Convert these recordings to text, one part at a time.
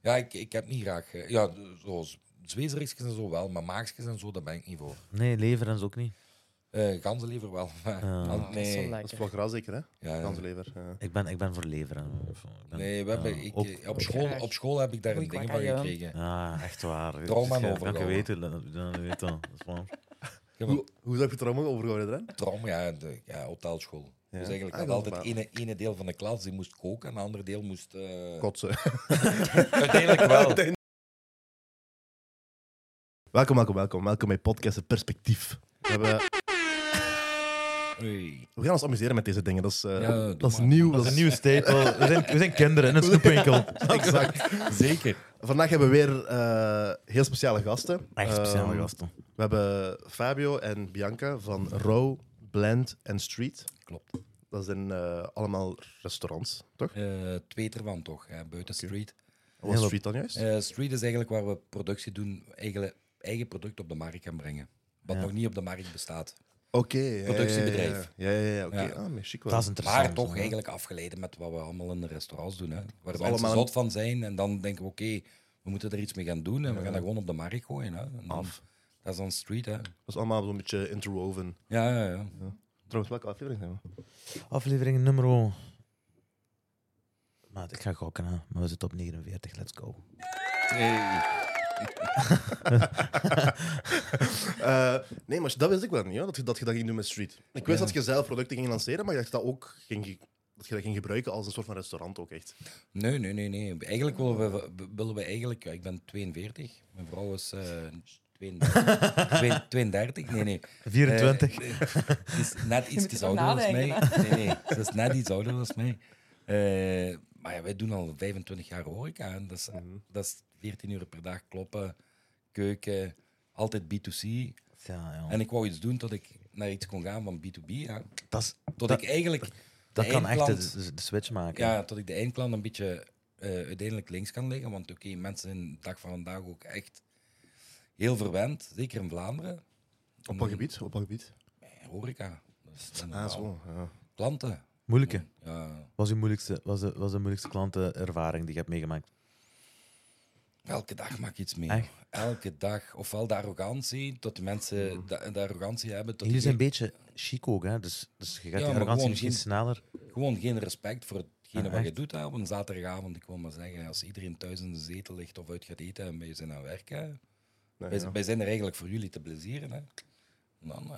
Ja, ik heb niet graag... ja, zoals Zwezeriksjes en zo wel, maar maagjes en zo, daar ben ik niet voor. Nee, lever en zo ook niet. Ganzenlever wel, maar... Dat is zo nee. lekker. Dat is wel gras zeker, hè? Ja, Ganzenlever. Ja. Ik ben voor lever. nee, we hebben, graag. op school heb ik daar Goeie een ding van kwakkajuin. gekregen. Ja, echt waar. Trauma Dus je overgehouden. kan je weten, dan weet dat. Dat is waar. Hoe zou je het er allemaal overgehouden, Dren? Trauma, ja, hotelschool. Ja. Dus eigenlijk Ah, had dat altijd is waar. ene deel van de klas die moest koken en het andere deel moest... Kotsen. Uiteindelijk wel. Welkom bij podcast Perspectief. Oei. We gaan ons amuseren met deze dingen. Dat is, doe dat is maar. nieuw. Dat is een nieuwe staple. We zijn kinderen in een snoepwinkel. Exact. Zeker. Vandaag hebben we weer heel speciale gasten. Echt speciale Ehm, gasten. We hebben Fabio en Bianca van Row, Blend en Street. Klopt. Dat zijn allemaal restaurants, toch? 2 ervan toch, buiten street. Wat was Street dan juist? Street is eigenlijk waar we productie doen, eigenlijk eigen product op de markt gaan brengen. Wat Ja. nog niet op de markt bestaat. Oké. productiebedrijf. Ja, oké. Ja. Ah, maar chic wel. Dat is interessant. Maar toch hè. eigenlijk afgeleid met wat we allemaal in de restaurants doen. Hè. Waar de is mensen allemaal zot van zijn en dan denken we oké, we moeten er iets mee gaan doen en we gaan dat gewoon op de markt gooien. Hè. En dan, Af. dat is dan street. Hè. Dat is allemaal zo'n beetje interwoven. Ja. Trouwens, welke aflevering zijn we? Aflevering nummer... Maat, ik ga gokken, hè. Maar we zitten op 49. Let's go. Nee, maar dat wist ik wel niet, hoor, dat je dat ging doen met Street. Ik wist Ja. dat je zelf producten ging lanceren, maar ik dacht dat ook dat je dat ging gebruiken als een soort van restaurant ook echt. Nee. Eigenlijk willen we eigenlijk... Ja, ik ben 42, mijn vrouw is 32. 32? Nee. 24. Ze is net iets moet erom ouder dan mij. nadenken, Nee, ze is net iets ouder dan mij. Maar ja, wij doen al 25 jaar horeca. En dat is 14 uur per dag kloppen, keuken, altijd B2C. Ja. En ik wou iets doen tot ik naar iets kon gaan van B2B. Ja. Dat Tot ik eigenlijk... dat de kan echt eindklant- de switch maken. Ja, tot ik de eindklant een beetje uiteindelijk links kan leggen. Want oké, mensen zijn de dag van vandaag ook echt heel verwend. Zeker in Vlaanderen. Op wat gebied? Horeca. Dus dan Zo. Ja. klanten. Moeilijke. Ja, Was de moeilijkste klantenervaring die je hebt meegemaakt? elke dag maak ik iets mee. Echt? Elke dag. Ofwel de arrogantie, tot de mensen de arrogantie hebben. Tot Jullie zijn die- een beetje chic ook, hè? Dus je gaat Ja, die maar arrogantie gewoon misschien geen- sneller. Gewoon geen respect voor hetgene Ah, wat je echt? doet hè, op een zaterdagavond. Ik wil maar zeggen, als iedereen thuis in de zetel ligt of uit gaat eten en wij zijn aan het werken, wij zijn er eigenlijk voor jullie te plezieren. Hè. En dan,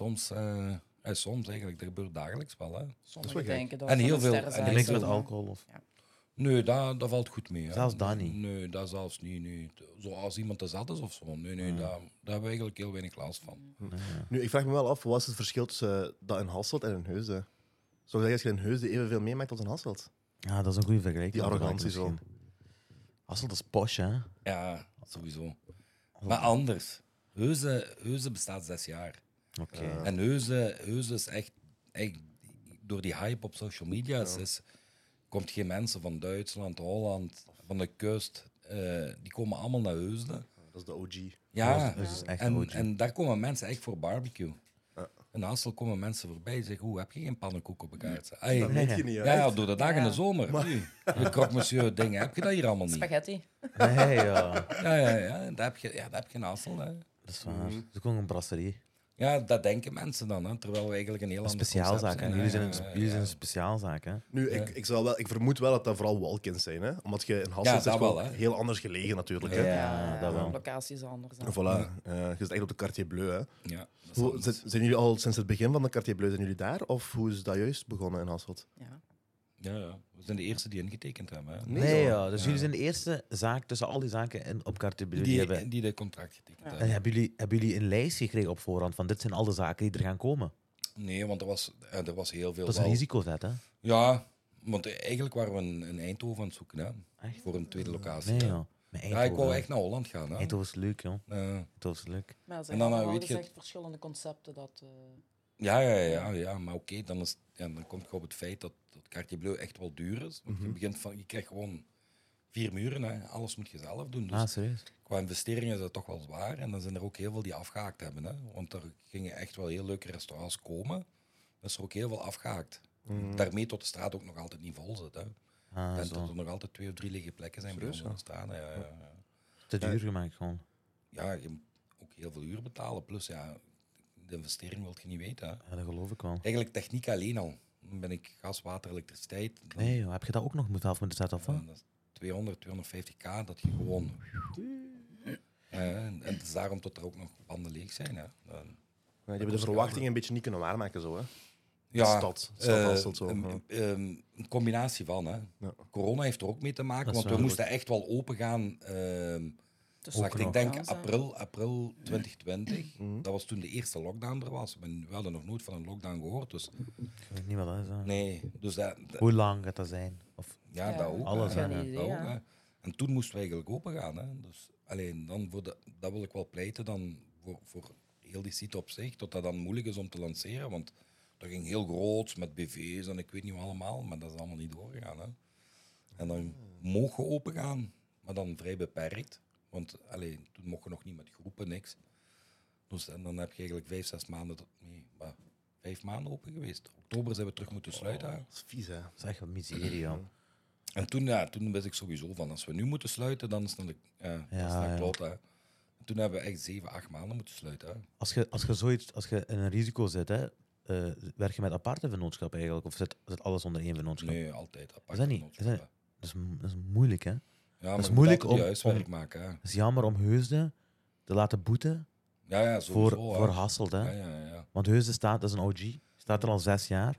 soms eigenlijk, dat gebeurt dagelijks wel. Hè. Sommigen denken dat En ze heel een veel- ster en zijn, En niks zo, met maar- alcohol. Of... Nee, dat valt goed mee. Hè. Zelfs dat niet? Nee, dat zelfs niet. Nee. Zoals iemand te zat is of zo. Nee, daar hebben we eigenlijk heel weinig last van. Nu, ik vraag me wel af, wat is het verschil tussen dat in Hasselt en in Heusden? Zou je zeggen, als je in Heusden evenveel meemaakt als in Hasselt? Ja, dat is een goede vergelijking. Die arrogantie zo. misschien. Hasselt is posh, hè? Ja, sowieso. Maar anders. Heusden bestaat 6 jaar. Oké. En Heusden is echt door die hype op social media, komt geen mensen van Duitsland, Holland, van de kust, die komen allemaal naar Heusden. Dat is de OG. Ja, Dat is echt en, OG. en daar komen mensen echt voor barbecue. Ja. In Hassel komen mensen voorbij en zeggen, hoe heb je geen pannenkoek op elkaar? Hey, Dat weet je niet, hè? ja, door de dag in de Ja. zomer. De croque monsieur dingen, heb je dat hier allemaal niet? Spaghetti. Nee, ja. Ja, dat heb je in Hassel. Hè. Dat is waar. Het is ook een brasserie. Ja, dat denken mensen dan, hè, terwijl we eigenlijk een heel Een ander speciaalzaak, hè? concept Jullie zijn Ja. een speciaalzaak, hè? Nu, ik vermoed wel dat dat vooral walk-ins zijn, hè? Omdat je in Hasselt dat is gewoon wel, hè. heel anders gelegen natuurlijk. Hè? Ja, dat wel. De locatie is anders. Dan. Voilà. Je zit echt op de Quartier Bleu. Hè? Ja, dat is anders. Zijn jullie al sinds het begin van de Quartier Bleu zijn jullie daar? Of hoe is dat juist begonnen in Hasselt? Ja. Ja. We zijn de eerste die ingetekend hebben. Hè. Nee, Nee, zo. ja. Dus jullie zijn de eerste zaak tussen al die zaken op Cartier Bleu die hebben. Die de contract getekend Ja. hebben. En hebben jullie een lijst gekregen op voorhand van dit zijn al de zaken die er gaan komen? Nee, want er was heel veel. Dat is een wel- risicovet, hè? Ja, want eigenlijk waren we in Eindhoven aan het zoeken hè, Echt? voor een tweede locatie. Nee, hè. ja. Maar Ja, ik wou echt naar Holland gaan. Hè. Eindhoven is leuk, joh. Ja. Eindhoven is leuk. Maar er En zijn dan, allemaal weet je- gezegd verschillende concepten. Dat, Ja, maar oké, dan komt je op het feit dat Cartier Bleu echt wel duur is. Want je krijgt gewoon 4 muren, hè. Alles moet je zelf doen. Dus Ah, serieus? qua investeringen is dat toch wel zwaar. En dan zijn er ook heel veel die afgehaakt hebben. Hè. Want er gingen echt wel heel leuke restaurants komen. Dan is er ook heel veel afgehaakt. Daarmee tot de straat ook nog altijd niet vol zit. Hè. En dat er nog altijd 2 of 3 lege plekken zijn bij ons in de straat. Ja. Te duur gemaakt gewoon. Ja, je moet ook heel veel uur betalen. Plus, ja, de investering wil je niet weten. Hè. Ja, dat geloof ik wel. Eigenlijk techniek alleen al. Dan ben ik gas, water, elektriciteit. Dan, Nee, joh, heb je dat ook nog moeten zetten? Of wat? dat is 200, 250k dat je gewoon... en het is daarom dat er ook nog banden leeg zijn. Hè. Je hebt de verwachtingen een beetje niet kunnen waarmaken. Zo, hè? Ja, stad Hasselt zo. een combinatie van. Hè. Ja. Corona heeft er ook mee te maken, Dat is want we wel moesten echt wel open gaan. Dus Ik denk april 2020. Dat was toen de eerste lockdown er was. We hadden nog nooit van een lockdown gehoord. Dus, Ik weet niet wat dat is. Hè. nee, dus dat, Hoe lang gaat dat zijn? Of, ja, Ja, dat ook. alles, hè. hè. Geen idee, Dat ook, ja. hè. En toen moesten we eigenlijk open gaan. Hè. Dus, alleen dan dat wil ik wel pleiten dan voor heel die site op zich, tot dat dan moeilijk is om te lanceren. Want dat ging heel groot met BV's en ik weet niet wat allemaal, maar dat is allemaal niet doorgegaan. Hè. En dan mogen we open gaan, maar dan vrij beperkt. Want toen mocht je nog niet met groepen, niks. Dus en dan heb je eigenlijk 5, 6 maanden, 5 maanden open geweest. Oktober zijn we terug moeten sluiten. Dat is vies, hè? dat is echt een miserie, joh. En toen wist ik sowieso van, als we nu moeten sluiten, dan is het Ja. kloot. Hè. En toen hebben we echt 7, 8 maanden moeten sluiten. Hè. Als je in een risico zit, hè, werk je met aparte vennootschap eigenlijk? Of zit alles onder één vennootschap? Nee, altijd apart. Is dat niet? vennootschap, Is dat is moeilijk, hè? hè. Ja, is maar je moet moeilijk altijd je om- huiswerk maken. Hè. Het is jammer om Heusden te laten boeten Ja, voor sowieso. hè. Hasselt, hè? Ja. Want Heusden dat is een OG, staat er al 6 jaar.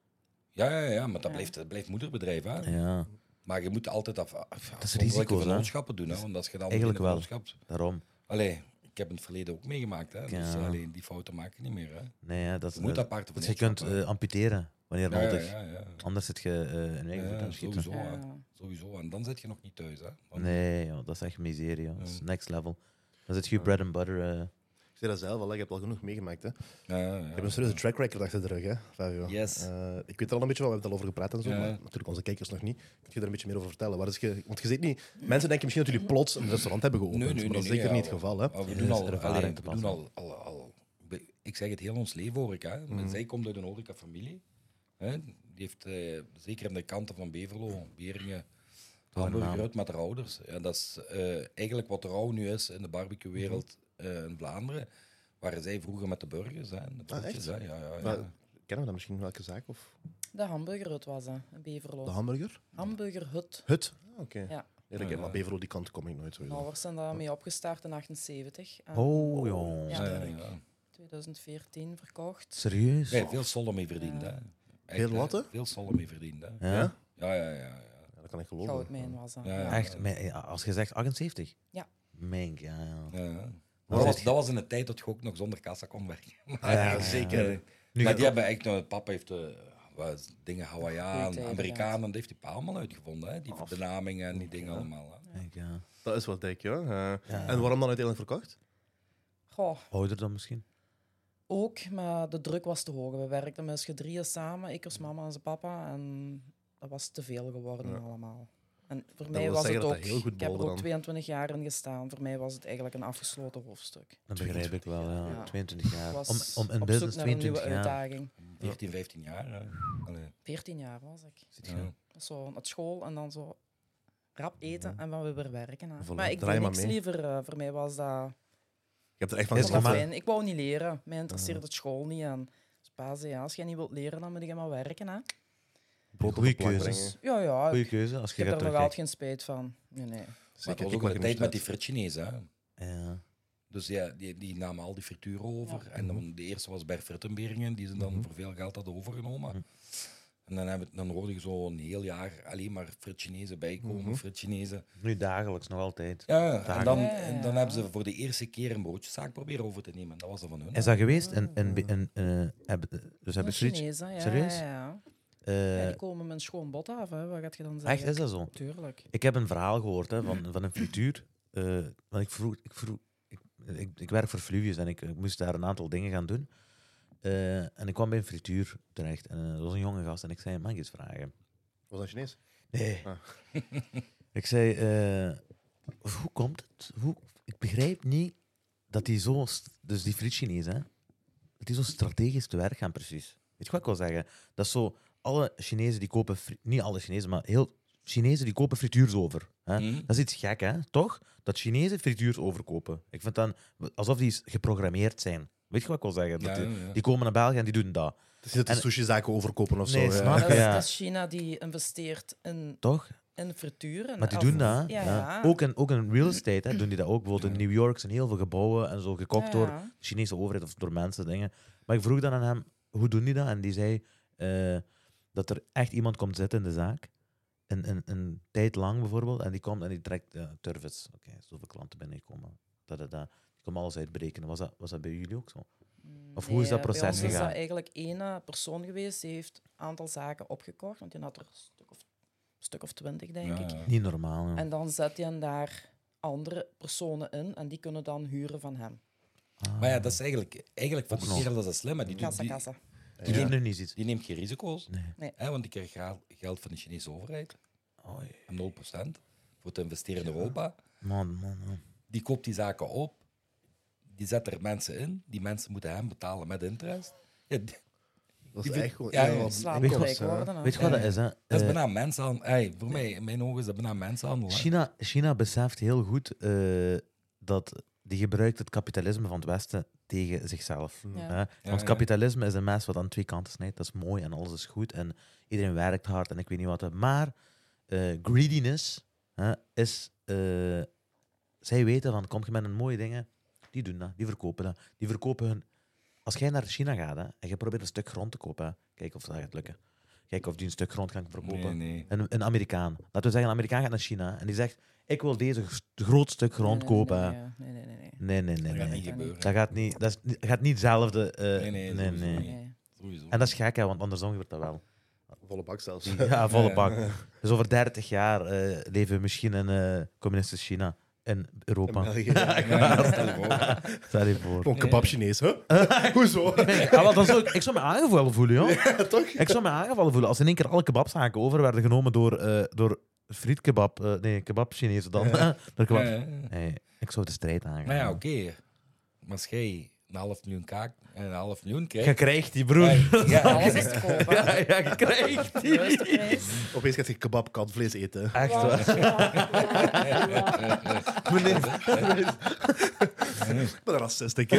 Ja, maar dat Ja. blijft moederbedrijf. Hè. Ja, Maar je moet altijd afzonderlijke risico's, hè? vennootschappen doen. Hè, want als je dan Eigenlijk een wel. vennootschap... daarom. Ik heb in het verleden ook meegemaakt. Hè. Dus Ja. die fouten maak je niet meer. Hè. Nee, hè, dat Je is... moet aparte dus je kunt vennootschappen. amputeren wanneer nodig. Ja. Anders zit je in eigen voet aan het schieten. Sowieso, hè. Ja. Sowieso. En dan zit je nog niet thuis. Hè. Dan- Nee, joh, dat is echt miserie. Joh. Dat is Ja. next level. Dan zit je bread and butter. Ik zei dat zelf al, ik heb al genoeg meegemaakt. Hè. Ja. Ik heb een serieuze track record achter de rug, hè, Fabio. Yes. Ik weet er al een beetje, we hebben het al over gepraat en zo, Ja. maar natuurlijk onze kijkers nog niet. Kun je er een beetje meer over vertellen? Want je ziet niet... Mensen denken misschien dat jullie plots een restaurant hebben geopend, maar dat is zeker ja. niet het geval. Hè. Maar we Ja, doen dat al, is ervaring te we doen passen. al, ik zeg het heel ons leven hoor ik. Hè. Zij komt uit een horecafamilie. Hè. Die heeft zeker aan de kanten van Beverlo, Beringen, hamburger uit met haar ouders. Ja, dat is eigenlijk wat rauw nu is in de barbecuewereld in Vlaanderen. Waren zij vroeger met de burgers, hè, de broodjes, echt? hè. Ja. Maar kennen we dat misschien, welke zaak? Of De hamburgerhut was dat, in Beverlo. de hamburger? Hamburgerhut. Hut? Oké. Ja. Eerlijk, maar Beverlo, die kant kom ik nooit sowieso. Nou, we zijn daarmee opgestart in 78. En Oh, joh. Ja. Ja. 2014 verkocht. Serieus? Ja, veel sollen mee verdiend. Hè. Echt, Veel wat, hè? Veel sollen mee verdiend. Hè. Ja? Ja? Ja. Ja, dat kan ik geloven. Goudmijn was dat. Ja. Echt? Als je zegt 78? Ja. Mink, ja. Dat was in de tijd dat je ook nog zonder kassa kon werken. Ja, zeker. Nu Maar ga die ik hebben echt, papa heeft dingen Hawaiian, Goeie Amerikanen, dat heeft die pa allemaal uitgevonden. Hè? Die benamingen en die dingen allemaal. Hè? Denk, ja. Dat is wat dik, ja. Ja. En waarom dan uiteindelijk verkocht? Goh, Ouder dan misschien? ook, maar de druk was te hoog. We werkten met z'n drieën samen, ik als mama en zijn papa. En dat was te veel geworden allemaal. En voor mij wil was zeggen het dat ook... dat heel goed Ik heb er bolde ook dan. 22 jaar in gestaan. Voor mij was het eigenlijk een afgesloten hoofdstuk. Dat begrijp ik wel, ja. Ja. 22 jaar. Ik was Om in op business zoek naar een nieuwe 22 jaar. uitdaging. 14, 15 jaar. Hè? Allee, 14 jaar was ik. ja. Zo naar school en dan zo rap eten en dan weer werken. Hè. Voilà, Maar ik draai deed maar niks mee. liever. Voor mij was dat... Je hebt er echt van Is Ik vond dat maar- fijn. Ik wou niet leren. Mij interesseerde het school niet. En dus pa zei, ja, als jij niet wilt leren, dan moet je maar werken. Hè. brood op Goeie de plank keuzes. brengen. Ja, Goeie ik keuze, als je heb gaat er nog altijd terugkijken. geen spijt van. Nee. Maar Zeker, het was ik ook maak een er tijd niet met die uit. fritchinezen. Hè? Ja. Dus ja, die namen al die frituren over. En dan, de eerste was Bert Frittenberingen, die ze dan voor veel geld hadden overgenomen. En dan hoorde je zo een heel jaar alleen maar fritchinezen bijkomen, fritchinezen. Nu dagelijks, nog altijd. Ja, en dan, Ja. en dan hebben ze voor de eerste keer een broodjeszaak proberen over te nemen. Dat was er van hun. Is dat geweest? Dus hebben Een friet? Chinees, hè. Ja, Serieus? Ja. Eh, Ja, die komen met een schoon bot af. Hè. Wat gaat je dan zeggen? echt, is dat zo? Tuurlijk. Ik heb een verhaal gehoord hè, van een frituur. Want ik werk voor Fluvius en ik moest daar een aantal dingen gaan doen. En ik kwam bij een frituur terecht. En dat was een jonge gast en ik zei, mag ik iets vragen? Was dat Chinees? Nee. Ah. Ik zei, hoe komt het? Ik begrijp niet dat die zo... Dus die friet-Chinees, hè? Dat die zo strategisch te werk gaan, precies. Weet je wat ik wil zeggen? Dat is zo... Alle Chinezen die kopen... Niet alle Chinezen, maar heel Chinezen die kopen frituurs over. Hè? Dat is iets gek, hè? Toch? Dat Chinezen frituurs overkopen. Ik vind dan alsof die geprogrammeerd zijn. Weet je wat ik wil zeggen? Dat die komen naar België en die doen dat. Het is niet dat de sushi-zaken overkopen of Nee, zo. snap je? Ja. Dat is China die investeert in Toch? frituren. Maar die doen dat. Ja, Ja. ja. Ook in real estate doen die dat ook. Bijvoorbeeld in New York zijn heel veel gebouwen en zo gekocht door Ja. de Chinese overheid of door mensen, dingen. Maar ik vroeg dan aan hem, hoe doen die dat? En die zei dat er echt iemand komt zitten in de zaak. Een tijd lang bijvoorbeeld. En die komt en die trekt turfs. Oké, zoveel klanten binnenkomen. Die komen alles uitberekenen. Was dat bij jullie ook zo? Of hoe is dat proces bij ons gegaan? is dat eigenlijk één persoon geweest. Die heeft een aantal zaken opgekocht. Want die had er een stuk of 20, denk ik. Niet normaal. Ja. En dan zet hij daar andere personen in. En die kunnen dan huren van hem. Maar ja, dat is eigenlijk van die kerel, dat is slim. Maar Kassa. Die neemt nu niet iets. die neemt geen risico's. Nee. Want die krijgt geld van de Chinese overheid. Oei. 0% voor te investeren in Europa. Man. Die koopt die zaken op. Die zet er mensen in. Die mensen moeten hem betalen met interest. Ja, Dat is echt gewoon... Ja, wat Slaap Weet je gelijk wat- worden. hè. Weet je wat dat is? Hè? dat is bijna mensenhandel. Voor mij, in mijn ogen is dat bijna mensenhandel. Hè. China beseft heel goed dat die gebruikt het kapitalisme van het Westen tegen zichzelf. Ja. Hè? Want kapitalisme is een mes wat aan twee kanten snijdt. Dat is mooi en alles is goed. En iedereen werkt hard en ik weet niet wat. Maar greediness is... zij weten van, kom je met een mooie dingen, die doen dat, die verkopen dat. Die verkopen hun... Als jij naar China gaat en je probeert een stuk grond te kopen, hè, kijk of dat gaat lukken. Kijk of die een stuk grond kan verkopen. Nee. Een Amerikaan. Laten we zeggen, een Amerikaan gaat naar China en die zegt, ik wil deze groot stuk grond kopen. Nee. Nee. Dat gaat niet gebeuren. Dat gaat niet hetzelfde. Nee, sowieso niet. Sowieso. En dat is gek, hè, want andersom gebeurt dat wel. Volle bak zelfs. Ja, volle bak. Dus over 30 jaar leven we misschien in communistisch China. In Europa. België. Stel je voor. Gewoon kebab Chinees, hè? Hoezo? Ik zou me aangevallen voelen, joh. Toch? Ik zou me aangevallen voelen als in één keer alle kebabzaken over werden genomen door frietkebab. Kebab Chinezen dan. Door kebab. Nee, ik zou de strijd aangaan. Maar ja, oké. Maar als jij een $500.000 kaak en een $500.000 Je krijgt... krijgt die, broer. Ja, Alles is te kopen. Ja, je krijgt die. Juiste prijs. Opeens gaat je kebab katvlees eten. Echt waar. Meneer, Ik ben een racist, ik.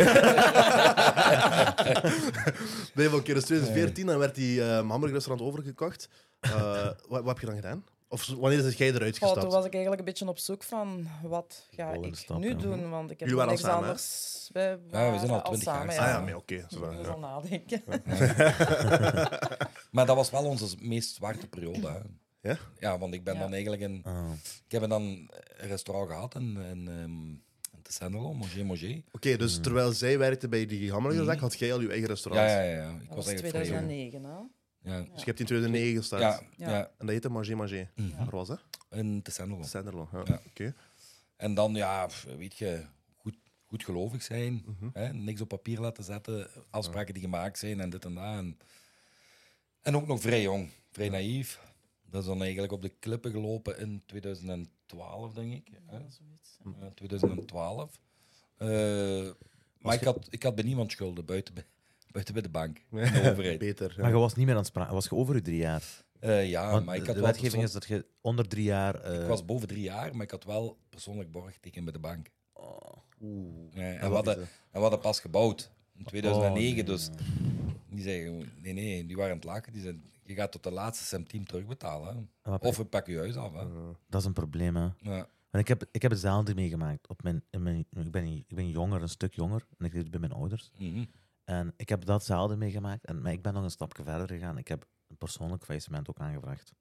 Nee, van keer in 2014 dan werd die hamburgerrestaurant overgekocht. Wat heb je dan gedaan? Of wanneer is jij eruit Toen gestapt? was ik eigenlijk een beetje op zoek van wat ga Volgende ik stap, nu ja. doen, want ik heb Jullie waren niks al samen, hè? anders. Wij we zijn al waren 20 jaar samen. samen. Ah ja, maar oké. Ik moet al nadenken. Maar dat was wel onze meest zwarte periode. Hè. Ja? Ja, want ik ben Ja. dan eigenlijk in... Ik heb dan een restaurant gehad in Tessenderlo, Manger. Oké, dus terwijl zij werkte bij die hamburgerzak, had jij al je eigen restaurant. Ja. Ik Dat was was eigenlijk vrij jong. 2009, hè? Ja. Dus je hebt in 2009 gestart. Ja, Ja. ja. En dat heette Manger. Waar was dat? In Tessenderlo. Senderlo. Ja. Ja. Oké. En dan, ja, weet je, goed gelovig zijn. Hè? Niks op papier laten zetten. Afspraken die gemaakt zijn en dit en dat. En ook nog vrij jong, vrij naïef. Dat is dan eigenlijk op de klippen gelopen in 2012, denk ik. Hè? Zoiets. 2012. Maar ik had bij niemand schulden, buiten bij de bank. In de overheid. Beter. maar je was niet meer aan het spreken. Was je over je 3 jaar? Ja, Want maar ik had de wel wetgeving is dat je onder 3 jaar... Ik was boven 3 jaar, maar ik had wel persoonlijk borgteken bij de bank. Oeh. Ja, en, En we wat hadden, is en we hadden pas gebouwd in 2009, Oh, nee. dus die zeggen, nee, die waren aan het lachen. Die zeiden, je gaat tot de laatste centiem terugbetalen. Hè. Maar Of we pakken je huis af. Hè. dat is een probleem, hè. Ja. Want ik heb hetzelfde meegemaakt. Ik ben jonger, een stuk jonger. En ik leefde bij mijn ouders. Mhm. En ik heb datzelfde meegemaakt. Maar ik ben nog een stapje verder gegaan. Ik heb een persoonlijk faillissement ook aangevraagd.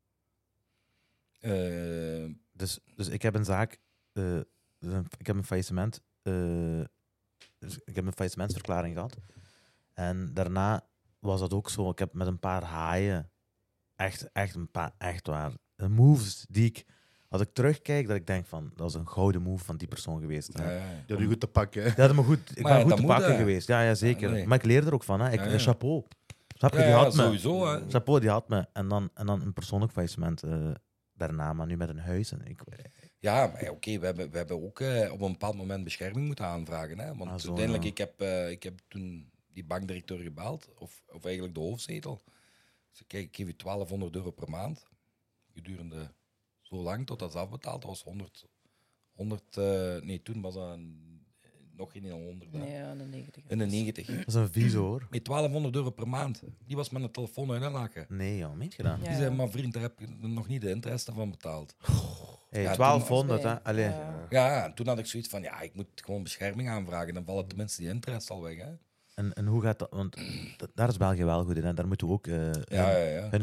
Dus ik heb een zaak... ik heb een faillissement... dus ik heb een faillissementsverklaring gehad. En daarna was dat ook zo. Ik heb met een paar haaien... Echt waar. Moves die ik... Als ik terugkijk, dat ik denk van... Dat was een gouden move van die persoon geweest. Hè. Ja. Je had je goed te pakken. Hè? Dat had me goed, ik Maar ben ja, goed dat te moet, pakken hè. geweest. Ja, zeker. Nee. Maar ik leer er ook van. Hè. Ja. Chapeau. Snap je? Ja, Die had me. sowieso. Hè. Chapeau, die had me. En dan een persoonlijk faillissement daarna, maar nu met een huis. En Ja, maar oké, we hebben ook op een bepaald moment bescherming moeten aanvragen. Hè? Want Ah, zo, uiteindelijk, ja. ik heb toen die bankdirecteur gebeld, of eigenlijk de hoofdzetel. Ik zei, kijk, ik geef je €1200 per maand gedurende zo lang tot dat is afbetaald. Dat was 100 nee, toen was dat nog geen 100. Nee, in de 90. In de 90. Dat is een vies hoor. Met €1200 per maand. Die was met een telefoon uitlachen. Nee, ja, meent je dat? Ja. Die zei, maar vriend, daar heb je nog niet de interesse van betaald. Hey, Ja, 1200, hè? Allee. Ja. Ja, en toen had ik zoiets van, ja, ik moet gewoon bescherming aanvragen. Dan vallen tenminste die interesse al weg. Hè. En hoe gaat dat? Want daar is België wel goed in. En daar moeten we ook... Ja.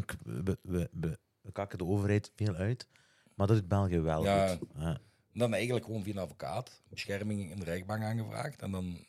we kakken de overheid veel uit. Maar dat doet België wel Ja. goed. Ja. Dan eigenlijk gewoon via een advocaat. Bescherming in de rechtbank aangevraagd. En dan...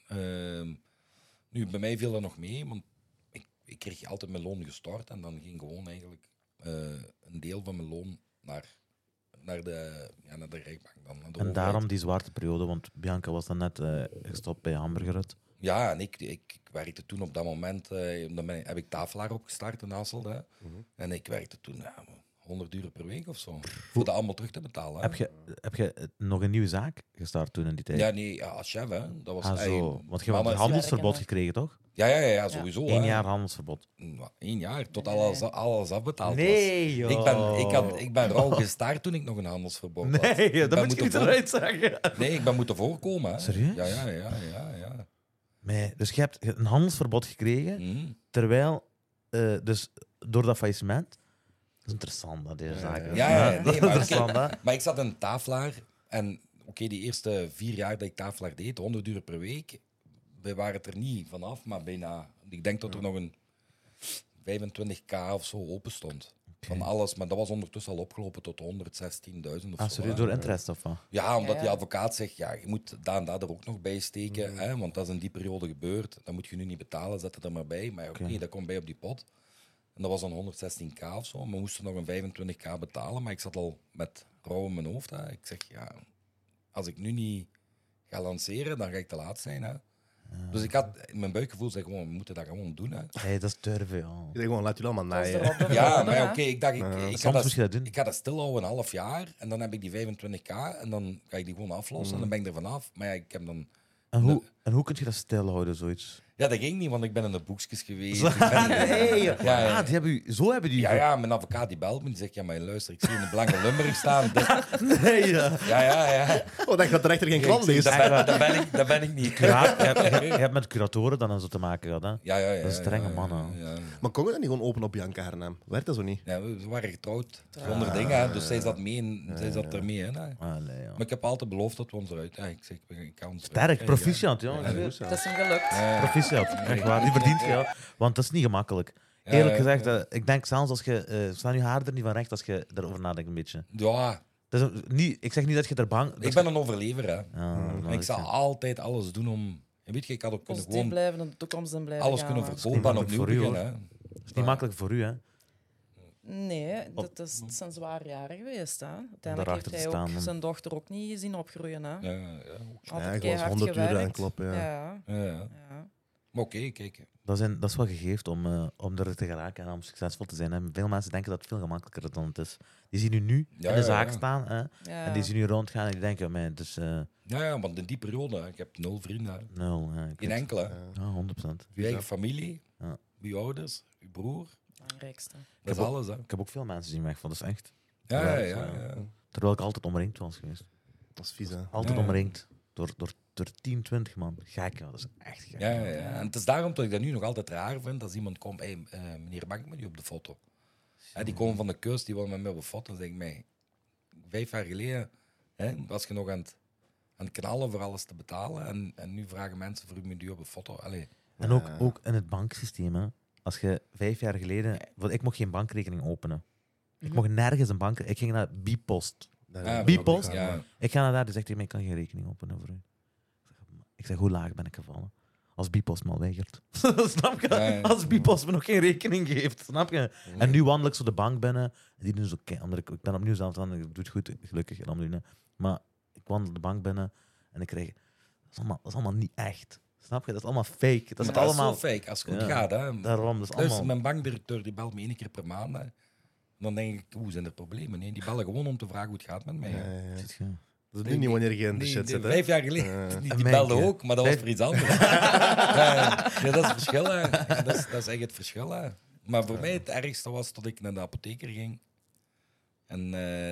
nu, bij mij viel dat nog mee, want ik kreeg altijd mijn loon gestort. En dan ging gewoon eigenlijk een deel van mijn loon naar de rechtbank. Dan, naar de En overheid. daarom die zwarte periode, want Bianca was dan net gestopt bij Hamburgerhut. Ja, en ik werkte toen op dat moment... heb ik tafelaar opgestart in Hasselt. Hè. En ik werkte toen €100 per week of zo. Voor dat allemaal terug te betalen. Hè. Heb je nog een nieuwe zaak gestart toen in die tijd? Ja, nee, ja, als chef, hè. Dat was Ah, zo. eigenlijk- Want je hebt een mannen- handelsverbod werken, gekregen, toch? Ja, sowieso. 1 hè. jaar handelsverbod. 1 jaar, tot alles afbetaald Nee, was. joh. Ik ben rauw gestart toen ik nog een handelsverbod had. Nee, Ik dat ben moet je niet moeten eruit zeggen. Nee, ik ben moeten voorkomen. Hè. Serieus? Ja. Nee, dus je hebt een handelsverbod gekregen, Mhm. terwijl, dus door dat faillissement... Dat is interessant, dat deze zaken. Ja, Dat nee, is maar interessant, hè? Maar ik zat in tafelaar en die eerste 4 jaar dat ik tafelaar deed, €100 per week, wij waren het er niet vanaf, maar bijna. Ik denk dat er nog een 25k of zo open stond. Van alles, maar dat was ondertussen al opgelopen tot 116.000 of Ah, zo. sorry, hè. door interest of wat? Ja, omdat Ja. die advocaat zegt, ja, je moet dat en dat er ook nog bij steken, hè, want dat is in die periode gebeurd. Dat moet je nu niet betalen, zet het er maar bij. Maar oké, dat komt bij op die pot. En dat was dan 116k of zo. We moesten nog een 25k betalen, maar ik zat al met rouw in mijn hoofd. Hè. Ik zeg, ja, als ik nu niet ga lanceren, dan ga ik te laat zijn. Hè. Dus ik had, mijn buikgevoel zei gewoon, we moeten dat gewoon doen. Hè. Hey, dat is durven, ja. Ik denk gewoon, laat jullie allemaal Dat is naaien. erop de Ja, volgende, maar hè. oké, ik dacht, ik Soms ga moet je dat doen. ik ga dat stilhouden een half jaar en dan heb ik die 25k en dan ga ik die gewoon aflossen en dan ben ik er vanaf. Maar ja, ik heb dan... En hoe kun je dat stilhouden, zoiets? Ja, dat ging niet, want ik ben in de boekjes geweest. Ik ben- Nee, ja. Ah, zo hebben die... Ja, mijn advocaat die belt me, die zegt, ja, maar luister, ik zie in de blanke Limburg staan. Nee, ja. Ja. Oh, dat gaat er echt geen klant is. Dat ben ik niet. Je hebt met curatoren dan en zo te maken gehad, hè? Ja. Dat is strenge mannen. Ja. Maar kon je dat niet gewoon open op Bianca haar naam? Werkt dat zo niet? Ja, we waren getrouwd zonder dingen, hè, dus zij zat mee en zij zat er mee. Hè. Maar Ah, nee, ja. ik heb altijd beloofd dat we ons eruit... Ja, ik zeg, ik ga ons Sterk, eruit proficiat, jongen. Het is hem gelukt. Proficiat, echt waar. Die verdient je, ja. Want dat is niet gemakkelijk. Eerlijk gezegd, ik denk zelfs als je... staan je haar er niet van recht als je erover nadenkt een beetje. Ja, Dat is niet, ik zeg niet dat je er bang... ik ben een overlever, hè. Ja, En ik zal altijd alles doen om... En weet je, ik had ook kunnen Positief gewoon blijven in de toekomst en blijven alles gaan, kunnen hè. verkopen en makkelijk opnieuw voor u, beginnen. Hè. Dat is niet makkelijk voor u, hè. Nee, het zijn zware jaren geweest. Hè. Uiteindelijk daarachter heeft te hij ook staan, zijn dochter ook niet zien opgroeien. Hè. Ja. Altijd Ja, ik was keihard 100 uur gewerkt. aankloppen, ja. Ja. Maar oké, kijk. Dat is wat gegeven om er te geraken en om succesvol te zijn. Hè. Veel mensen denken dat het veel gemakkelijker is dan het is. Die zien u nu Ja, in de ja, zaak ja. staan hè, Ja. en die zien u rondgaan en die denken, man, het is Ja, want in die periode, ik heb 0 vrienden. nul. Ja, ik Geen weet- enkele. Ja, 100%. Je eigen familie, Ja. je ouders, je broer. Belangrijkste. Dat is heb ook- alles, hè. Ik heb ook veel mensen zien wegvallen, dat is echt. Ja. Terwijl ik altijd omringd was geweest. Dat is vies, hè. Altijd Ja. omringd door 10, 20 man. Gek, ja, dat is echt gek. Ja. En het is daarom dat ik dat nu nog altijd raar vind als iemand komt, hey, meneer, mag ik met u op de foto? Die komen van de kust, die willen met mij op de foto. Dan zeg ik mij, 5 jaar geleden was je nog aan het knallen voor alles te betalen. En nu vragen mensen voor u met u op de foto. Allee. En ook in het banksysteem. Hè. Als je 5 jaar geleden... Want ik mocht geen bankrekening openen. Ik mocht nergens een bankrekening... Ik ging naar Bipost. Bipost? Ja. Ik ga naar daar, die zegt tegen mij, ik kan geen rekening openen voor u. Ik zeg, hoe laag ben ik gevallen? Als Bipost me al weigert. Snap je? Ja. Als Bipost me nog geen rekening geeft. Snap je? En nu wandel ik zo de bank binnen. En die doen zo... Ik ben opnieuw zelf aan, ik doe het goed, gelukkig. Maar ik wandel de bank binnen en ik krijg... Dat is allemaal niet echt. Snap je? Dat is allemaal fake. Dat is Maar dat allemaal... is zo fake, als het goed Ja. gaat. Hè. Daarom, dat is Dus allemaal... mijn bankdirecteur die belt me 1 keer per maand. Hè. Dan denk ik, zijn er problemen? Nee, die bellen gewoon om te vragen hoe het gaat met mij. hè. Ziet je? Dat is nu niet wanneer je in de Nee, shit zit, hè. 5 jaar geleden. Die Een belde menkje. ook, maar dat was voor iets anders. Ja, dat is het verschil. Hè. Ja, dat is echt het verschil. Hè. Maar voor mij het ergste was dat ik naar de apotheker ging. En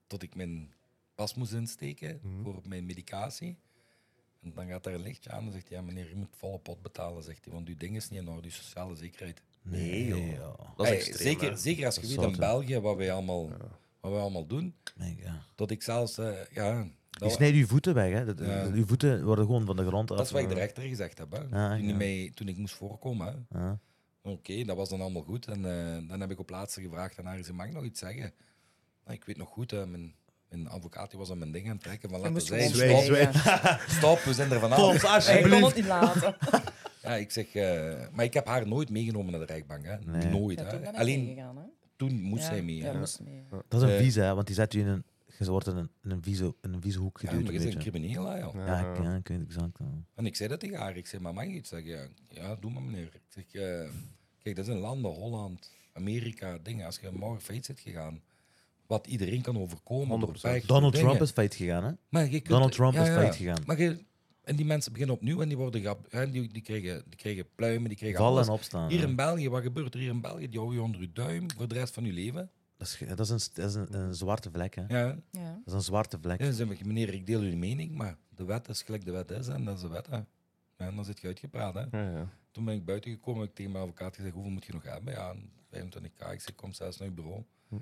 tot ik mijn pas moest insteken voor mijn medicatie. En dan gaat daar een lichtje aan en zegt hij, ja meneer, je moet volle pot betalen, zegt hij, want uw ding is niet in orde, uw sociale zekerheid. Nee, joh. Ja. Dat is extreem, hè. zeker als je weet zot, in België wat wij allemaal doen, Ja. dat ik zelfs... Je snijdt je voeten weg, hè. Je voeten worden gewoon van de grond af. dat is wat ik de rechter gezegd heb. Hè. Ja, Toen ik moest voorkomen. Hè. Ja. Oké, dat was dan allemaal goed. En dan heb ik op laatste gevraagd aan haar, ze mag ik nog iets zeggen? Nou, ik weet nog goed, mijn advocaat die was aan mijn ding aan het trekken. Van, Je laten moest zijn, gewoon Zwijg. zwijgen. stop, we zijn er vanaf. Soms, Ik kon alsjeblieft. het niet laten. Ja, ik zeg, maar ik heb haar nooit meegenomen naar de rechtbank. Hè. Nee. Nooit. Ja, Hè. toen ben ik Alleen meegegaan, hè. toen moest zij mee. Ja, hè. moest mee. Dat is een Eh, visa, hè, want die zet je je wordt in een vieze hoek Ja, geduwd. maar een je bent een beetje. crimineel, hè, joh. Ja, ik weet exact. Ja. En ik zei dat tegen haar. Ik zei, maar mag ik iets zeggen? Ja, doe maar meneer. Ik zeg, kijk, dat zijn landen, Holland, Amerika, dingen. Als je morgen failliet zit gegaan, wat iedereen kan overkomen. 100%. door pech, Donald door Trump dingen. is failliet gegaan, hè? Maar je kunt- Donald Trump ja, is ja. failliet gegaan. Maar en die mensen beginnen opnieuw en die worden die kregen pluimen, die kregen Vallen alles. en opstaan. Hier hè. in België, wat gebeurt er hier in België? Die houden je onder je duim voor de rest van je leven. Dat is een zwarte vlek, hè? Ja. Ja. Dat is een zwarte vlek. Ja, dan zeg ik, meneer, ik deel uw mening, maar de wet is gelijk de wet is en dat is de wet. Hè. Ja, en dan zit je uitgepraat. Hè. Ja. Toen ben ik buiten gekomen, heb ik tegen mijn advocaat gezegd, hoeveel moet je nog hebben? Ja, 25k. Ik zeg, kom zelfs naar je bureau.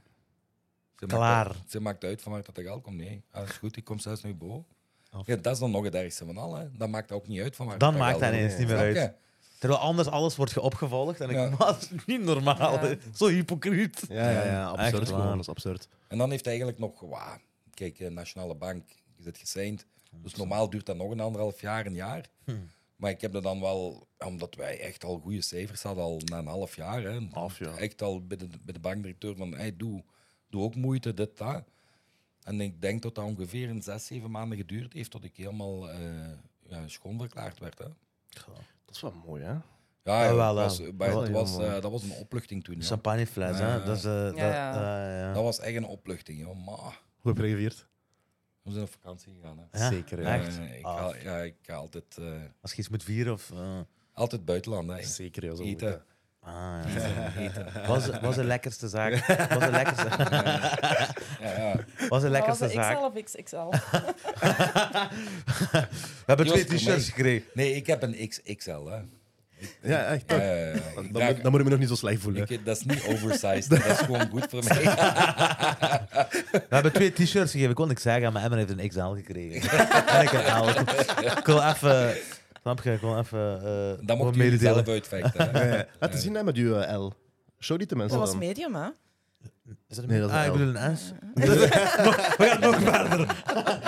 Klaar. Ze maakt uit van waar dat geld komt. Nee, ja, dat is goed, ik kom zelfs naar je bureau. Ja, dat is dan nog het ergste van al. Hè. Dat maakt ook niet uit van waar Dan dat maakt geld dat komt. ineens niet meer Snap je? uit. Terwijl anders alles wordt opgevolgd. En Ja. ik, maar dat is niet normaal. Ja. hè. Zo hypocriet. Ja, absurd Echt gewoon. waar. Dat is absurd. En dan heeft hij eigenlijk nog, kijk, Nationale Bank, je zit gesigned. Dus normaal duurt dat nog een 1,5 jaar, een jaar. Maar ik heb dat dan wel, omdat wij echt al goede cijfers hadden, al na een half jaar. Hè, echt al bij de bankdirecteur van, hey, doe ook moeite, dit, dat. En ik denk dat dat ongeveer 6-7 maanden geduurd heeft tot ik helemaal schoonverklaard werd. Hè. Dat is wel mooi, hè? Ja, Ja, ja, wel, dat, ja. dat was een opluchting toen. Ja. Champagnefles, hè? Ja. Dat is, Ja. Dat was echt een opluchting. Joh. Maar, Hoe heb je dat gevierd? we zijn op vakantie gegaan. Hè. Ja, Zeker, Ja, ja. echt? ik ga altijd, Als je iets moet vieren of... altijd buitenland. Hè. Zeker, ja. Zo Eten. moet, ja. Eten. Was de lekkerste zaak? Was de lekkerste, Ja. was de lekkerste Dat was zaak? XL of XXL. We hebben Die 2 was voor t-shirts mij. gekregen. Nee, ik heb een XXL. Hè. Ja, echt. Ik Dan draag- moet je me nog niet zo slecht voelen. dat is niet oversized. Dat is gewoon goed voor mij. We hebben 2 t-shirts gegeven. Ik kon niks zeggen, maar Emma heeft een XL gekregen. En ik een L. Ik wil even... Snap je? Ik wil even... Dat mocht gewoon jullie zelf mededelen. uitvechten. Hè. Laten zien hè, met uw L. Show die de mensen Dat was dan. medium, hè? Is dat een Nee, dat is een ik L. bedoel een S. We gaan nog verder.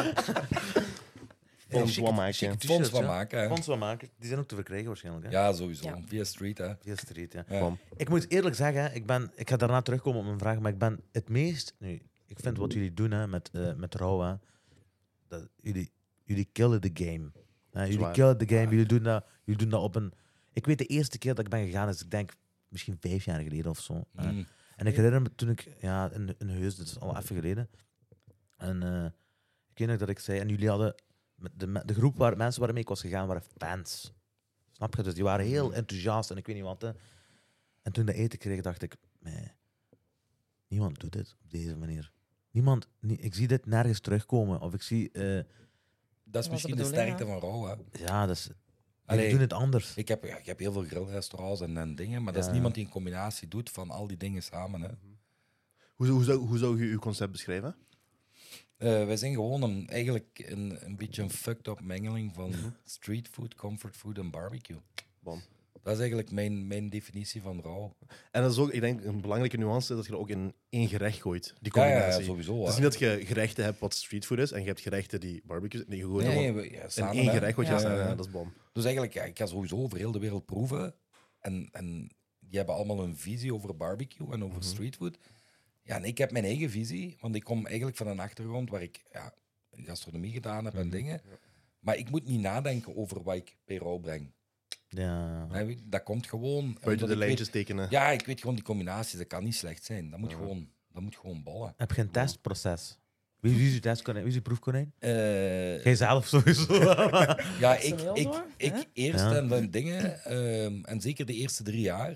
Fonds wat maken. Fonds van maken. Hè. Fonds van maken. Die zijn ook te verkrijgen waarschijnlijk. Hè? Ja, sowieso. Ja. Via street. Hè. Via street, ja. Ja. Bam. Ik moet eerlijk zeggen, ik ga daarna terugkomen op mijn vraag, maar ik ben het meest... Nu, ik vind wat jullie doen hè, met rouw, hè, dat jullie killen de game. Jullie Zwaar. killen de game, jullie doen dat op een... Ik weet de eerste keer dat ik ben gegaan is, ik denk, misschien 5 jaar geleden of zo. Mm. En ik herinner me toen ik in Heus, dat is al even geleden. En ik weet nog dat ik zei, en jullie hadden... De groep mensen waarmee ik was gegaan waren fans. Snap je? Dus die waren heel enthousiast en ik weet niet wat. Hè. En toen ik dat eten kreeg, dacht ik... Nee, niemand doet dit op deze manier. Ik zie dit nergens terugkomen. Of ik zie... Dat is was de misschien de bedoeling, sterkte van Rauw. Hè. ja, dat is... Allee, die doen het anders. Ik heb heel veel grillrestaurants en dingen, maar dat is Ja. niemand die een combinatie doet van al die dingen samen. Hè. Hoe zou je uw concept beschrijven? Wij zijn gewoon eigenlijk een beetje een fucked-up mengeling van streetfood, comfortfood en barbecue. Bam. Dat is eigenlijk mijn definitie van Rauw. En dat is ook, ik denk, een belangrijke nuance dat je er ook in één gerecht gooit. Die Ja, combinatie. sowieso. Het is Hè. niet dat je gerechten hebt wat streetfood is en je hebt gerechten die barbecue. Nee, je gooit Nee, allemaal we- samen, in één hè. gerecht gooit je Ja. samen. Ja, dat is bom. Dus eigenlijk, ik ga sowieso over heel de wereld proeven. En die hebben allemaal een visie over barbecue en over streetfood. Ja, en ik heb mijn eigen visie, want ik kom eigenlijk van een achtergrond waar ik gastronomie gedaan heb en dingen. Maar ik moet niet nadenken over wat ik bij Rauw breng. Ja. Dat komt gewoon... omdat Buiten de ik lijntjes tekenen. Weet, ja, ik weet gewoon die combinaties, dat kan niet slecht zijn. Dat moet gewoon ballen. Heb je een testproces? Wie is je testkonijn? Wie is je proefkonijn? Eh, Jij zelf sowieso. ja, Is dat wel zo, ik hè? eerst Ja. en dan dingen, en zeker de eerste 3 jaar,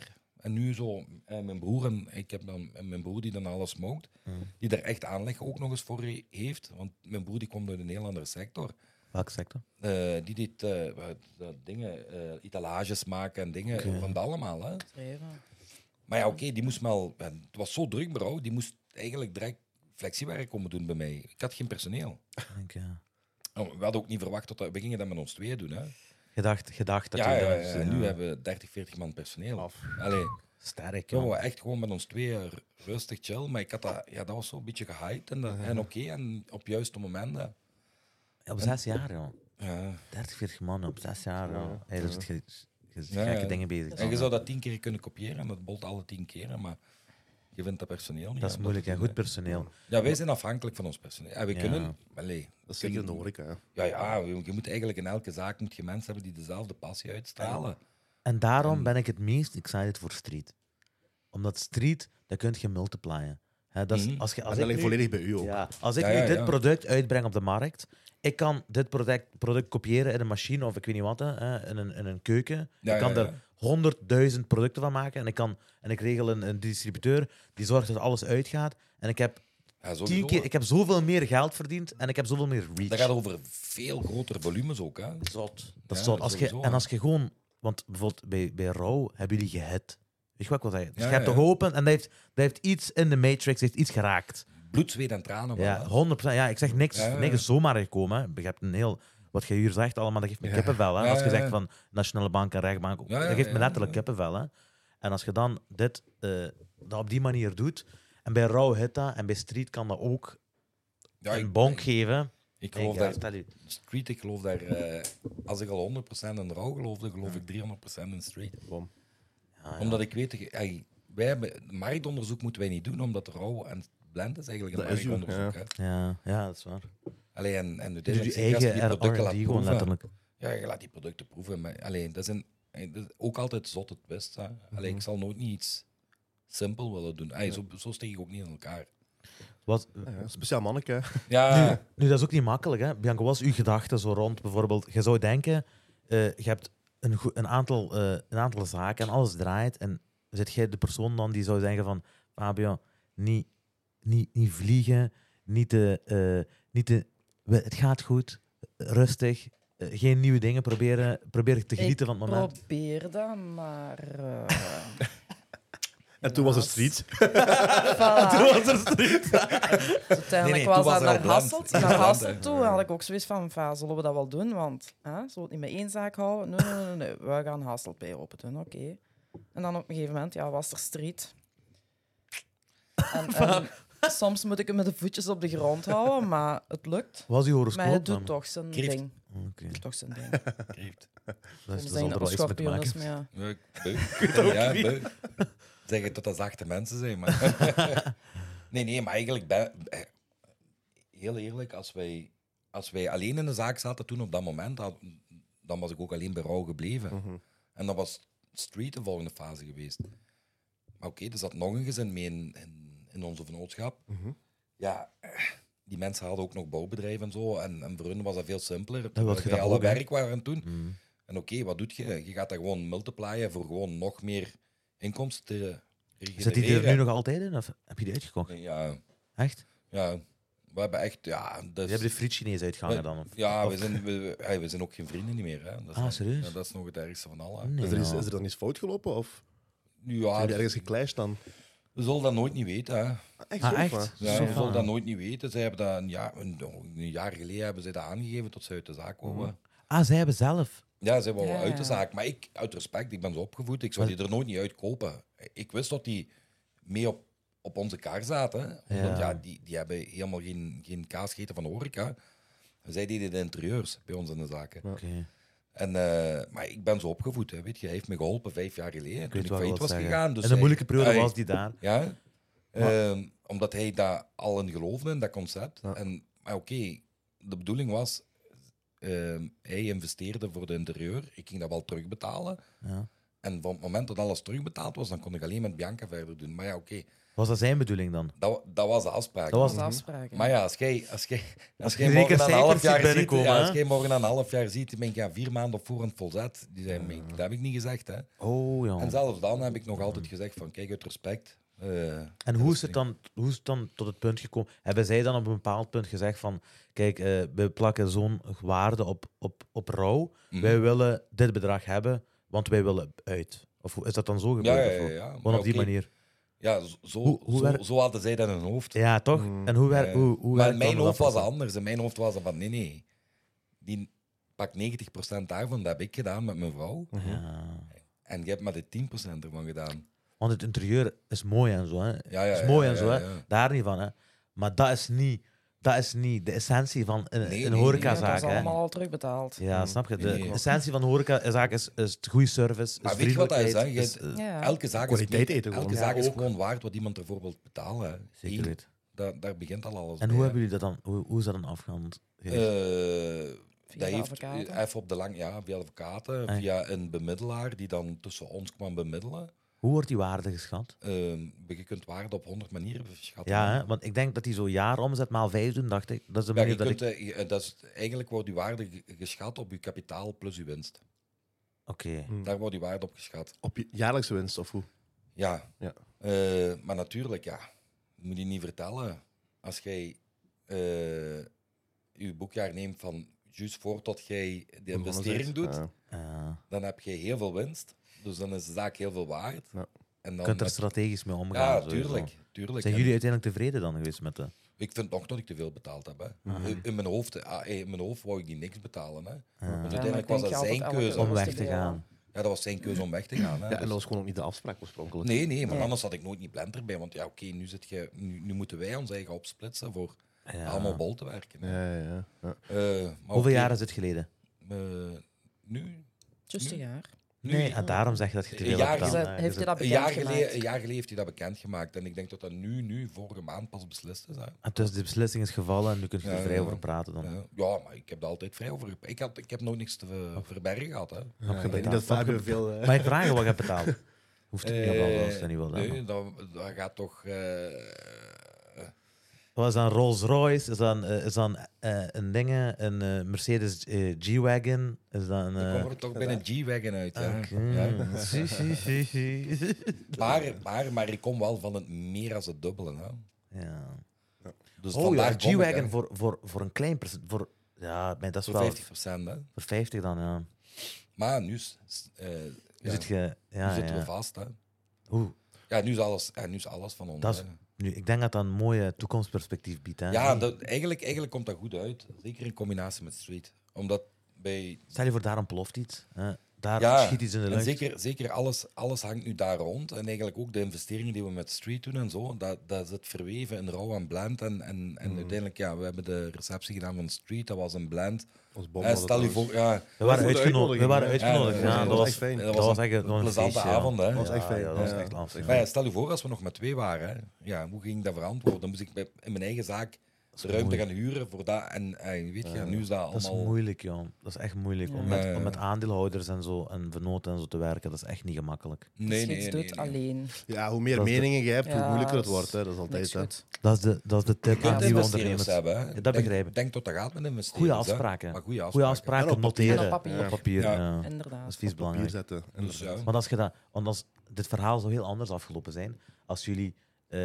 En nu zo, mijn broer en ik heb dan mijn broer die dan alles smoked, die er echt aanleg ook nog eens voor heeft. Want mijn broer die komt uit een heel andere sector. Welke sector? Die deed dingen, etalages maken en dingen, van dat allemaal. Hè. Maar ja, die moest wel... Het was zo druk, bro. Die moest eigenlijk direct flexiewerk komen doen bij mij. Ik had geen personeel. We hadden ook niet verwacht dat we gingen dat met ons tweeën doen. Hè. Gedacht dat en nu hebben we 30, 40 man personeel. Allee, sterk, we waren echt gewoon met ons tweeën rustig chill. Maar ik had dat was zo een beetje gehyped. En en op juiste momenten. Op 6 jaar, joh. Ja. 30, 40 man op 6 jaar, joh. Hey, daar zit gekke dingen bezig. En je zou dat 10 keer kunnen kopiëren. En dat bolt alle 10 keren. Maar je vindt dat personeel niet. Dat is moeilijk, en goed personeel. Ja, wij zijn afhankelijk van ons personeel. En we kunnen... Allee, dat is zeker in de horeca. Ja, je moet eigenlijk in elke zaak mensen hebben die dezelfde passie uitstralen. En daarom ben ik het meest excited voor street. Omdat street, dat kun je multiplyen. Dat is, als dat ligt volledig bij u ook. Ja, als ik nu dit product uitbreng op de markt, ik kan dit product kopiëren in een machine of ik weet niet wat, in een keuken. Ik kan er 100.000 producten van maken en ik regel een distributeur die zorgt dat alles uitgaat. En ik heb 10 keer, ik heb zoveel meer geld verdiend en ik heb zoveel meer reach. Dat gaat over veel grotere volumes ook. Hè? Zot. Dat is zot. Als je gewoon... Want bijvoorbeeld bij Rauw hebben jullie gehit. Weet je wat ik wil zeggen? Dus je hebt toch open en dat heeft iets in de Matrix, heeft iets geraakt. Bloed, zweet en tranen. Ja, 100%. Ja, ik zeg niks is zomaar gekomen. Hè. Je hebt een heel... Wat je hier zegt allemaal, dat geeft me kippenvel. Hè. Als je zegt van Nationale Bank en Rechtbank, dat geeft me letterlijk kippenvel. Hè. En als je dan dat op die manier doet, en bij Rauw hit dat, en bij Street kan dat ook een bonk geven. Ik geloof Street, ik geloof daar... als ik al 100% in Rauw geloofde, geloof ik 300% in Street. Omdat ik weet... wij hebben marktonderzoek moeten wij niet doen, omdat Rauw en blend is eigenlijk een marktonderzoek. Ja, dat is waar. Allee, en je eigen R&D gewoon letterlijk. Ja, je laat die producten proeven. Maar, dat is ook altijd zot het best. Ik zal nooit niet iets simpel willen doen. Zo steek ik ook niet in elkaar. Speciaal manneke. Ja. Nu, dat is ook niet makkelijk. Hè? Bianco, wat is uw gedachte zo rond? Bijvoorbeeld, je zou denken, je hebt een aantal zaken en alles draait. En zit jij de persoon dan die zou zeggen van, Fabio, niet vliegen, het gaat goed, rustig, geen nieuwe dingen probeer te genieten van het moment. Ik probeer dat, maar... En toen was er Street. Uiteindelijk was dat naar Hasselt toe. Had ik ook zoiets van, zullen we dat wel doen? Want zullen we het niet met één zaak houden? Nee. We gaan Hasselt bij open doen, oké. En dan op een gegeven moment was er Street. En soms moet ik hem met de voetjes op de grond houden, maar het lukt. Was uw horoscoop? Maar het doet toch zijn ding. Okay. Het toch zijn ding. Dat zijn er schorpioen is, maar ja. Zeggen dat zachte mensen zijn, maar... nee, maar eigenlijk... Heel eerlijk, als wij alleen in de zaak zaten toen op dat moment, dan was ik ook alleen bij Rauw gebleven. En dan was Street de volgende fase geweest. Maar er zat nog een gezin mee in onze vennootschap. Ja, die mensen hadden ook nog bouwbedrijven en zo. En voor hun was dat veel simpeler. Wij alle werk waren toen. En wat doe je? Je gaat dat gewoon multiplyen voor gewoon nog meer inkomsten te genereren. Zit die er nu nog altijd in? Of heb je die uitgekocht? Ja. Echt? Ja. We hebben echt... Ja, dus... Je hebt de friet-Chinees uitgehangen dan? Ja, we zijn ook geen vrienden niet meer. Hè. Serieus? Ja, dat is nog het ergste van alle. Nee, is er dan iets fout gelopen? Of ja, heb je ergens geclashed dan? We zullen dat nooit niet weten. Hè. Echt? Ja, we zullen dat nooit niet weten. Zij hebben dat een jaar geleden hebben zij dat aangegeven tot ze uit de zaak wouden. Zij hebben zelf? Ja, zij wouden uit de zaak. Maar ik, uit respect, ik ben zo opgevoed, ik zou die er nooit niet uitkopen. Ik wist dat die mee op onze kaart zaten. Want die hebben helemaal geen kaas gegeten van de horeca. Zij deden de interieurs bij ons in de zaken. Okay. Maar ik ben zo opgevoed, hè, weet je. Hij heeft me geholpen 5 jaar geleden, toen ik failliet was gegaan. Dus in een moeilijke periode was die daar. Ja, omdat hij daar al in geloofde, in dat concept. Ja. Maar de bedoeling was... hij investeerde voor de interieur. Ik ging dat wel terugbetalen. Ja. En van het moment dat alles terugbetaald was, dan kon ik alleen met Bianca verder doen. Maar Was dat zijn bedoeling dan? Dat was de afspraak. Dat was Dat was de afspraak. Maar ja, als jij je morgen na een half ziet jaar ziet, binnenkomen, ja, hè? als jij morgen na een half jaar ziet, ben ik 4 maanden op voorhand volzet. Die zei, dat heb ik niet gezegd. Hè. Oh, ja. En zelfs dan heb ik nog altijd gezegd van, kijk, uit respect. En hoe is het dan tot het punt gekomen? Hebben zij dan op een bepaald punt gezegd van, kijk, we plakken zo'n waarde op rouw. Wij willen dit bedrag hebben, want wij willen uit. Of is dat dan zo gebeurd? Ja. Gewoon op die manier. Ja, zo hadden zij dat in hun hoofd. Ja, toch? En hoe Maar werkt in mijn dan hoofd was het dat? anders. In mijn hoofd was het van, nee. Die pak 90% daarvan, dat heb ik gedaan met mijn vrouw. Ja. En je hebt maar de 10% ervan gedaan. Want het interieur is mooi en zo. Hè. Ja, is mooi en zo, hè. ja. Daar niet van. Hè. Maar dat is niet de essentie van een Nee, horecazaak. dat is hè. allemaal al terugbetaald. Ja, snap je? De Nee. essentie van een horecazaak is het goede service, Maar is weet je wat dat is? vriendelijkheid. Hè? Ja. Elke zaak Kwaliteit is, eten elke gewoon. zaak Ja, is ook. gewoon waard wat iemand ervoor wil betalen. Hè. Zeker Eén. weet. Daar begint al alles En bij, hoe hè. hebben jullie dat dan? Hoe is dat dan afgegaan? Via Dat de heeft advocaten. even op de lang, ja, via advocaten, Ah, ja. via een bemiddelaar die dan tussen ons kwam bemiddelen. Hoe wordt die waarde geschat? Je kunt waarde op 100 manieren schatten. Ja, hè? Want ik denk dat die zo jaaromzet maal 5 doen, dacht ik. Dat is de Ja, manier je dat kunt, ik... dat is, eigenlijk wordt die waarde geschat op je kapitaal plus je winst. Oké. Daar wordt die waarde op geschat. Op je jaarlijkse winst, of hoe? Ja. Ja. Maar natuurlijk, ja, moet je niet vertellen. Als jij je boekjaar neemt van juist voordat jij de investering doet, dan heb je heel veel winst. Dus dan is de zaak heel veel waard. Ja. En Je dan kunt er heb- strategisch mee omgaan. Ja, sowieso. tuurlijk. Zijn En jullie uiteindelijk tevreden dan geweest met de... ik vind nog dat ik te veel betaald heb. Hè. In mijn hoofd wou ik die niks betalen. Hè. Want uiteindelijk was dat zijn keuze. Om weg te gaan. Ja, dat was zijn keuze om weg te gaan. Hè. Ja, en dat was gewoon ook niet de afspraak oorspronkelijk. Nee, maar anders had ik nooit niet blend erbij. Want ja, oké, nu moeten wij ons eigen opsplitsen voor Ja. allemaal bol te werken. Hè. Ja. Maar Hoeveel oké, jaar is het geleden? Nu? Juist een jaar. Nee, en daarom zeg je dat je te Een veel jaar hebt gedaan. Heeft hij dat Een jaar, bekendgemaakt? een jaar geleden heeft hij dat bekendgemaakt. En ik denk dat dat nu vorige maand pas beslist is. Hè. En dus de beslissing is gevallen en nu kun je er Ja, vrij ja. over praten dan. Ja, maar ik heb er altijd vrij over. Ik heb nog niks te verbergen gehad. Hè. Ik denk dat Fabio veel... Maar ik vraag wat je hebt betaald. Hoeft het niet op als je niet wil. Nee, dat gaat toch... Wat is dan Rolls Royce? Is dan een dingen, een Mercedes G-Wagon? Is dan ik kom er toch binnen G-Wagon uit. Ja. Ja. Maar ik kom wel van het meer als het dubbele. Hè. Ja. Dus Oh ja, vandaar kom ik, G-Wagon hè, voor een klein procent. Ja, maar dat is voor wel 50%. Hè. voor 50 dan, ja. Maar nu Zit je, nu zitten we vast. Hè. Oeh, Ja, nu is alles van ons. dat is, hè. nu, ik denk dat dat een mooie toekomstperspectief biedt. Hè? Ja, eigenlijk komt dat goed uit. Zeker in combinatie met street. Omdat bij... Stel je voor, daar ontploft iets. Hè? Daar Ja, schiet iets in de en lucht. zeker alles hangt nu daar rond. En eigenlijk ook de investeringen die we met street doen en zo, dat zit verweven in rauw en blend. En uiteindelijk, ja, we hebben de receptie gedaan van street. Dat was een blend. Stel je voor, ja, We waren voor de uitgenodigd. We waren uitnodiging, uitgenodigd. hè. Ja, dat was echt fijn. dat Dat was een echt een plezante feestje, ja. avond. Hè. Dat was echt fijn. Ja, dat was Ja. echt laatst. Maar ja, stel je voor, als we nog met 2 waren, hè. Ja, hoe ging ik dat verantwoorden? Dan moest ik in mijn eigen zaak de ruimte gaan huren voor dat. En weet je, nu is dat Dat is allemaal... moeilijk, joh. Dat is echt moeilijk. Om met aandeelhouders en zo en vernoten en zo te werken, dat is echt niet gemakkelijk. Nee, Dus je doet het alleen. Ja, hoe meer Dat is de- meningen je hebt, hoe Ja, moeilijker het dat wordt. Hè. Dat is altijd... Niks Hè. goed. Dat is de tip Je aan kunt nieuwe investeerders ondernemers. hebben. Hè. Ja, dat Denk- begrijp ik. Denk tot dat gaat met investeren. Goede afspraken. Maar goede Goede afspraken. afspraken En op papier. noteren. En op papier. Op papier, Ja. ja. Inderdaad. Dat is vies Papier belangrijk. zetten. Dus ja. Want als dit verhaal zou heel anders afgelopen zijn, als jullie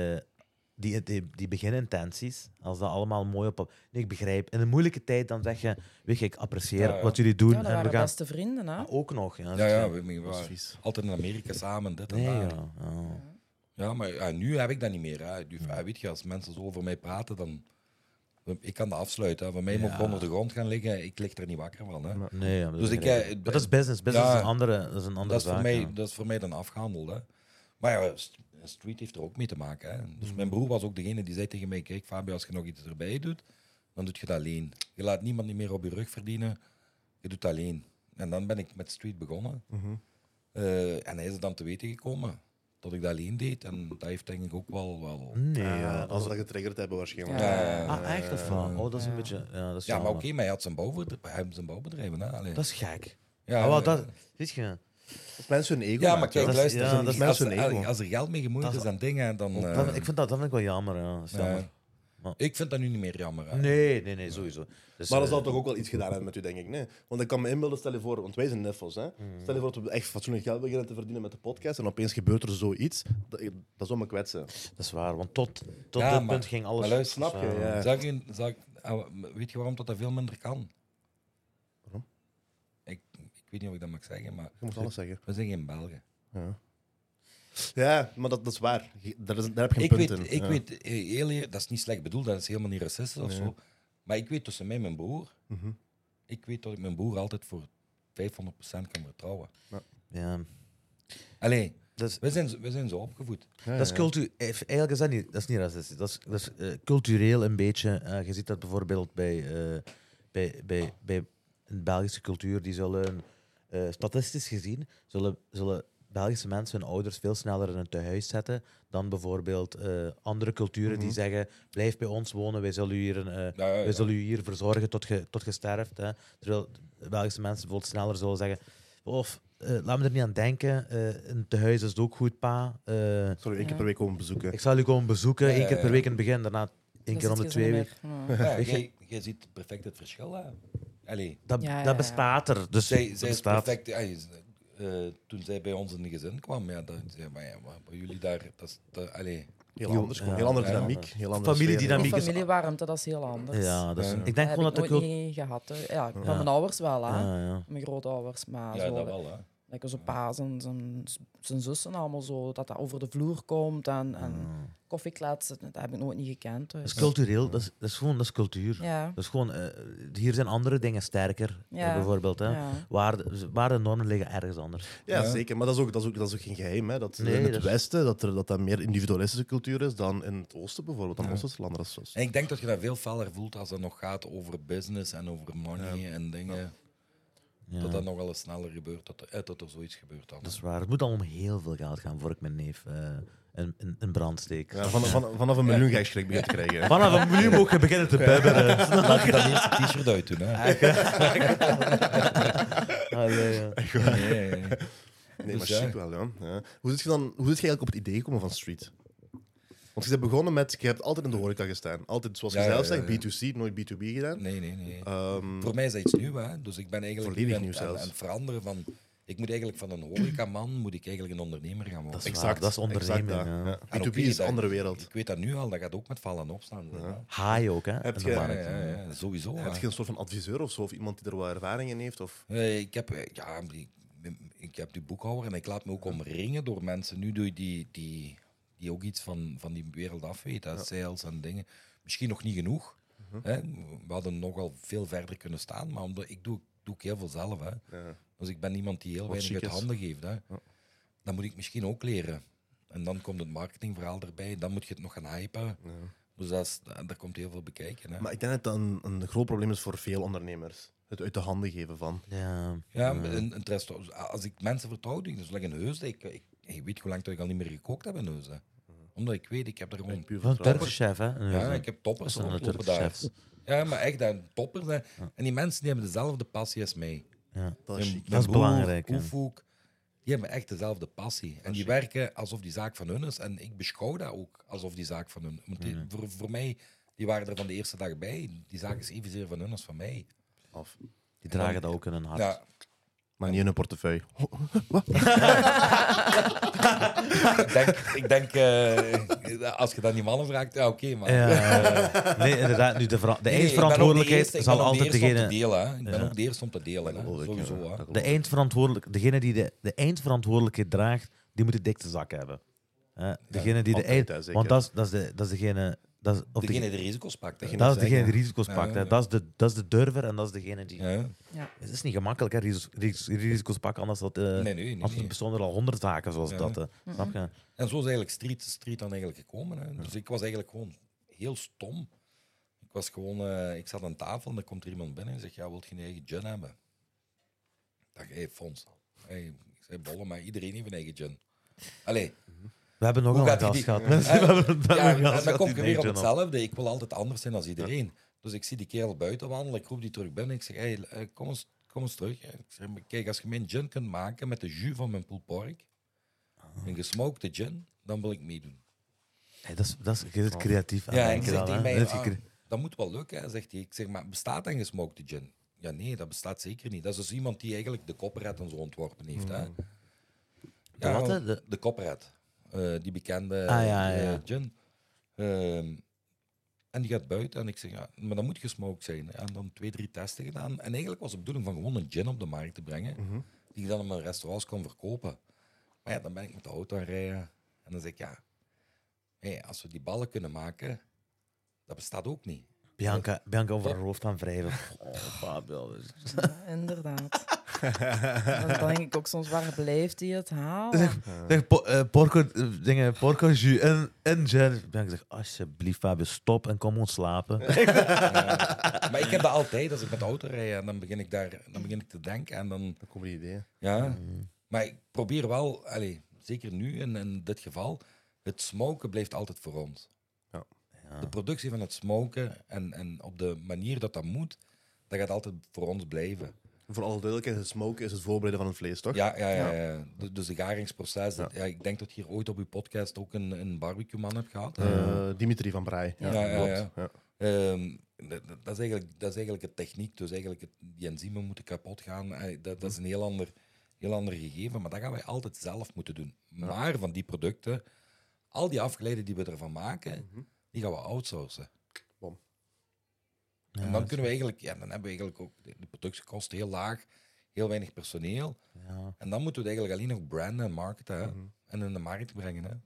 die beginintenties, als dat allemaal mooi op... Nee, ik begrijp. In een moeilijke tijd dan zeg je, weet je, ik apprecieer Ja. wat jullie doen. Ja, dat en we waren gaan... beste vrienden, hè? Ah, ook nog. Ja, Ja, dus, we Dat is waren vies. altijd in Amerika samen, dit en Nee, dat. ja. Ja. Ja, maar ja, nu heb ik dat niet meer. Hè. Weet je, als mensen zo over mij praten, dan... Ik kan dat afsluiten. Hè. Van mij moet ik onder de grond gaan liggen. Ik lig er niet wakker van. Hè. Nee, ja, Dus dat is business. Business ja, is een andere Dat is, zaak. voor mij, ja. dat is voor mij dan afgehandeld. Hè. Maar ja, street heeft er ook mee te maken. Hè. Dus mijn broer was ook degene die zei tegen mij, kijk Fabio, als je nog iets erbij doet, dan doe je dat alleen. Je laat niemand niet meer op je rug verdienen. Je doet het alleen. En dan ben ik met street begonnen. En hij is er dan te weten gekomen dat ik dat alleen deed. En dat heeft denk ik ook wel... Nee, Ja, ja. als we dat getriggerd hebben waarschijnlijk. Ah, echt of wat? Oh, dat is een beetje... Ja, dat is Ja, maar jammer. oké, maar hij had zijn bouwbedrijven. Hè. Allee. Dat is gek. Ja, Ah, wel, dat, weet je, Dat is mensen hun ego. Ja, maar kijk, dat is- luister. ja, dat is mensen hun ego. Als er geld mee gemoeid is en dingen, dan... Ik vind ik wel jammer. Ja. Dat is jammer. ik vind dat nu niet meer jammer. Hè. Nee, sowieso. Dus, Maar dat zal toch ook wel iets gedaan hebben met u, denk ik. Nee? Want ik kan me inbeelden, stel je voor, want wij zijn neffels. Hè? Stel je voor dat we echt fatsoenlijk geld beginnen te verdienen met de podcast en opeens gebeurt er zoiets. Dat zou me kwetsen. Dat is waar, want tot Ja, dit punt ging alles... maar luister, Snap je? Ja. Weet je waarom dat veel minder kan? Waarom? Ik weet niet of ik dat mag zeggen, maar Je moet alles zeggen. we zijn geen Belgen. Ja, maar dat is waar. Daar heb je geen punt in. Ik weet, heel eerlijk, dat is niet slecht bedoeld, dat is helemaal niet racistisch of zo. Maar ik weet tussen mij en mijn broer, ik weet dat ik mijn broer altijd voor 500% kan vertrouwen. Ja. Allee, Dus, we zijn zo opgevoed. dat is eigenlijk is dat niet racistisch. Dat is cultureel een beetje. Je ziet dat bijvoorbeeld bij een Belgische cultuur. Die zullen, statistisch gezien, zullen Belgische mensen hun ouders veel sneller in een tehuis zetten dan bijvoorbeeld andere culturen die zeggen, blijf bij ons wonen, wij zullen u hier verzorgen tot je sterft. Hè. Terwijl Belgische mensen bijvoorbeeld sneller zullen zeggen, laat me er niet aan denken, een tehuis is het ook goed, pa. Sorry, 1 keer per week komen bezoeken. Ik zal u komen bezoeken, 1 keer per week in het begin, daarna 1 keer om de 2 weken. Jij ziet perfect het verschil. Hè. Allee, Dat bestaat er. Dus zij dat is bestaat. perfect. Toen zij bij ons in de gezin kwam, ja, dan zei maar jullie daar, dat is... allee. Heel anders, heel andere dynamiek. Heel andere Familiedynamiek. Voor familiewarmte, dat is heel anders. Ja, dat is, ik denk Dat gewoon heb dat ik de nooit niet gehad. Hè. Ja, van mijn ouders wel, hè. Ja. Mijn grootouders, maar Ja, zo. dat wel, hè. Lekker zo pa en zijn zussen allemaal zo, dat over de vloer komt en koffiekletsen, dat heb ik nooit niet gekend. Dus. Dat is cultureel, dat is cultuur. Ja. Dat is gewoon, hier zijn andere dingen sterker, bijvoorbeeld. Hè. Ja. Waar de normen liggen ergens anders. Ja, zeker. Maar dat is ook geen geheim. Hè. Dat Nee, in het dat is- Westen dat meer individualistische cultuur is dan in het Oosten bijvoorbeeld. Dan Oosterse landen. Dat is- En ik denk dat je dat veel feller voelt als het nog gaat over business en over money en dingen. Ja. Dat dat nog wel eens sneller gebeurt, dat er zoiets gebeurt dan. Dat is waar. Het moet al om heel veel geld gaan voor ik mijn neef een brand steek. Ja, vanaf 1 miljoen ga je schrik beginnen te krijgen. Vanaf een miljoen moet je beginnen te bibberen. Laat je dat eerste t-shirt uit doen, hè. Allee, ja. Nee. Nee, maar Dus ja. chic wel, ja. Hoe zit je eigenlijk op het idee gekomen van street? Want je bent begonnen met, je hebt altijd in de horeca gestaan. Altijd, zoals je zelf zegt, B2C, nooit B2B gedaan. Nee. Ehm, Voor mij is dat iets nieuws, hè. Dus ik ben eigenlijk Volledig nu nieuw zelfs. aan het veranderen van... Ik moet eigenlijk van een horecaman moet ik eigenlijk een ondernemer gaan worden. Dat is waar, dat is onderneming. exact Ja. dat. En B2B oké, is een andere wereld. Ik weet dat nu al, dat gaat ook met vallen en opstaan. High ook, hè? Heb in je- de markt. Ja, sowieso. Heb hè. je een soort van adviseur of zo? Of iemand die er wat ervaring in heeft? Of... Ik heb die boekhouder en ik laat me ook omringen door mensen. Nu doe je die ook iets van die wereld afweten, sales en dingen. Misschien nog niet genoeg. Hè? We hadden nogal veel verder kunnen staan, maar ik doe heel veel zelf. Hè? Ja. Dus ik ben iemand die heel weinig chic uit is. handen geeft. Hè? Dat moet ik misschien ook leren. En dan komt het marketingverhaal erbij, dan moet je het nog gaan hypen. Dus daar komt heel veel bekijken. Hè? Maar ik denk dat dat een groot probleem is voor veel ondernemers. Het uit de handen geven van. Ja, een restaurant. Als ik mensen vertrouw, doe ik dus een heus. Ik weet hoe lang dat ik al niet meer gekookt heb in heus. Omdat ik weet, ik heb er gewoon... Puur Van een vertrouwen. Turkse chef, hè? Ja, ik heb toppers Dat zijn de rondlopen Turkse daar. chefs. Ja, maar echt, dat toppers. Hè. En die mensen die hebben dezelfde passie als mij. Ja. Dat is chic. Dat is belangrijk, hè. Oefoek, die hebben echt dezelfde passie. En die werken alsof die zaak van hun is. En ik beschouw dat ook alsof die zaak van hun... Want voor mij, die waren er van de eerste dag bij. Die zaak is evenzeer van hun als van mij. Af. Die dragen dat ook in hun hart. Ja, Maar niet in een portefeuille. ik denk als je dat die mannen vraagt, ja oké, maar... Nee, inderdaad. Nu, de Nee, eindverantwoordelijkheid ik ben zal ook de altijd eerste om te degene... delen. Hè. Ik ben ook de eerste om te delen. Hè. geloof ik, Sowieso. ja. Hè. Dat geloof De ik. eindverantwoordelijke, degene die de eindverantwoordelijkheid draagt, die moet de dikste zak hebben. Degene die de altijd, eind... hè, zeker. Want dat is degene... Degene die risico's pakt. Hè. Dat is degene die risico's pakt. Ja. Hè. Dat is de durver en dat is degene die... Ja. Het is niet gemakkelijk, hè, risico's pakken, anders had Nee. bestonden er al 100 zaken zoals Ja. dat. Snap je? En zo is eigenlijk street dan eigenlijk gekomen. Hè. Dus ik was eigenlijk gewoon heel stom. Ik zat aan tafel en dan komt er iemand binnen en zegt, ja, wilt je een eigen gin hebben? Ik dacht, hé, Fons. Ik zei, bolle, maar iedereen heeft een eigen gin. Allee. We hebben nog Hoe een gaat gast die- gehad. Ja, Mensen, we hebben een Ja, gast en dan gehad kom die ik weer op denkt, hetzelfde. Ik wil altijd anders zijn dan iedereen. Dus ik zie die kerel buiten wandelen, ik roep die terug binnen. Ik zeg, hey, kom kom eens terug. Ik zeg, kijk, als je mijn gin kunt maken met de jus van mijn pulled pork, een gesmokte gin, dan wil ik meedoen. Hey, dat is je zit creatief aan Ja, en denken zegt dan, hij hè. mij, dat moet wel lukken, hè, zegt hij. Ik zeg, maar bestaat een gesmokte gin? Ja, nee, dat bestaat zeker niet. Dat is dus iemand die eigenlijk de Copperhead en zo ontworpen heeft. Hè. De wat, hè? De Copperhead. Die bekende ja. gin. En die gaat buiten en ik zeg, ja, maar dat moet gesmoked zijn. En dan 2-3 testen gedaan. En eigenlijk was de bedoeling van gewoon een gin op de markt te brengen, die ik dan in mijn restaurants kon verkopen. Maar ja, dan ben ik met de auto aan rijden. En dan zeg ik, ja, hey, als we die ballen kunnen maken, dat bestaat ook niet. Bianca over haar hoofd aan wrijven. Oh, Fabio. Ja, inderdaad. En dan denk ik ook soms, waar blijft hij het halen? Zeg, porco jus en gin. Bianca zegt, alsjeblieft Fabio, stop en kom gewoon slapen. Maar ik heb dat altijd, als ik met de auto rijd, en dan begin ik te denken. En dan komen die ideeën. Ja, maar ik probeer wel, zeker nu in dit geval, het smoken blijft altijd voor ons. Ja. De productie van het smoken en op de manier dat moet, dat gaat altijd voor ons blijven. Voor alle duidelijkheid, het smoken is het voorbereiden van het vlees, toch? Ja. Dus de garingsproces. Ik denk dat je hier ooit op uw podcast ook een barbecue-man hebt gehad. Dimitri van Braai. Ja. Dat is eigenlijk de techniek. Dus eigenlijk die enzymen moeten kapot gaan. Dat is een heel ander gegeven. Maar dat gaan wij altijd zelf moeten doen. Maar van die producten, al die afgeleiden die we ervan maken, die gaan we outsourcen. Bom. En dan kunnen we eigenlijk, dan hebben we eigenlijk ook de productiekosten heel laag, heel weinig personeel. Ja. En dan moeten we het eigenlijk alleen nog branden en marketen en in de markt brengen. Hè.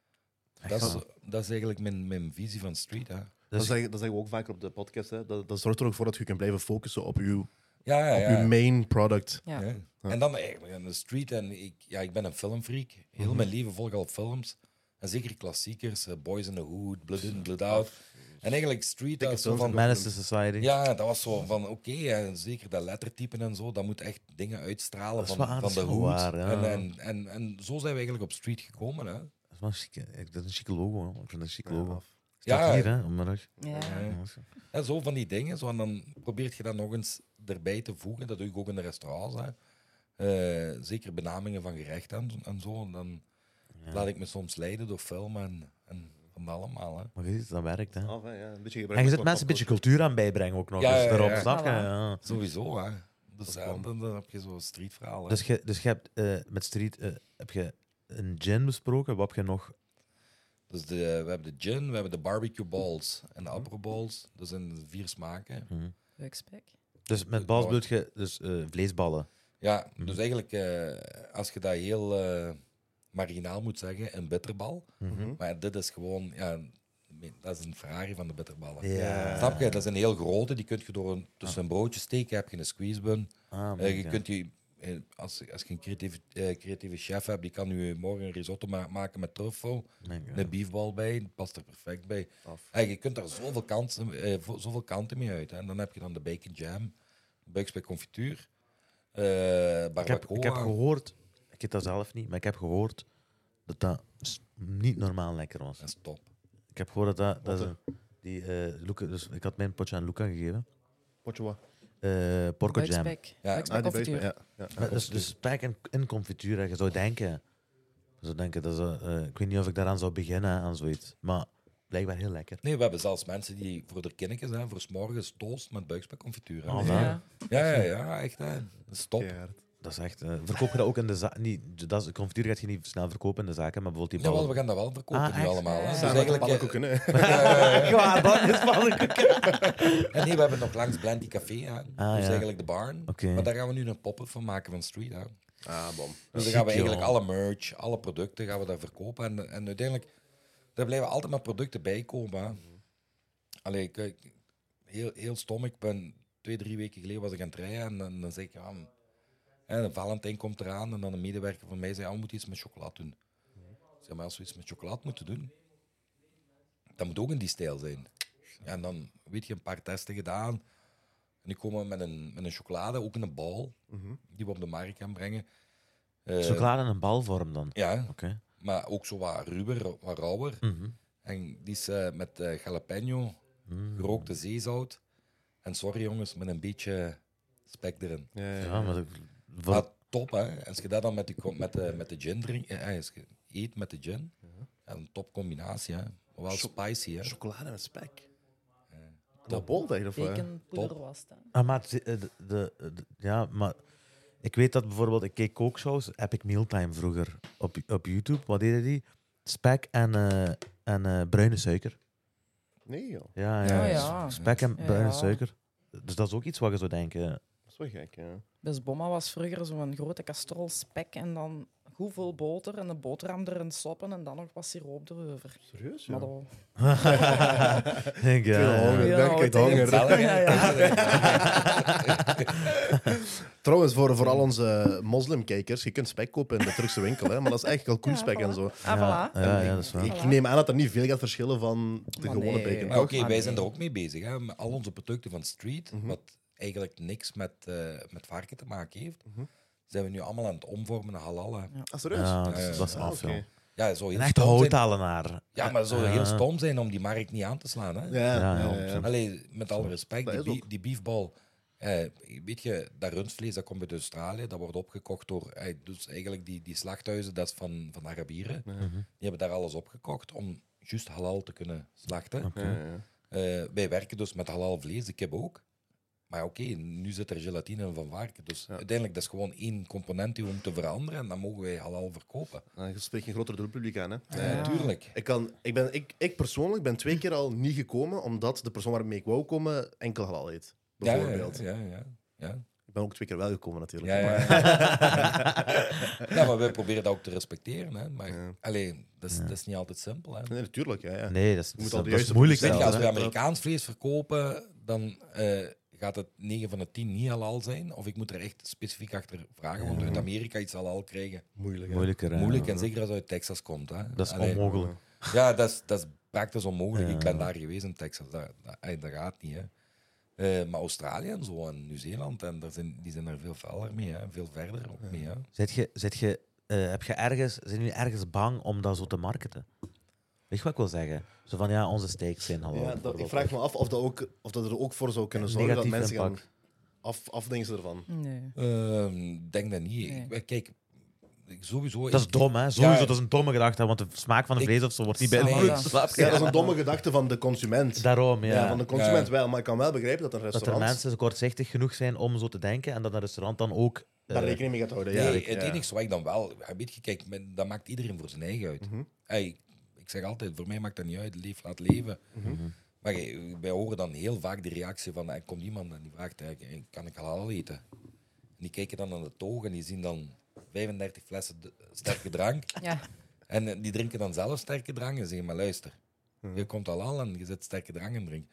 Dat is eigenlijk mijn visie van street. Hè. Dat zeggen we ook vaker op de podcast. Hè. Dat zorgt er ook voor dat je kunt blijven focussen op uw Ja. main product. Ja. Ja. En dan eigenlijk in de street. En ik ben een filmfreak. Heel mijn leven volg al films. En zeker klassiekers. Boys in the Hood, Blood In, Blood Out. En eigenlijk street. Dat zo van, Menace to Society. ja, dat was zo van oké, zeker dat lettertypen en zo. Dat moet echt dingen uitstralen van de hood. Waar, ja. En zo zijn we eigenlijk op street gekomen. Hè. Dat is wel chic, hè. Dat is een chic logo. Hè. Ik vind dat een chic logo. Ja. Staat hier, hè, op mijn rug. Ja. Ja, zo van die dingen. Zo, en dan probeert je dat nog eens erbij te voegen. Dat doe ik ook in de restaurants. Hè. Zeker benamingen van gerechten en zo. En dan laat ik me soms leiden door film en van dat allemaal. Hè. Maar je ziet, dat werkt, hè. Een beetje En je zit mensen een beetje cultuur aan bijbrengen ook nog. Ja, dus ja, daarop, ja. snap je? Voilà. Ja. Sowieso, hè. Dus dan heb je zo'n streetverhaal. Hè. Dus je hebt met Street heb je een gin besproken. Wat heb je nog? Dus we hebben de gin, we hebben de barbecue balls en de apero balls. Dat zijn 4 smaken. Buikspek. Dus met bals bedoel je dus vleesballen. Ja, dus eigenlijk, als je dat heel marginaal moet zeggen, een bitterbal. Maar dit is gewoon, dat is een Ferrari van de bitterballen. Ja. Snap je? Dat is een heel grote, die kun je door tussen een broodje steken, heb je een squeezebun. Je kunt als je een creatieve chef hebt, die kan nu morgen een risotto maken met truffel, een beefbal bij, dat past er perfect bij. Je kunt daar zoveel kanten mee uit. Hè. En dan heb je dan de bacon jam, buikspek confituur, barbacoa. Ik heb gehoord, ik heb dat zelf niet, maar ik heb gehoord dat dat niet normaal lekker was. Dat is top. Ik heb gehoord dat Luca, dus ik had mijn potje aan Luca gegeven. Potje wat? Porco jam. Buikspek. Ja. Buikspek confituur. Maar dus spek en confituur, hè. Je zou denken, ik weet niet of ik daaraan zou beginnen, aan zoiets. Maar blijkbaar heel lekker. Nee, we hebben zelfs mensen die voor de kindertjes, voor 's morgens toast met buikspekconfituur. Hè. Oh, Ja. Ja, echt. Hè. Dat is top. Dat is echt... verkoop je dat ook in de zaak? Confituur gaat je niet snel verkopen in de zaken, maar bijvoorbeeld die Jawel, ballen... we gaan dat wel verkopen nu echt? allemaal. Hè. Ja. Dus Samen met pannenkoeken, hè. Ja, dat is pannenkoeken. En nee, we hebben nog langs Blendy Café, hè. Dus ja. eigenlijk de barn. Oké. Maar daar gaan we nu een pop-up van maken van street. Hè. Bom. Dus dan gaan we Ziek, eigenlijk joh. alle merch, alle producten gaan we daar verkopen. En uiteindelijk, daar blijven altijd maar producten bij komen. Hè. Allee, kijk, heel stom. Ik ben 2-3 weken geleden was ik aan het rijden en dan zeg ik, de Valentijn komt eraan en dan een medewerker van mij zei, we moeten iets met chocola doen. Ik zeg, maar als we iets met chocola moeten doen, dat moet ook in die stijl zijn. Ja, en dan, weet je, een paar testen gedaan. En die komen met een chocolade, ook in een bal, die we op de markt gaan brengen. Chocolade in een balvorm dan? Ja, Oké. maar ook zo wat ruwer, wat rauwer. En die is met jalapeno, gerookte zeezout. En sorry jongens, met een beetje spek erin. Ja, maar... Maar top, hè. Als je dat dan met de gin drinkt, als je eet met de gin, een top combinatie, hè. Wel spicy, hè. Chocolade met spek. Top. Bold eigenlijk. Baconpoeder was dat. Maar ja, maar ik weet dat bijvoorbeeld, ik keek kookshows, Epic Mealtime vroeger op YouTube. Wat deden die? Spek en bruine suiker. Nee, joh. Ja. Spek en bruine suiker. Dus dat is ook iets wat je zou denken. Dat is wel gek, ja. Dus Bomma was vroeger zo'n grote kastrol spek en dan goed veel boter en de boterham erin soppen en dan nog wat siroop erover. Serieus, Maar ja? dat... Denk je, Ik honger. Trouwens, voor al onze moslimkijkers, je kunt spek kopen in de Turkse winkel, hè, maar dat is echt kalkoenspek en zo. Ah, voilà. Ja, dat is waar. Ik neem aan dat er niet veel gaat verschillen van de Maar gewone nee. bacon. Maar toch? oké, wij zijn er ook mee bezig. Hè, met al onze producten van street, wat eigenlijk niks met varken te maken heeft, zijn we nu allemaal aan het omvormen naar halal. Hè. Ah, serieus? Ja, dat is Ah, af, oké. joh. Ja, zo Een heel echte stom zijn. houtalenaar. Ja, maar zo heel stom zijn om die markt niet aan te slaan. Hè. Ja. Allee, met alle respect, Dat is die, die beefbal. Weet je, dat rundvlees dat komt uit Australië, dat wordt opgekocht door dus eigenlijk die slachthuizen, dat is van Arabieren. Die hebben daar alles opgekocht om juist halal te kunnen slachten. Wij werken dus met halal vlees, de kip ook. Maar oké, nu zit er gelatine in van varken. Dus uiteindelijk dat is gewoon één component die we moeten veranderen en dan mogen wij halal verkopen. Je spreekt een groter doelpubliek aan, hè? Tuurlijk. Ik persoonlijk ben 2 keer al niet gekomen, omdat de persoon waarmee ik wou komen enkel halal eet. Bijvoorbeeld. Ja. Ik ben ook 2 keer wel gekomen, natuurlijk. Ja, Maar- ja, maar wij proberen dat ook te respecteren. Hè. Maar allee, dat is niet altijd simpel. Hè. Nee, natuurlijk. Ja. Nee, dat moet is, al de dat is juiste moeilijk Weet je, zelfs. als we hè. Amerikaans vlees verkopen, dan gaat het 9 van de 10 niet halal zijn. Of ik moet er echt specifiek achter vragen, want uit Amerika iets halal krijgen. Moeilijk. Moeilijker. hè. Moeilijk, en zeker als het uit Texas komt. Hè. Dat is Allee, onmogelijk. Ja, dat is praktisch onmogelijk. Ja. Ik ben daar geweest in Texas. Dat gaat niet. Hè. Maar Australië en zo, en Nieuw-Zeeland, en die zijn er veel feller mee, hè. Veel verder ook mee. Hè. Zijn jullie ergens bang om dat zo te marketen? Weet je wat ik wil zeggen? Zo van, ja, onze steaks zijn halal. Ja, ik vraag me af of dat er ook voor zou kunnen zorgen dat Negatief mensen impact. gaan afdenken ervan. Nee. Ik denk dat niet. Nee. Kijk, sowieso... Dat is dom, hè? Sowieso, Ja. dat is een domme gedachte, want de smaak van het vlees of zo wordt niet Nee. beïnvloed. Snap je? Ja, dat is een domme gedachte van de consument. Daarom, ja. Ja, van de consument wel, maar ik kan wel begrijpen dat een Dat restaurant er mensen kortzichtig genoeg zijn om zo te denken en dat een restaurant dan ook... daar rekening mee gaat houden. Ja, Nee, het enige wat ik dan wel... Weet je, kijk, dat maakt iedereen voor zijn eigen uit. Ik zeg altijd, voor mij maakt dat niet uit. Leef, laat leven. Maar wij horen dan heel vaak de reactie van... Er komt iemand en die vraagt, kan ik halal eten? En die kijken dan aan de toog en die zien dan 35 flessen sterke drank. Ja. En die drinken dan zelf sterke drank en zeggen, maar luister, je komt halal en je zet sterke drank in drinken.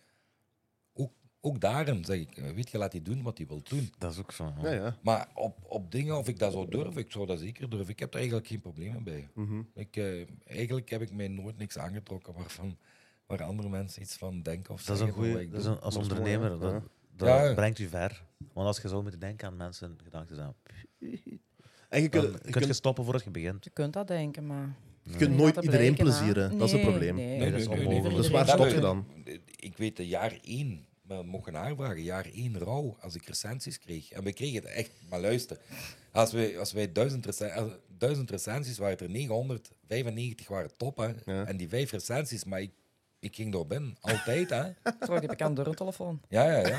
Ook daarom zeg ik, weet je, laat hij doen wat hij wil doen. Dat is ook zo. Ja. Maar op dingen, of ik dat zou durven, ik zou dat zeker durven. Ik heb er eigenlijk geen problemen bij. Eigenlijk heb ik mij nooit niks aangetrokken waar andere mensen iets van denken of Dat is een zeggen. van goeie, wat ik dat is doe. als Dat is ondernemer, mooi, hè? dat Ja. brengt u ver. Want als je zo moet denken aan mensen, gedachten zijn, En je dan kunt, kun je stoppen voordat je begint. Je kunt dat denken, maar... je kunt nooit iedereen plezieren. Dat is het probleem. Nee, dat is onmogelijk. Dus waar Ja, stop je maar dan? Ik weet, jaar 1, maar we mogen aanvragen, jaar 1 rauw, als ik recensies kreeg. En we kregen het echt, maar luister, als wij 1000 recensies waren, er 995 waren top, hè. Ja. En die 5 recensies, maar ik ging door binnen, altijd, hè. Zo heb ik aan de telefoon. Ja.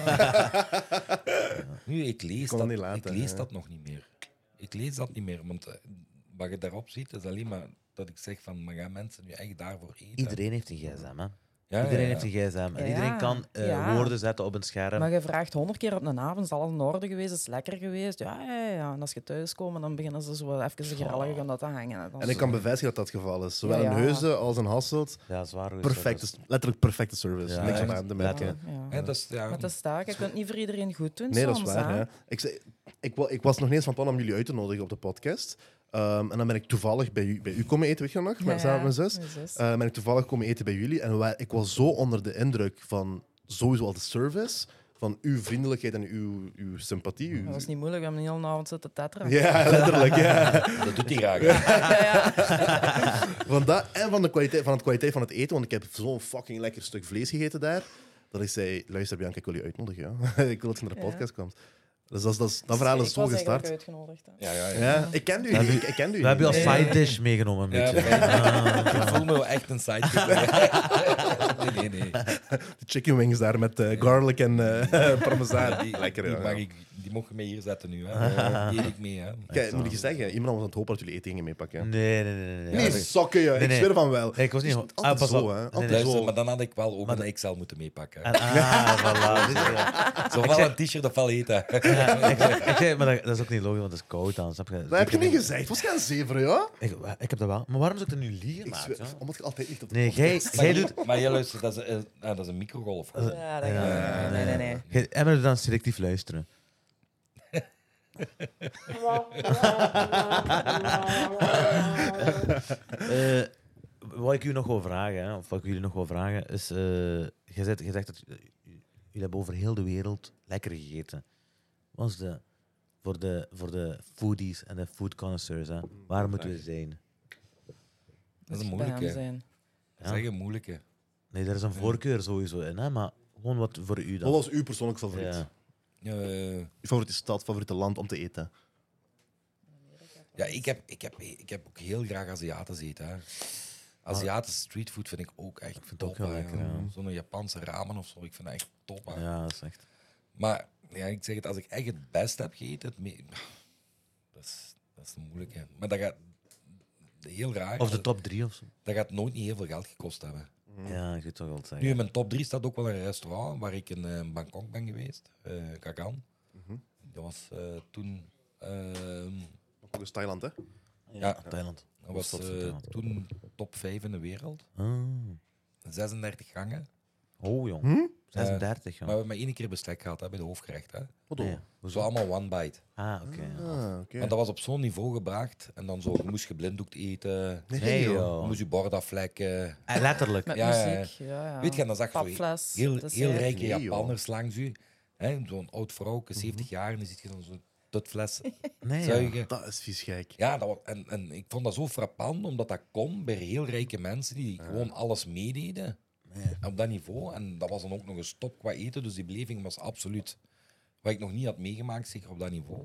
Nu, ik lees, kon dat, het niet laten, ik lees ja. dat nog niet meer. Ik lees dat niet meer, want wat je daarop ziet, is alleen maar dat ik zeg van, maar gaan mensen nu echt daarvoor eten? Iedereen heeft een gsm, hè? Ja, Iedereen ja. heeft een gsm. En Ja, iedereen kan ja. woorden zetten op een scherm. Maar je vraagt 100 keer op een avond, is alles in orde geweest, is het lekker geweest? Ja. En als je thuis komt, dan beginnen ze zo even grallig om dat te hangen. En ik kan bevestigen dat dat het geval is. Zowel Ja. in Heusden als in Hasselt. Ja, zwaar. Letterlijk perfecte service. Ja, Niks echt. aan aan te merken. Ja, dat is, ja. Maar dat is taak. Je kunt niet voor iedereen goed doen Nee, dat soms. is waar. hè. Ja. Ik was nog niet eens van plan om jullie uit te nodigen op de podcast. En dan ben ik toevallig bij u komen eten, weet je nog? Samen met mijn zus. mijn zus. Ben ik toevallig komen eten bij jullie. En ik was zo onder de indruk van sowieso al de service, van uw vriendelijkheid en uw sympathie. Dat was niet moeilijk, we hebben een hele avond zitten tetteren. Ja, letterlijk. Ja. Dat doet hij graag. hè. Van dat en van de kwaliteit van het eten. Want ik heb zo'n fucking lekker stuk vlees gegeten daar. Dat ik zei, luister Bianca, ik wil je uitnodigen. Ja. Ik wil dat je naar de Ja. podcast komt. Dus dat verhaal is zo Ik was gestart. uitgenodigd. Ja, ik ken u. Ik ken u. We hebben je als side dish meegenomen een beetje. Ik voel me wel echt een sidekick. Nee. De chicken wings daar met garlic en parmezaan. Lekker, die mogen mee hier zetten nu. Hè. Die eet ik mee. Hè. Kijk, moet ik je zeggen, iemand was aan het hopen dat jullie eten gingen meepakken. Nee. Nee, sokken, joh. Ik zweer van wel. Ik was niet... Altijd pas zo, op. hè. Altijd Luister, zo. maar dan had ik wel ook een XL moeten meepakken. Voilà. Zo wel een t-shirt of wel eten. Ik zei, maar dat is ook niet logisch, want het is koud dan. Snap je? Dat heb je niet gezegd. Was gaan zeveren, ja? Ik heb dat wel. Maar waarom zou ik dat nu liegen, Ik maat? zweer, Ja? omdat je altijd niet op de Nee, jij doet... Maar jij luistert, dat is een microgolf. Ja, dat nee. Emma doet dan selectief luisteren. Wat ik u nog wil vragen, hè, of wat ik jullie nog wil vragen, is... je zegt dat jullie hebben over heel de wereld lekker gegeten. Wat is voor de foodies en de food connoisseurs, hè, waar moeten we zijn? Dat is een Bij hem moeilijke. zijn. Dat is echt een moeilijke. Nee, daar is een voorkeur sowieso in, hè, maar gewoon wat voor u dan. Wat was uw persoonlijk favoriet? Ja. Uw favoriete stad, favoriete land om te eten? Ja, ik heb ook heel graag Aziatisch eten. Hè. Aziatische streetfood vind ik ook echt vind het top. ook heel hè. lekker, ja. Zo'n Japanse ramen of zo, ik vind dat echt top. Hè. Ja, dat is echt... Maar ja, ik zeg het, als ik echt het beste heb gegeten, dat is een moeilijke. Maar dat gaat heel raar. Of de top 3 of zo. Dat gaat nooit niet heel veel geld gekost hebben. Ja, ik weet toch wel te Nu, zeggen. in mijn top 3 staat ook wel een restaurant waar ik in Bangkok ben geweest. Kakan. Dat was toen... Ook eens Thailand, hè? ja, Thailand. dat was toen top 5 in de wereld. Ah. 36 gangen. Oh, jong. 36, Maar we jong. hebben maar 1 keer bestek gehad hè, bij de hoofdgerecht. Hè. Wat Nee, dan? Zo allemaal one bite. Ah, oké. Ah, oké. Want dat was op zo'n niveau gebracht. En dan zo, je moest geblinddoekt eten. Nee, Je joh. moest je bord afvlekken. Letterlijk. Met Ja, ja, ja. muziek. Ja. Weet je, en dan zag je zo Papfles. heel dessert. rijke Nee, joh. Japanners langs u. Zo'n oud vrouw, 70 jaar, en dan ziet je dan zo'n tutfles Nee, ja. zuigen. Dat is vies gek. Ja, dat was, en ik vond dat zo frappant, omdat dat kon bij heel rijke mensen die gewoon alles meededen. Op dat niveau. En dat was dan ook nog een stop qua eten, dus die beleving was absoluut wat ik nog niet had meegemaakt, zeker op dat niveau.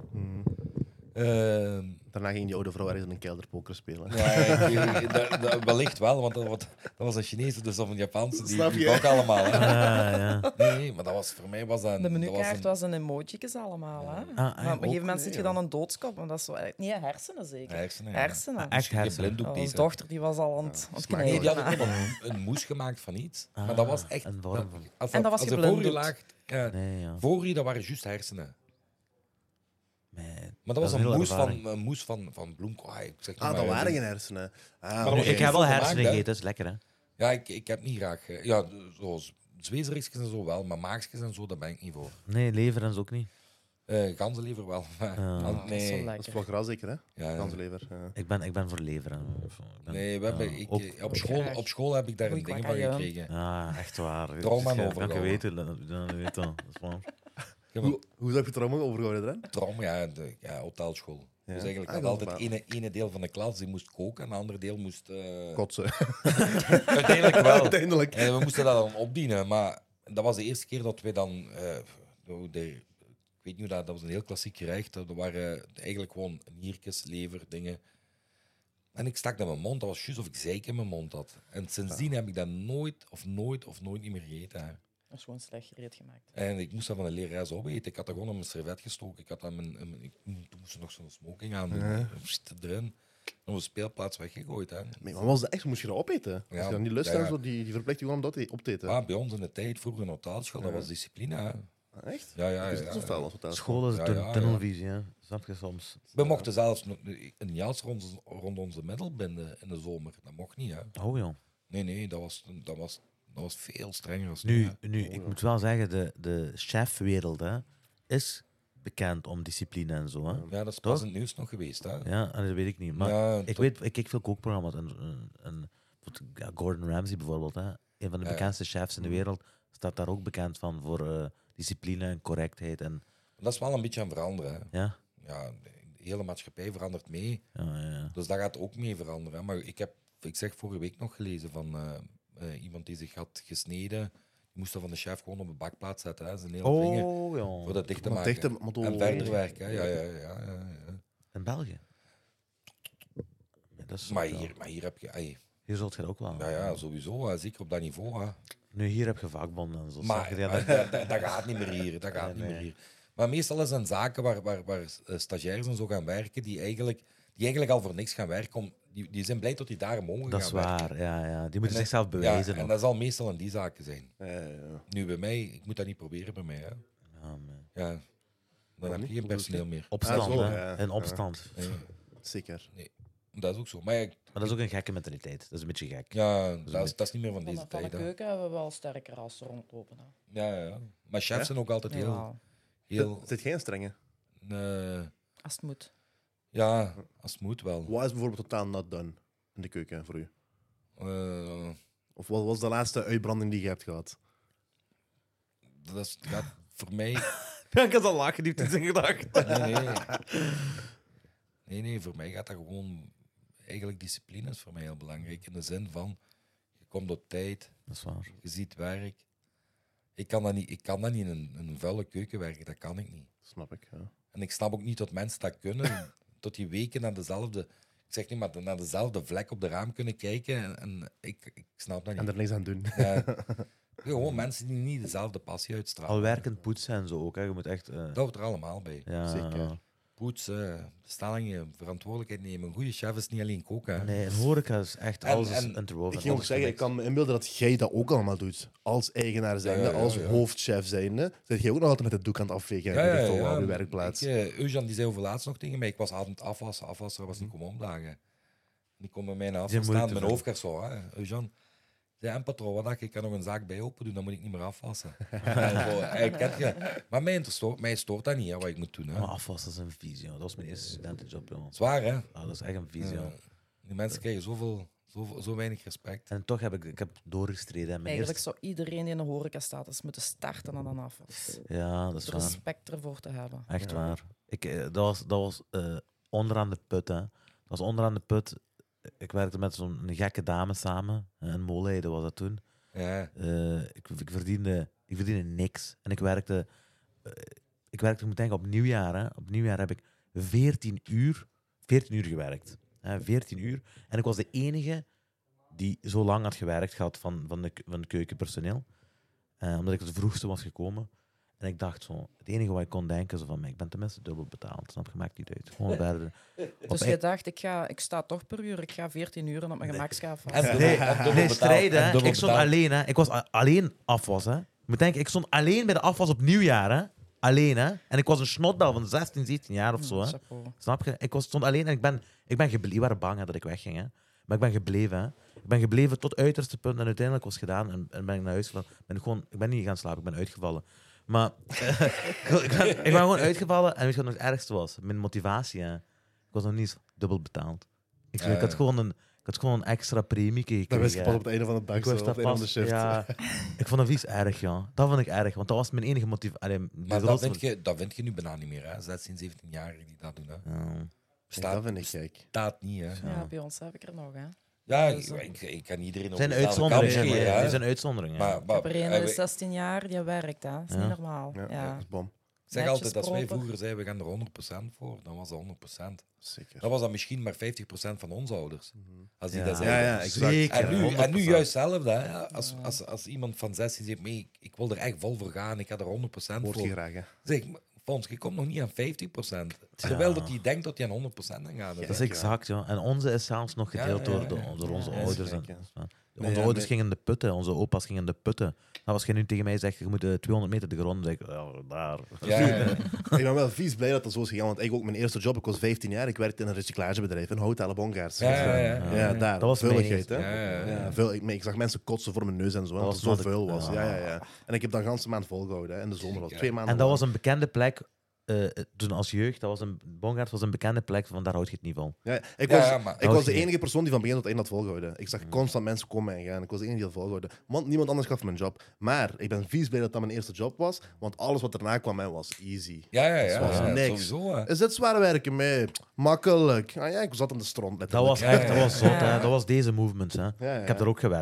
Daarna ging die oude vrouw ergens in een kelder poker spelen. Wellicht wel, want dat was een Chinese, dus of een Japanse, Snap je? die ook allemaal. Hè. Ja. Nee, maar dat was voor mij was dat... De dat menukaart was een emoji's allemaal. Hè? Maar op een ook, gegeven moment zit je dan een doodskop. Maar dat is zo, niet hersenen zeker. Hersenen. Hersenen. Echt hersenen. Geblinddoekt Onze eten. dochter die was al aan het smaak. Nee, die knijpen. hadden ook een moes gemaakt van iets. Maar dat was echt... een vorm van- En dat was als de geblinddoekt. voor je laag... Nee, ja. Voor je, dat waren juist hersenen. Nee. Maar dat was is een heel moes, ervaring. van, een moes van bloemkool. Ik zeg Ah, maar, dat waren geen hersenen. dat Nu, was ik geen heb wel veel hersenen gemaakt, hè. gegeten, dat is lekker, hè? Ja, ik heb niet graag... Ja, zoals zwezerisjes en zo wel, maar maagjes en zo, daar ben ik niet voor. Nee, lever en zo ook niet. Ganzenlever wel. Maar, Dat is zo nee. Dat is lekker. foie gras zeker, hè? Ja, ja. Ganzenlever. Ja. Ik ben voor lever. Hè. Ik ben- Nee, we hebben, ja, ook- op school heb ik daar een Goeie ding van kwakka, gekregen. Ja, echt waar. Trauma Dus, overgehouden. kan je weten, dat weet dat. Dat is waar. Ja, maar Hoe zou je het er allemaal overgehouden, Ren? trauma, ja, hotelschool. Ja. Dus eigenlijk Ah, had dat altijd is waar. ene deel van de klas die moest koken en de andere deel moest... Kotsen. Uiteindelijk wel. Uiteindelijk. En we moesten dat dan opdienen, maar dat was de eerste keer dat we dan... ik weet niet hoe dat was een heel klassiek gerecht. Dat waren eigenlijk gewoon niertjes, lever, dingen. En ik stak dat in mijn mond, dat was juist of ik zeik in mijn mond had. En sindsdien heb ik dat nooit niet meer gegeten. Hè. Dat is gewoon slecht gereed gemaakt. En ik moest dat van de lerares opeten. Ik had dat gewoon in mijn servet gestoken. Ik had dat toen moest er nog zo'n smoking aan doen. Erin. Op een speelplaats weggegooid. Hè. Nee, maar was dat echt? Moest je dat opeten? Als Ja. je dan niet lust Ja, hebt, ja. zo, die verplichting om dat op te eten. Maar bij ons in de tijd, vroeger in hotelschool, dat was discipline. Hè. Ah, echt? Ja. Dat is niet zo fel als hotel. School is Ja, de ja, tunnelvisie, hè. Snap je soms? We mochten zelfs een jas rond onze middel binden in de zomer. Dat mocht niet. Hè. Oh, joh. Nee, dat was veel strenger als Nu, hè. ik moet wel zeggen, de chefwereld hè, is bekend om discipline en zo. Hè. Ja, dat is Toch? pas in het nieuws nog geweest. Hè. Ja, en dat weet ik niet. Maar Ja, ik kijk veel kookprogramma's. Ja, Gordon Ramsay bijvoorbeeld, hè, een van de Ja. bekendste chefs in de wereld, staat daar ook bekend van voor discipline en correctheid. En, Dat is wel een beetje aan het veranderen. Hè. ja, Ja, de hele maatschappij verandert mee. ja. Dus dat gaat ook mee veranderen. Hè. Maar ik zeg vorige week nog gelezen van iemand die zich had gesneden. Je moest dat van de chef gewoon op een bakplaat zetten, hè, zijn hele vinger, voor dat dicht te maken. En verder werken, hè. Ja. In België? Ja, dat is Maar hier heb je... Hier zult je ook wel. Ja, sowieso. Hè. Zeker op dat niveau. Hè. Nu, hier heb je vakbonden en zo. Maar dat gaat niet meer hier. Dat gaat niet meer hier. Maar meestal zijn zaken waar stagiairs en zo gaan werken, die eigenlijk al voor niks gaan werken. Die zijn blij dat die daar mogen gaan werken. Dat is waar, ja. Die moeten zichzelf bewijzen. En dat zal meestal in die zaken zijn. Ja. Nu bij mij, ik moet dat niet proberen bij mij. Hè. Ja, dan heb je geen personeel meer. Opstand, hè? In opstand. Ja. Zeker. Nee, dat is ook zo. Maar dat is ook een gekke mentaliteit. Dat is een beetje gek. Ja, dat is niet meer van deze Van tijd. de keuken hebben we wel sterker als ze rondlopen. Hè. Ja. Maar chefs zijn ook altijd heel... Zit geen strenge? Als het moet. Ja, als het moet wel. Wat is bijvoorbeeld totaal not done in de keuken voor u? Of wat was de laatste uitbranding die je hebt gehad? Dat gaat voor mij... Ik had al lachen, die heeft iets in gedacht. Nee, voor mij gaat dat gewoon... Eigenlijk discipline is voor mij heel belangrijk. In de zin van, je komt op tijd. Dat is waar. Je ziet werk. Ik kan dat niet in een vuile keuken werken. Dat kan ik niet. Snap ik, ja. En ik snap ook niet dat mensen dat kunnen. Tot die weken naar dezelfde... Ik zeg niet, maar naar dezelfde vlek op de raam kunnen kijken. En ik snap dat niet. En er niks aan doen. Ja. Gewoon mensen die niet dezelfde passie uitstralen. Al werkend poetsen en zo ook. Hè. Je moet echt... Dat hoort er allemaal bij. Ja. Zeker. Poetsen, stellingen, verantwoordelijkheid nemen. Een goede chef is niet alleen koken. Hè. Nee, een horeca is echt alles is interwoven. Ik ging ook zeggen, ik kan me inbeelden dat jij dat ook allemaal doet. Als eigenaar zijnde, als hoofdchef zijnde. Zit jij ook nog altijd met het doek aan het afvegen op je werkplaats? Eugen die zei over laatst nog tegen mij, ik was aan het afwassen. Afwasser was niet komen opdagen. Die kon bij mij naar afstand staan, mijn hoofd zo. Eugen zei, en patroon, wat dacht ik kan nog een zaak bij open doen, dan moet ik niet meer afwassen. Maar mij stoort dat niet, hè, wat ik moet doen. Hè. Maar afwassen is een visie. Dat was mijn eerste studentenjob. Joh. Zwaar, hè? Dat is echt een visie. Die mensen krijgen zo weinig respect. En toch heb ik doorgestreden. Eigenlijk zou iedereen die in de horeca staat eens moeten starten en dan afwas. Ja, dat is waar. Respect ervoor te hebben. Echt waar. Dat was onderaan de put. Hè. Dat was onderaan de put. Ik werkte met zo'n gekke dame samen. In Moleide was dat toen. Ja. Ik verdiende niks. En ik werkte, ik moet denken, op nieuwjaar. Hè. Op nieuwjaar heb ik 14 uur gewerkt. 14 uur. En ik was de enige die zo lang had gewerkt gehad van de keukenpersoneel. Omdat ik het vroegste was gekomen. En ik dacht zo, het enige wat ik kon denken, zo van, ik ben tenminste dubbel betaald. Snap je, maakt niet uit. Gewoon verder. Dus je dacht, ik sta toch per uur, ik ga 14 uur en op mijn gemak ga En Nee, strijden. Ik stond alleen, hè. Ik was alleen afwas, hè. Je moet denken, ik stond alleen bij de afwas op nieuwjaar, hè. Alleen, hè. En ik was een snotbel van 16, 17 jaar of zo, hè. Snap je? Ik stond alleen en ik ben gebleven. Die waren bang hè, dat ik wegging, hè. Maar ik ben gebleven, hè. Ik ben gebleven tot het uiterste punt en uiteindelijk was het gedaan en ben ik naar huis gevallen. Ik ben niet gaan slapen, ik ben uitgevallen. Maar ik ben gewoon uitgevallen en weet je wat nog het ergste was? Mijn motivatie, hè. Ik was nog niet dubbel betaald. Ik had gewoon een extra premie gekregen. Dat wist je pas op het einde van de dag, op het einde van de shift. Ja, ik vond dat vies erg, ja. Dat vond ik erg, want dat was mijn enige motivatie. Maar dat vind je nu bijna niet meer, hè. 16, 17-jarigen die dat doen, hè. Ja. Dat vind ik gek. Staat niet, hè. Ja, bij ons heb ik er nog, hè. Ja, ik kan iedereen op zijn uitzonderingen. Die zijn uitzonderingen. Maar ik heb er een 16 jaar die werkt, hè. Dat is niet normaal. Ja, dat is bom. Ik zeg altijd, als wij vroeger zeiden, we gaan er 100% voor, dan was dat 100%. Zeker. Dat was dan misschien maar 50% van onze ouders. Als die dat zeiden. Ja, zeker. En nu juist hetzelfde. Hè. Als iemand van 16 zegt, ik wil er echt vol voor gaan, ik ga er 100% Hoort voor. je graag, hè? Zeg, Fons, je komt nog niet aan 50%. Terwijl dat hij denkt dat hij aan 100% aan gaat. Dat is exact, ja. En onze is zelfs nog gedeeld door onze ouders. Onze ouders gingen de putten, onze opa's gingen de putten. Nou, als je nu tegen mij zegt, je moet 200 meter de grond, dan denk ik, daar. Ik ben wel vies blij dat dat zo is gegaan, want ik ook mijn eerste job, ik was 15 jaar, ik werkte in een recyclagebedrijf, in Houtalen Bongaerts. Ja, daar. Dat was vuiligheid, hè. Ja. Ik zag mensen kotsen voor mijn neus en zo, omdat het zo vuil was. Ja. En ik heb dat een ganse maand volgehouden, hè, in de zomer. 2 maanden en dat was een bekende plek. Toen als jeugd, Bongaerts was een bekende plek, van daar houd je het niet van. Ja, ik was de enige persoon die van begin tot eind had volgehouden. Ik zag constant mensen komen en gaan. Ik was de enige die had volgehouden. Want niemand anders gaf me een job. Maar ik ben vies blij dat dat mijn eerste job was, want alles wat erna kwam was easy. Ja. Was niks. Sowieso, hè. Is dit zwaar werken mee? Makkelijk. Ik zat aan de stront. Dat was echt, dat was zot, hè. Dat was deze movement, hè. Ja. Ik heb daar ook gewerkt.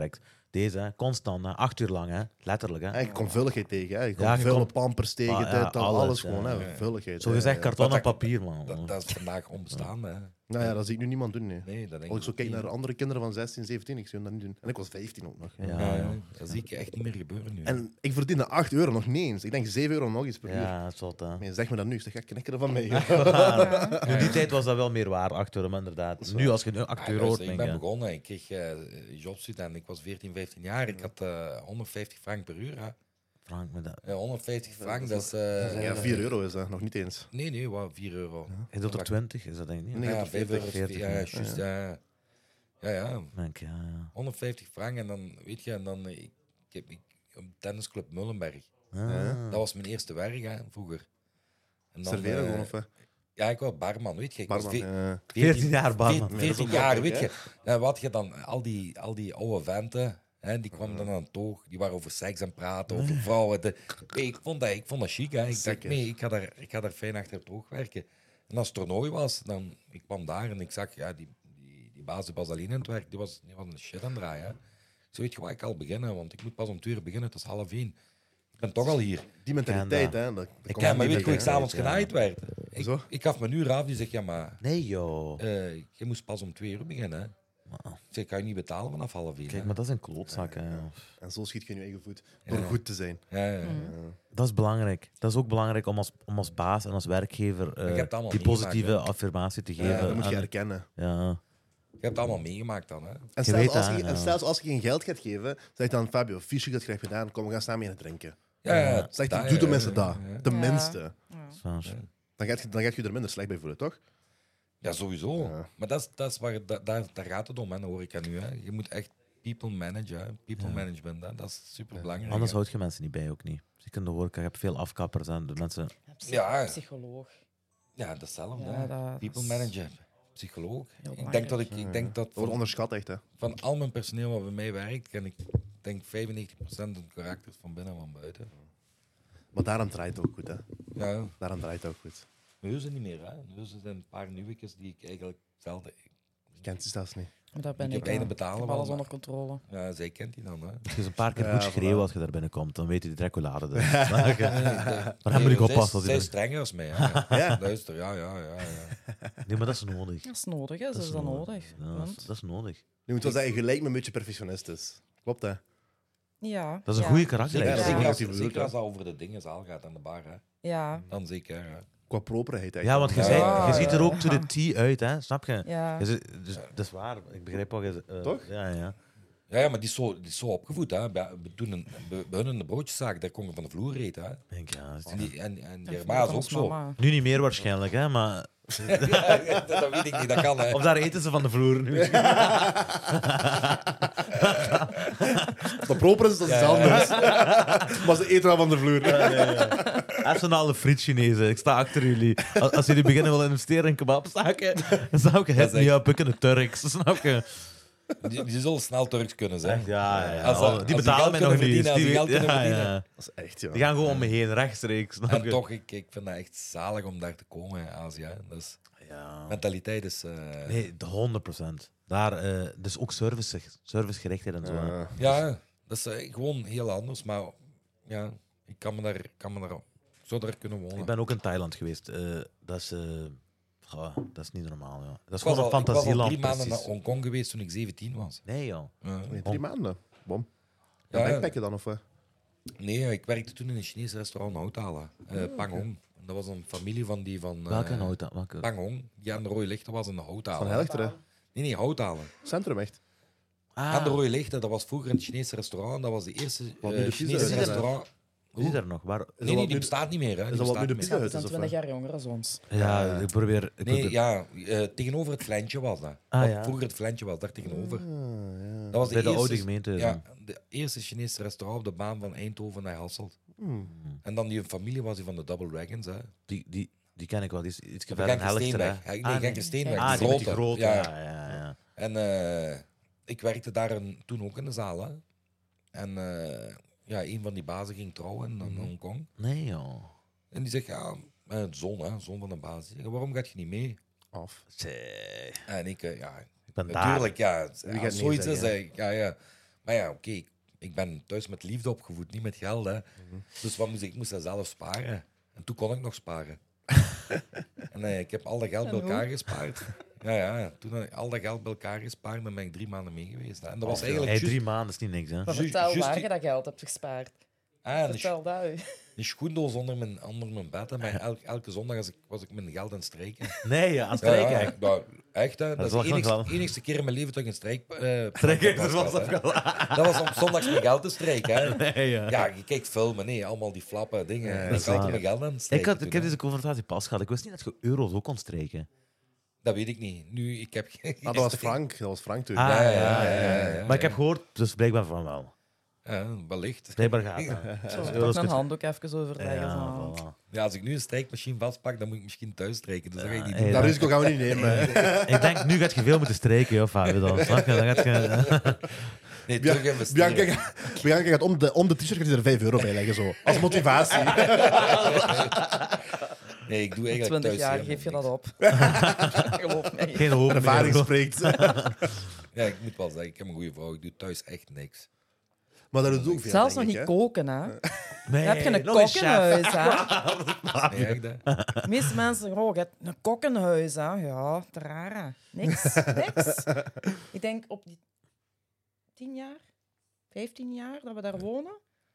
Deze, hè, constant, hè, 8 uur lang, hè, letterlijk. Hè. Ik kom vulligheid tegen. Hè. Je komt Ja, je vuile komt- pampers tegen, ja, dit, dat, alles ja. gewoon. Hè. Vulligheid. Zo gezegd, karton en dat- papier, man. Dat is vandaag onbestaande. Hè. Nou ja, dat zie ik nu niemand doen. Nee. Nee, dat denk Als ik zo ook kijk niet. naar andere kinderen van 16, 17, ik zie dat niet doen. En ik was 15 ook nog. Ja. Dat zie ik echt niet meer gebeuren nu. En ik verdiende €8 nog niet eens. Ik denk €7 nog eens per uur. Ja, dat is wat, hè. Nee, zeg me dat nu. Ik zeg, ga knikken ervan mee. In die tijd was dat wel meer waar, 8 euro, inderdaad. Nu, als je nu 8 euro hoort, ik denk ben je... begonnen, ik kreeg jobs en ik was 14, 15 jaar. Ik had 150 frank per uur. Hè. Frank, met dat... 150 frank, dat is... Ja, €4 is dat, nog niet eens. Nee, wat, €4. Is dat er 20? Is dat denk ik niet? Nee, Ja, dat is 5 euro. 40, Ja, juist, ja. Ja. Denk, ja. 150 frank en dan, weet je, en dan... Ik op tennisclub Mullenberg. Ah. Dat was mijn eerste werk, hè, vroeger. En dan, Serveren gewoon of wat? ja, ik was barman, weet je. Ik was Barman, ja. 14 jaar barman. 14 ook jaar, makkelijk, weet je. En wat je dan, al die oude venten, hè, die kwamen dan aan het toog, die waren over seks aan het praten, over vrouwen. Ik vond dat chic, hè. Ik dacht, Zeker. nee, ik ga daar fijn achter het oog werken. En als het toernooi was, dan, ik kwam daar en ik zag, ja, die baas die was alleen aan het werk, die was een shit aan het draaien. Hè. Ik zei, weet je wat, ik kan al beginnen, want ik moet pas om 2 uur beginnen, het is 12:30. Ik ben toch al hier. Die mentaliteit, hè. Dat Ik komt Ja, ken maar niet weet je hoe ik weg, hè. s'avonds genaaid werd? Zo? Ik gaf mijn uur af, die zegt, ja, maar Nee, joh. je moest pas om 2 uur beginnen. Hè. Maar- Ik zeg, ik kan je niet betalen vanaf 12:30. Kijk, maar dat is een klootzak. Hè. En zo schiet je in je eigen voet. Door Ja. goed te zijn. Ja. Dat is belangrijk. Dat is ook belangrijk om als baas en als werkgever je hebt het allemaal die meegemaakt, positieve hè. affirmatie te Ja, geven. dat moet je aan- herkennen. ja. Je hebt het allemaal meegemaakt dan, hè? En Je zelfs, weet als dat, je, ja. en zelfs als je geen geld gaat geven, zeg dan Fabio, fiche dat krijg je gedaan, kom, we gaan samen aan het drinken. Zeg, dat, doe de ja, mensen ja, dat. ja. Tenminste. Zwaar. Dan gaat je er minder slecht bij voelen, toch? Ja, sowieso. Ja. Maar dat is waar, daar gaat het om, hè, dat hoor ik aan nu. Hè. Je moet echt people managen, hè. People management, hè. Dat is super belangrijk. Anders houd je mensen niet bij, ook niet. Dus je kunt horen, je hebt veel afkappers en de mensen... Ja. Psycholoog. Ja, datzelfde. Ja, hè. dat People is manager, psycholoog. heel Ik denk dat Dat wordt van, onderschat echt, hè. van al mijn personeel wat bij mij werkt, ken ik denk 95% de karakters van binnen en van buiten. Maar daarom draait het ook goed, hè. Ja, Daarom draait het ook goed. neuzen niet meer, hè. Neuzen zijn een paar nieuwetjes die ik eigenlijk zelden... Je kent ze zelfs niet. Maar dat ben Ik ik. heb einde Ik betalen heb wel, alles maar- onder controle. Ja, zij kent die dan, hè. Als je eens een paar keer Ja, goed schreeuwt voilà. als je daar binnenkomt, dan weet je die Dracula. Dan moet ik oppassen. als Zij hij is strenger als mij. Hè. Ja. Luister, ja. Nee, maar dat is nodig. Dat is nodig, hè? Dat is dan nodig. Ja, Want- dat is nodig. Nu moet wel zeggen, gelijk me een beetje perfectionist is. Klopt, hè? Ja. Dat is een ja. goede karakter. Zeker, Ja, dat is zeker, een als, negatieve zeker bedoeling, als dat over de dingen zaal gaat aan de bar. Hè. Ja. Dan zeker. Hè. Qua properheid, eigenlijk. Ja, want je, Ja, je ziet er ook ja. to the T uit, hè? Snap je? Ja. Dus, dat is waar. Ik begrijp wat je... Toch? Ja, ja. Ja, maar die is zo opgevoed. Hè. Bij hun in de broodjeszaak, daar kon je van de vloer eten. Hè. Ik denk, ja, En die Ja, baas van ook ons zo. mama. nu niet meer waarschijnlijk, hè? Maar... Dat weet ik niet, dat kan. Hè. Of daar eten ze van de vloer nu. Dat proper is, dat is iets anders. Maar ze eten wel van de vloer. Even alle friet Chinezen. Ik sta achter jullie. Als jullie beginnen willen investeren in kebabzaken, dan zou ik het is niet echt- up. Ik een Turks, snap je? Die zullen snel Turks kunnen zijn. Ja, ja. Als ze- als die die betalen geld mij nog kunnen niet eens. verdienen, als die geld kunnen ja, verdienen. ja. Dat is echt, ja. Die gaan gewoon om me heen, rechtstreeks. Snap En je? toch, ik vind dat echt zalig om daar te komen in Azië. Hè. Dat is, Ja. mentaliteit is... Nee, de 100%. Daar, dus ook servicegerichtheid en zo. hè. Ja, dat is gewoon heel anders. Maar ja, ik kan me daar zo daar kunnen wonen. Ik ben ook in Thailand geweest. Dat is niet normaal. Ja. Dat is Ik was gewoon een al 3 fantasieland. maanden Precies. naar Hongkong geweest toen ik 17 was. Nee, joh. Nee, 3 maanden. Bom. Ja, Ja, backpacken dan, of wat? Nee, ik werkte toen in een Chinees restaurant in Houthalen. Panghong. En dat was een familie van die van... Welke noot? Welke? Panghong, die aan de rode lichten was in de Houthalen. Van Helchteren. Nee, Houthalen. Centrum, echt. Aan de rode lichten, dat was vroeger een Chinese restaurant. Dat was de eerste Wat nu de Chinese pizza is, restaurant... Is die er nog? Waar... Nee, wat die nu- bestaat niet meer. Hè. is Die dat wat nu bestaat de niet pizza meer. Ja, is, we of zijn wat? 20 jaar jonger als ons. Ja, ik probeer... Nee, ja, tegenover het Flentje was dat. Ah, Wat ja. vroeger het Flentje was, daar tegenover. ja. Dat was Bij de eerste, oude gemeente. Ja, de eerste Chinese restaurant op de baan van Eindhoven naar Hasselt. En dan die familie was die van de Double Dragons. Hè. Die ken ik wel. Die is iets Op verder in Genker Helchteren. Steenweg. hè? Nee, Genker Steenweg. Ah, die die met die grote. grote. Ja. Ja. En ik werkte daar toen ook in de zaal. Hè. En ja, een van die bazen ging trouwen in Hongkong. Nee, joh. En die zegt, ja, zoon van de baas. Die zegt, waarom gaat je niet mee? Af. En ik, ja, Ik ben daar. natuurlijk, ja. gaat Als nee zoiets is, zeggen? zeg ik, ja. Maar Maar ja, oké, ik ben thuis met liefde opgevoed, niet met geld. Hè. Dus wat moest ik moest dat zelf sparen. En toen kon ik nog sparen. En ik heb al dat geld bij elkaar gespaard. Ja, toen heb ik al dat geld bij elkaar gespaard, dan ben ik 3 maanden mee geweest. En dat was eigenlijk 3 maanden is niet niks, hè? Maar vertel waar je dat geld hebt gespaard. Vertel dat u. Een schoendoos onder mijn bed. Maar elke zondag was ik mijn geld aan het strijken. Nee, aan het strijken. Echt, hè? Dat is de enigste keer in mijn leven dat ik een strijken was. Dat was om zondags mijn geld te strijken. Hè? Nee, ja, je kijkt filmen, nee, allemaal die flappen dingen. Ik had mijn geld aan het strijken. Ik heb deze confrontatie pas gehad. Ik wist niet dat je euro's ook kon strijken. Dat weet ik niet. Nu, ik heb dat was Frank. Dat was Frank toen. Ja. Maar ik heb gehoord, dus blijkbaar van wel. Ja, wellicht. Blijkbaar gaat het. Zo, toch een handdoek even overleggen. Ja, ja, als ik nu een strijkmachine vastpak, dan moet ik misschien thuis strijken. Dus dat ga ik niet doen. Dat risico gaan we niet nemen. Ik denk, nu gaat je veel moeten strijken, joh, Fabio. Dan snap je? Dan gaat je... Nee, terug investeren. Bianca gaat om de t-shirt er €5 bij leggen, zo. Als motivatie. Nee, ik doe eigenlijk 20 thuis jaar geef je dat op. Geloof me. Geen hoop. Ervaring spreekt. Ja, ik moet wel zeggen, ik heb een goede vrouw. Ik doe thuis echt niks. Maar dat doe ik veel. Zelfs nog niet koken, hè? Nee, Dan heb je een kok in huis, hè? Nee, echt, hè? De meeste mensen zeggen, oh, je hebt een kok in huis, hè? Ja, te raar. Niks. Ik denk op die 10 jaar, 15 jaar dat we daar wonen,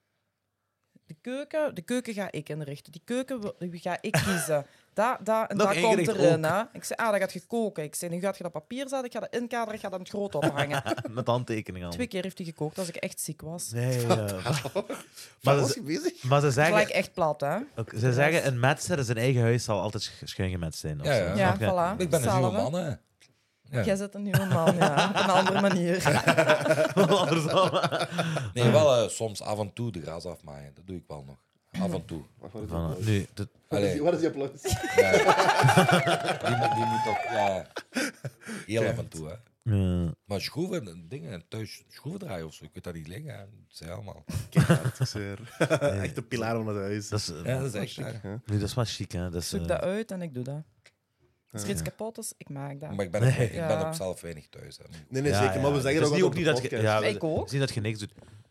de keuken ga ik inrichten. Die keuken ga ik kiezen. Dat komt erin. Hè? Ik zei, dat gaat je koken. Ik zei, nu gaat je dat papier zetten, ik ga dat inkaderen, ik ga dat in het groot ophangen. Met handtekeningen. 2 keer heeft hij gekookt als ik echt ziek was. Nee, maar was je bezig? Maar ze zeggen... Gelijk echt plat, hè? Ze zeggen, een metser in zijn eigen huis zal altijd schuin gemetst zijn. Ja, voilà. Ik ben een nieuwe man, hè. Ja. Jij zit een nieuwe man, ja. Op een andere manier. Nee, wel soms af en toe de gras afmaaien. Dat doe ik wel nog. Af en toe. Nu, wat is je applaus? Ja. Die moet toch... Ja. Heel af en toe, hè. Maar schroeven, dingen, thuis schroeven draaien of zo, ik weet dat niet liggen. Hè. Dat zijn allemaal. Echt een pilaar van het huis. Dat is echt chic. Nu, dat is wel chic, hè. Ik zoek dat uit en ik doe dat. Als er iets kapot is, ik maak dat. Maar ik ben ook zelf weinig thuis. Hè. Nee, zeker. Maar we zeggen ook niet dat je... Ik ook. Zien dat je niks doet.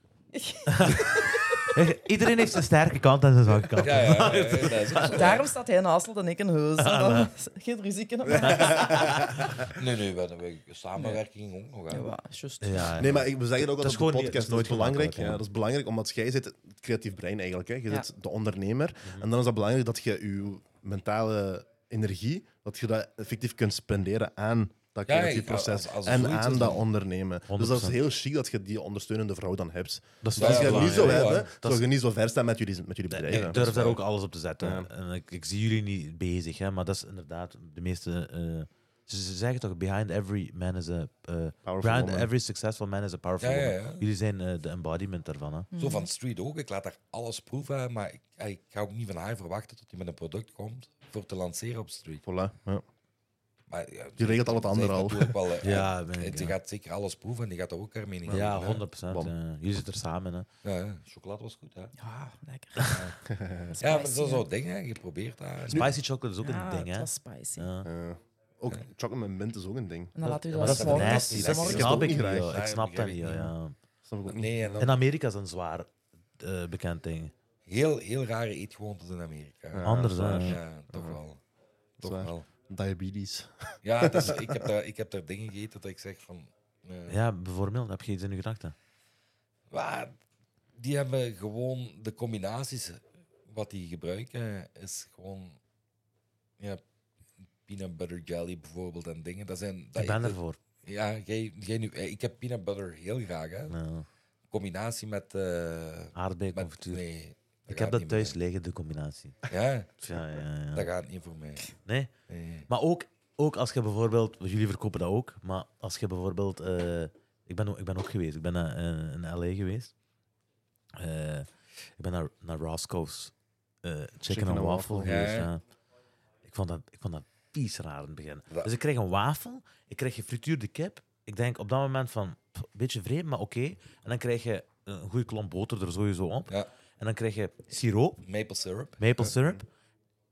Iedereen heeft zijn sterke kant en zijn zwakke kant. Ja, dat is ook zo. Daarom staat hij in Hasselt en ik in Heus. Geen ruzie kunnen maken. Nee, we hebben samenwerking ook nog. Ja, just. Ja, nee, maar we zeggen ook dat gewoon de podcast nooit belangrijk. Ja. Dat is belangrijk, omdat jij zit het creatief brein eigenlijk. Hè. Je zit de ondernemer. En dan is dat belangrijk dat je je mentale energie, dat je dat effectief kunt spenderen aan dat creatief proces en aan dat ondernemen. 100%. Dus dat is heel chic dat je die ondersteunende vrouw dan hebt. Dat is als je het niet zo hebben, zou je niet zo ver staan met jullie bedrijf. Ik durf daar ook alles op te zetten. Ja. En ik zie jullie niet bezig, hè, maar dat is inderdaad de meeste... ze zeggen toch, behind every man is a... behind every successful man is a powerful woman. Jullie zijn de embodiment daarvan. Hè. Zo van Street ook. Ik laat daar alles proeven, maar ik ga ook niet van haar verwachten tot hij met een product komt voor te lanceren op Street. Voilà, ja. Maar, die regelt al het andere al. Ze gaat zeker alles proeven en die gaat er ook haar mening aan. Ja, 100%. Jullie zitten er samen. Hè. Ja, chocolade was goed. Hè? Ja, lekker. Ja, maar dat is zo'n ding, hè. Je probeert dat. Spicy chocolate is ook een ding, hè? Dat is spicy. Ook chocolate met mint is ook een ding. En dan laat u dat is nasty. Dat snap ik niet. Ik snap dat niet. In Amerika is een zwaar bekend ding. Heel rare eetgewoontes in Amerika. Anders, hè? Ja, toch wel. Toch wel. Diabetes. Ja, ik heb daar dingen gegeten dat ik zeg van... Ja, bijvoorbeeld, heb je iets in je gedachten? Die hebben gewoon de combinaties, wat die gebruiken, is gewoon peanut butter jelly bijvoorbeeld en dingen. Ik ben ervoor. Ja, jij nu, ik heb peanut butter heel graag. Hè. No. Combinatie met... aardbeiconfituur. Nee. Ik heb dat thuis liggen, de combinatie. Ja? Ja. Dat gaat niet voor mij. Nee? Maar ook als je bijvoorbeeld... Jullie verkopen dat ook, maar als je bijvoorbeeld... Ik ben ook geweest. Ik ben in L.A. geweest. Ik ben naar Roscoe's Chicken and Waffle geweest. Ja. Ik vond dat vies raar in het begin. Dus ik kreeg een wafel, ik kreeg gefrituurde kip. Ik denk op dat moment van... een beetje vreemd, maar oké. En dan krijg je een goede klomp boter er sowieso op. Ja. En dan krijg je siroop. Maple syrup. Maple syrup.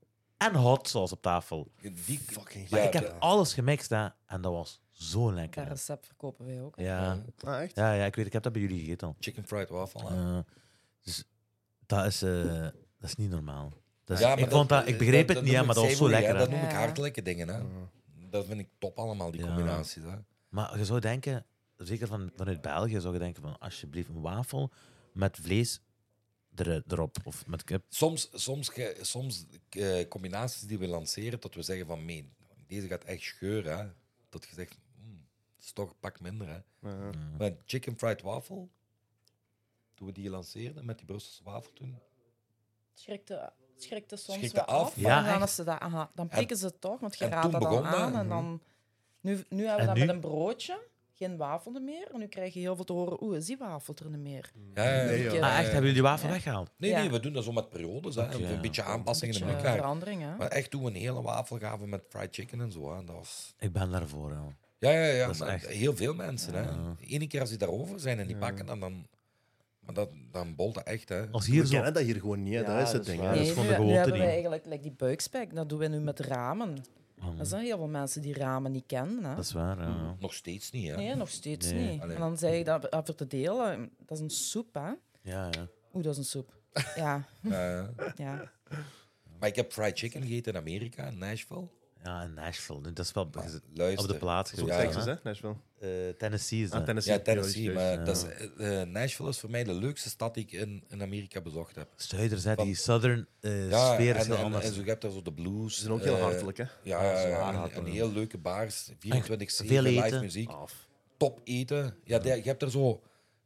en hot sauce op tafel. Die Fucking Maar ik heb alles gemixt hè, en dat was zo lekker. Dat recept verkopen wij ook. Ja. echt? Ja, ik weet, ik heb dat bij jullie gegeten al. chicken fried waffle. Hè. Dus dat is niet normaal. Dat is, Ja, maar ik begreep het dat niet, hè, noem maar ik dat was zo savory, lekker. hè. Hè. Dat noem ik Ja. hartelijke dingen. Hè. Dat vind ik top allemaal, die Ja. combinaties. Hè. Maar je zou denken, zeker vanuit België, zou je denken van alsjeblieft een wafel met vlees erop of met kip. Soms combinaties die we lanceren, dat we zeggen van, deze gaat echt scheuren. Hè. Dat je zegt, dat is toch een pak minder. Hè. Maar chicken fried waffle, toen we die lanceerden met die Brusselse wafel toen, Schrikte soms Schrikte wel af. af. Ja, en dan, echt. is ze dat, dan pikken ze het toch, want je en raadt toen dat dan begon dat. aan. En dan, nu hebben we En dat nu? met een broodje, geen wafel meer. En nu krijg je heel veel te horen, is die wafel er niet meer? Nee, joh. Ah, echt? Hebben jullie die wafel Ja. weggehaald? Nee, Ja. we doen dat zo met periodes. Hè. Oké, Een beetje aanpassingen in Beetje elkaar. verandering, hè? Maar echt toen we een hele wafel gaven met fried chicken en zo. Hè. Dat was... Ik ben daarvoor. Hè. Ja. Dat is Maar echt- heel veel mensen. Hè. Eén keer als die daarover zijn en die pakken, dan bolt dat echt. Hè. Als We hier zo... kennen dat hier gewoon niet, hè. Dat is het ding. waar. hè. dat is Nee, gewoon nu, de nu gewoonte hebben we niet. eigenlijk die buikspek, dat doen we nu met ramen. Er zijn heel veel mensen die ramen niet kennen. Hè? Dat is waar, ja. Nog steeds niet. Hè. Nee, nog steeds Nee. niet. Allee. En dan zeg ik dat voor te delen, dat is een soep, hè? Ja. Oeh, dat is een soep. Ja, ja. Maar ik heb fried chicken gegeten in Amerika, in Nashville. Ja, in Nashville. Dat is wel Luister. op de plaats Dat is ook geweest. Texas, hè? hè? Nashville. Tennessee is dat. Tennessee. Ja, Tennessee. juist, Maar juist. dat is, Nashville is voor mij de leukste stad die ik in Amerika bezocht heb. Zuiders, hè, Van- die southern Ja, sfeer is heel en anders. zo, je hebt daar zo de blues. Ze zijn ook heel hartelijk, hè? Ja, zwaar en hartelijk. heel leuke bars. 24/7 veel live eten. muziek. Af. Top eten. Ja, je hebt er zo...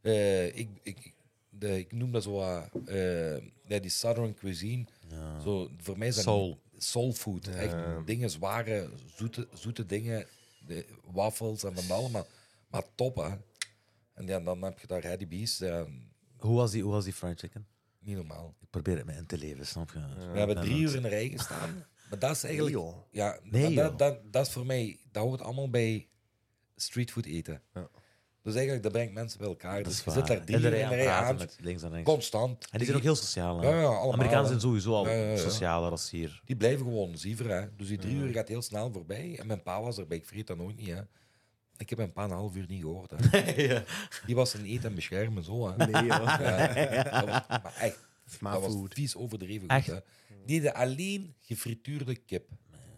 ik noem dat zo... die southern cuisine. Zo, voor mij is dat soul food. Echt dingen, zware, zoete dingen. De waffels en van allemaal. Maar top, hè. En ja, dan heb je daar Reddy Bees. Hoe was die fried chicken? Niet normaal. Ik probeer het me in te leven, snap je? We hebben 3 uur in de rij gestaan. Maar dat is eigenlijk... Nee, joh. Ja, Nee, maar joh. dat is voor mij... Dat hoort allemaal bij streetfood eten. Ja. Dus eigenlijk, dat brengt mensen bij elkaar. Dat Dus is je waar. zit daar 3 In de uur rij in de aan rij praten aan. met links en rechts. Constant. En die zijn ook heel sociaal. Hè? Ja, allemaal, Amerikanen hè. zijn sowieso al Ja. socialer als hier. Die blijven gewoon ziever, hè. Dus die 3 uur gaat heel snel voorbij. En mijn pa was erbij. Ik vergeet dat nooit niet, hè. Ik heb mijn pa een half uur niet gehoord, hè. Die was zijn eten en beschermen, zo, hè. Nee, joh. Ja, dat was, maar echt, Sma dat was food. vies overdreven Echt? goed, hè. Die hadden alleen gefrituurde kip.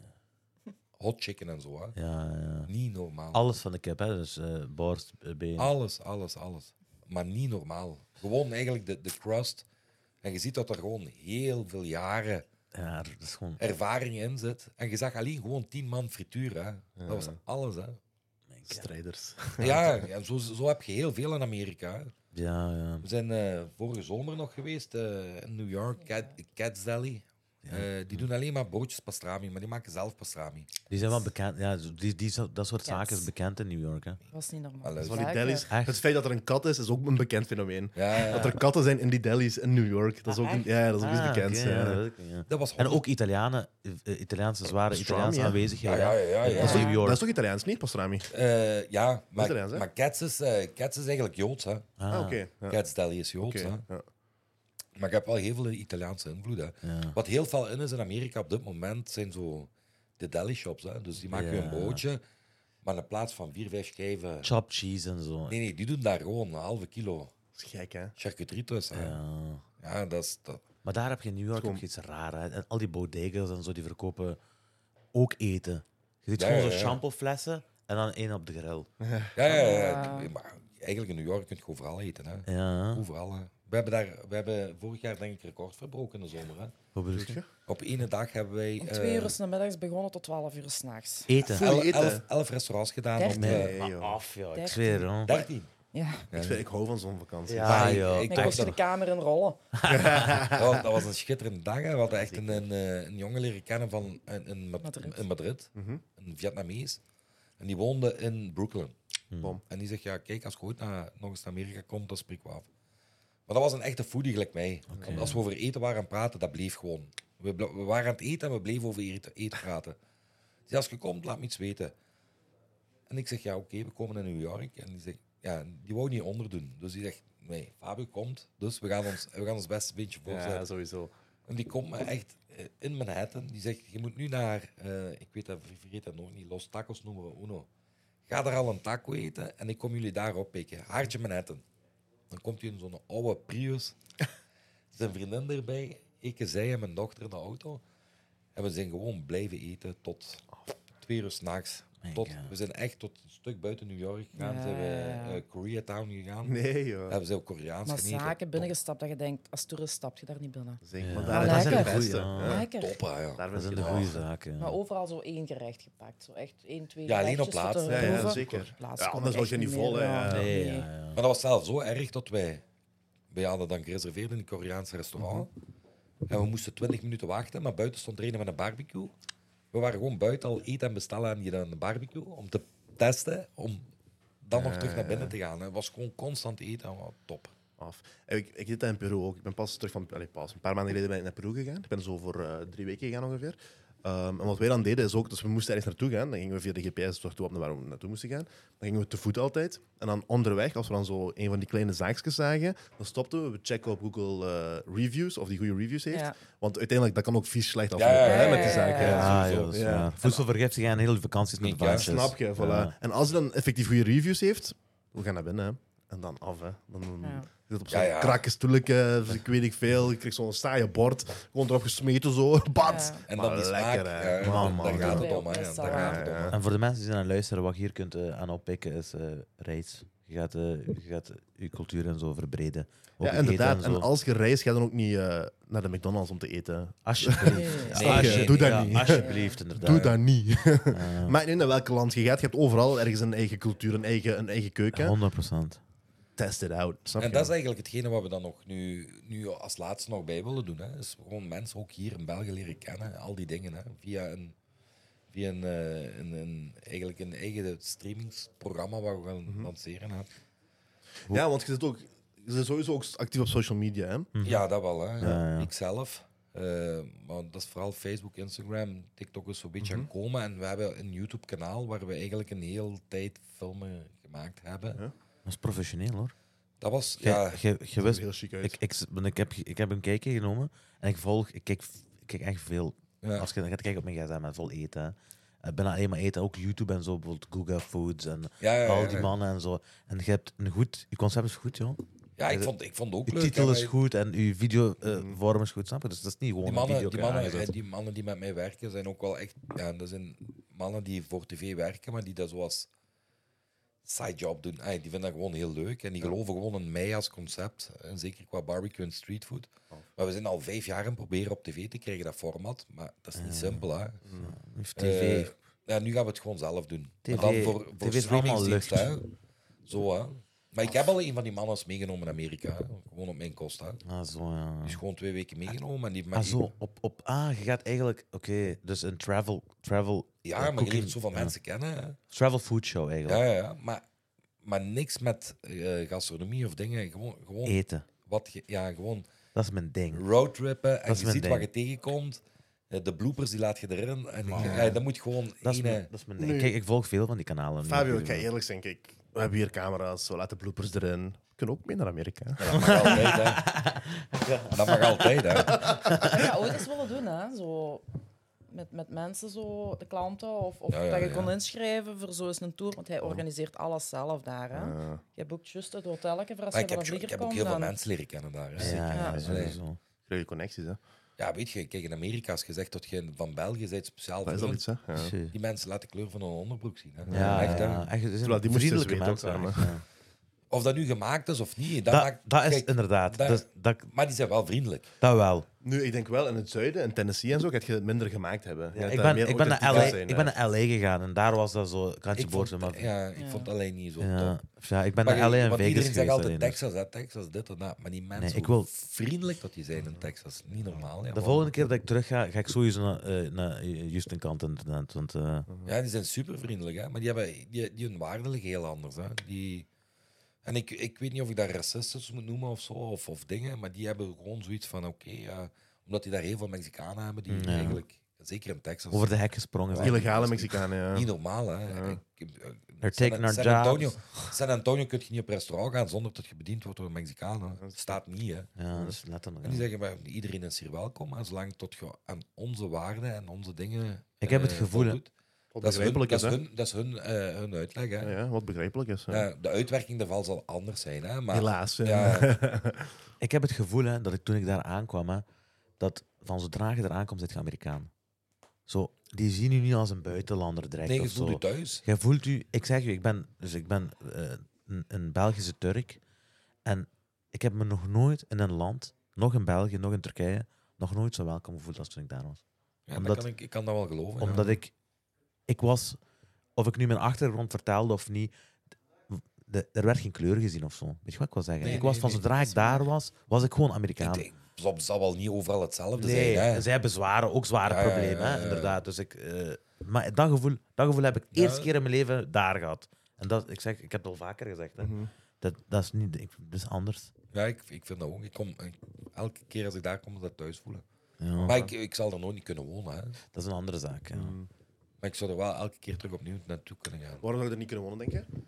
Hot chicken en zo, hè. Ja. Niet normaal. Alles van de kip, hè? Dus borst, been. Alles. Maar niet normaal. Gewoon eigenlijk de crust. En je ziet dat er gewoon heel veel jaren Ja, dat is gewoon... ervaring in zit. En je zag alleen gewoon 10 man frituur, hè. Dat was alles, hè. Strijders. Ja, en zo heb je heel veel in Amerika, hè. Ja. We zijn vorige zomer nog geweest in New York, Cat's Deli. Die doen alleen maar broodjes pastrami, maar die maken zelf pastrami. Die zijn wel bekend. Ja, dat soort zaken is bekend in New York, hè? Dat was niet normaal. Allee, Van die Lekker. delis. Echt? Het feit dat er een kat is ook een bekend fenomeen. Ja. Dat er katten zijn in die delis in New York. Dat is ook, dat is ook iets bekends. oké, ja. dat weet ik niet, ja. Dat was En ook Italianen, Italiaanse zware Pastrami, Italiaanse ja. aanwezigheid. Ja. Dat is New Dat York. is toch Italiaans, niet? Pastrami. Ja, Italiaans, hè? maar Cats is eigenlijk Joods, hè. Ah, oké. Ja. Cats Deli is Joods, Oké, hè. ja. Maar ik heb wel heel veel Italiaanse invloed, hè. Ja. Wat heel veel in is in Amerika op dit moment, zijn zo de deli shops, hè. Dus die maken je een broodje, maar in plaats van 4-5 schijven... Chopped cheese en zo. Nee, die doen daar gewoon een halve kilo Dat is gek, hè? charcuterie tussen. hè. Ja, dat is... Maar daar heb je in New York ook iets raar. Hè? En al die bodegas en zo, die verkopen ook eten. Je ziet gewoon zo shampooflessen en dan één op de grill. Ja. Maar eigenlijk in New York kun je overal eten, hè. Ja. Overal, hè. We hebben vorig jaar denk ik record verbroken in de zomer, hè. Wat bedoel je? Op ene dag hebben wij... Om 2 uur 's namiddags begonnen tot 12 uur 's nachts. Eten. Fully eten. 11 restaurants gedaan. Dertien. Op, Nee, Maar joh. af, joh. Ik 13. zweer, hoor. 13. Ja. Ik hou van zo'n vakantie. Ja, Maar joh. ik Ik was moest de kamer in rollen. dat was een schitterende dag. Hè. We hadden echt een jongen leren kennen van in Madrid. Een Vietnamees. En die woonde in Brooklyn. Bom. En die zegt, ja, kijk, als je ooit nog eens naar Amerika komt, dan spreek we af. Maar dat was een echte foodie gelijk mij. Want als we over eten waren aan het praten, dat bleef gewoon. We waren aan het eten en we bleven over eten praten. Dus als je komt, laat me iets weten. En ik zeg, ja, oké, we komen in New York. En die zegt, ja, die wou niet onderdoen. Dus die zegt, nee, Fabio komt, dus we gaan ons beste beentje voorzetten. Ja, sowieso. En die komt me echt in Manhattan. Die zegt, je moet nu naar, ik weet dat, vergeet dat nog niet, Los Tacos numero uno. Ga daar al een taco eten en ik kom jullie daar oppikken. Hartje Manhattan. Dan komt hij in zo'n oude Prius. Zijn vriendin erbij. Ik, zij en mijn dochter in de auto. En we zijn gewoon blijven eten tot 2 uur 's nachts. We zijn echt tot een stuk buiten New York gegaan. Ja, Zijn we Koreatown gegaan. Nee, joh. Hebben ze ook Koreaans Maar gegeten. zaken binnengestapt dat je denkt, als toerist stap je daar niet binnen. Zeker, maar Ja, daar zijn de lekker. beste. Ja. Lekker. Top, ja. Daar Dat zijn zijn de goede zaken. Maar overal zo 1 gerecht gepakt. Zo echt 1, 2 Ja, alleen op gerechtjes voor plaats. te Ja, proeven. zeker. Plaats Ja, kom anders ik was je echt niet meer, vol, hè, ja. Nee, Nee. ja. Maar dat was zelfs zo erg dat wij hadden dan gereserveerd in een Koreaans restaurant. En we moesten 20 minuten wachten, maar buiten stond er een met een barbecue. We waren gewoon buiten al eten en bestellen aan een barbecue om te testen, om dan nog terug naar binnen te gaan. Het was gewoon constant eten, maar top. Af. Ik deed dat in Peru ook. Ik ben pas terug van... een paar maanden geleden ben ik naar Peru gegaan. Ik ben zo voor 3 weken gegaan ongeveer. En wat wij dan deden is ook... Dus we moesten ergens naartoe gaan. Dan gingen we via de GPS toch toe op waar we naartoe moesten gaan. Dan gingen we te voet altijd. En dan onderweg, als we dan zo een van die kleine zaakjes zagen, dan stopten we. We checken op Google reviews, of die goede reviews heeft. Ja. Want uiteindelijk, dat kan ook vies slecht aflopen Ja, hè, met die zaken. ja, Ja, dat is Ja. waar. Voedsel vergeeft zich aan hele vakanties met Ja, baantjes. Snap je, voilà. Ja. En als hij dan effectief goede reviews heeft, we gaan naar binnen. Hè. En dan af, hè. Dan Ja. je zit op zo'n Ja. krakke stoeletje, dus ik weet niet veel. Je krijgt zo'n saaie bord, gewoon erop gesmeten zo. Bad! Ja. En Maar dan die smaak, lekker, hè. Man, daar gaat ja. het om. Hè. Best Daar wel. gaat het om. hè. En voor de mensen die aan luisteren, wat je hier kunt aan oppikken is reis. Je gaat je cultuur en zo verbreden. Ook Ja, eten inderdaad. En, zo. En als je reist, ga dan ook niet naar de McDonald's om te eten. Alsjeblieft. Nee. Snap je? nee, Doe dat Ja, niet. alsjeblieft, inderdaad. Doe dat niet. Ja. Maakt niet uit naar welk land je gaat. Je hebt overal ergens een eigen cultuur, een eigen keuken. 100%. Test it out. Snap En je? dat is eigenlijk hetgene wat we dan nog nu als laatste nog bij willen doen. Hè. Dus gewoon mensen ook hier in België leren kennen. Al die dingen. Hè. Via eigenlijk een eigen streamingsprogramma wat we gaan lanceren. Hè. Ja, want je zit sowieso ook actief op social media. Hè? Ja, dat wel. Hè. Ja. Ik zelf. Maar dat is vooral Facebook, Instagram, TikTok is zo'n beetje aan het komen. En we hebben een YouTube-kanaal waar we eigenlijk een hele tijd filmen gemaakt hebben. Ja. Dat is professioneel hoor. Dat was, Je ja, wist, Dat er heel chic uit. ik heb een kijkje genomen en ik kijk echt veel. ja. Als je gaat kijken op mijn gsm, met vol eten. Hè. Ik ben alleen maar eten, ook YouTube en zo, bijvoorbeeld Google Foods en Ja, al die mannen en zo. En je hebt je concept is goed, joh. Ja, ik vond het ook Je leuk. titel hè, is maar goed en je videovorm is goed, snap je? Dus dat is niet gewoon Die een video. mannen die met mij werken zijn ook wel echt... Ja, dat zijn mannen die voor tv werken, maar die dat zoals sidejob doen. Die vinden dat gewoon heel leuk en die geloven gewoon in mij als concept. En zeker qua barbecue en streetfood. Maar we zijn al 5 jaar aan het proberen op tv te krijgen, dat format. Maar dat is niet simpel, hè. TV. Ja, nu gaan we het gewoon zelf doen. TV Maar dan voor TV is allemaal streamingsdienst, lucht. hè. Zo, hè. Maar ik heb al een van die mannen meegenomen in Amerika. Hè. Gewoon op mijn kost, hè. Ah, zo, ja. Die is gewoon 2 weken meegenomen. En die, maar Ah, die- zo. Je gaat eigenlijk... Oké, dus een travel ja, maar je cooking, leert zoveel mensen kennen, hè. travel food show eigenlijk. Ja. Maar niks met gastronomie of dingen. Gewoon Eten. gewoon Dat is mijn ding. roadtrippen en Dat is je mijn ziet ding. wat je tegenkomt. De bloopers die laat je erin. En dat moet gewoon Dat is ene... mijn ding. Nu- Kijk, ik volg veel van die kanalen. Fabio, ik ga eerlijk zijn. Kijk, we hebben hier camera's, we laten bloopers erin. We kunnen ook mee naar Amerika. Dat mag altijd, hè. Dat mag altijd, hè. Ik ga ooit eens willen doen, hè. Zo met mensen, zo, de klanten, of Ja, dat je ja. kon inschrijven voor zo'n een tour, want hij organiseert alles zelf daar. Hè. Uh, Je boekt juist het hotelletje voor als Maar je van de ik vlieger heb ook komt. heel veel dan- mensen leren kennen daar. Hè. Ja, Ja. sowieso. Goede connecties, hè. Ja, weet je, kijk, in Amerika is gezegd dat je van België bent speciaal Dat is voor al ons. iets, hè. Ja. Shit. Die mensen laten de kleur van hun onderbroek zien. Hè. Ja, Echt, hè. echt, het zijn Terwijl die moesten vriendelijke dus weten ook mensen. samen. echt, ja. Of dat nu gemaakt is of niet, dat Dat, maakt... dat is kijk, inderdaad. dat- Dat Maar die zijn wel vriendelijk. wel. Nu, ik denk wel in het zuiden, in Tennessee en zo, gaat je het minder gemaakt hebben. Ja, Gaat ik dat meer ben naar authentieker LA, zijn, ik ben naar LA gegaan en daar was dat zo kantje Ik boord. vond, Maar, ik Ja. vond het alleen niet zo ja, top. ja, ik ben Maar naar LA en want Vegas iedereen zegt geweest. altijd alleen. Texas, hè, Texas, dit en dat. Maar die mensen, Nee, ik hoe wil- vriendelijk dat die zijn in Texas. Niet normaal. Ja, De volgende keer dat ik terug ga, ga ik sowieso naar Houston kant inderdaad. Want Ja, die zijn super vriendelijk, hè. Maar die hun waarden liggen heel anders. Hè. En ik weet niet of ik dat racistisch moet noemen of zo, of dingen, maar die hebben gewoon zoiets van, oké, omdat die daar heel veel Mexicanen hebben, die Ja. eigenlijk zeker in Texas. Over de hek gesprongen zijn. Illegale Mexicanen, ja. Niet normaal, hè. Ja. They're taking our jobs. San Antonio kun je niet op restaurant gaan zonder dat je bediend wordt door een Mexicaan. Dat staat niet, hè. Ja, dat is letterlijk. En die zeggen, maar iedereen is hier welkom, maar zolang tot je aan onze waarden en onze dingen Ik heb het gevoel, hè. voldoet. Wat Dat begrijpelijk is, hè. dat is hun uitleg, hè. Ja, wat begrijpelijk is. hè. De uitwerking daarvan zal anders zijn, hè. Maar, Helaas. ja. Ik heb het gevoel, hè, dat toen ik daar aankwam, hè, dat van zodra je eraan komt, zit je Amerikaan. Zo, die zien je niet als een buitenlander direct. Nee, je of voelt zo. je thuis. Jij voelt u, ik zeg je, ik ben een Belgische Turk. En ik heb me nog nooit in een land, nog in België, nog in Turkije, nog nooit zo welkom gevoeld als toen ik daar was. Ja, Omdat- ik kan dat wel geloven. Omdat ik was, of ik nu mijn achtergrond vertelde of niet, er werd geen kleur gezien of zo. Weet je wat ik wil zeggen? Nee, ik was nee, van nee, zodra dat ik is daar was ik gewoon Amerikaan. Het zal wel niet overal hetzelfde Nee, zijn, hè. en zij hebben ook zware Ja, ja, problemen, ja, hè, ja. inderdaad. Dus maar dat gevoel heb ik de eerste keer in mijn leven daar gehad. En dat, ik heb het al vaker gezegd. Hè. Mhm. Dat is niet, dat is anders. Ja, ik vind dat ook. Elke keer als ik daar kom, dat thuis voelen. Ja, Maar ik zal er nooit niet kunnen wonen, hè. dat is een andere zaak. Ja. Mhm. Maar ik zou er wel elke keer terug opnieuw naartoe kunnen gaan. Waarom zou je er niet kunnen wonen, denk je?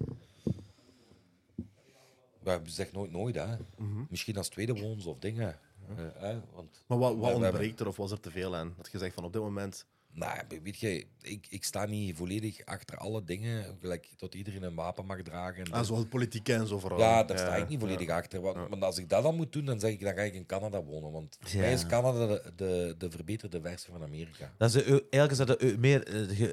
Maar zeg nooit nooit, hè. Mhm. Misschien als tweede woons of dingen. Hè? Want, Maar wat we hebben- ontbreekt er of was er te veel aan? Dat je zegt van op dit moment... nou, weet je, ik sta niet volledig achter alle dingen. Gelijk dat iedereen een wapen mag dragen. En Zoals politiek en zo vooral. ja, daar sta ik niet volledig achter. Want, Ja. want als ik dat dan moet doen, dan zeg ik, dan ga ik in Canada wonen. Want voor Ja. mij is Canada de verbeterde versie van Amerika. Dat is eigenlijk is dat meer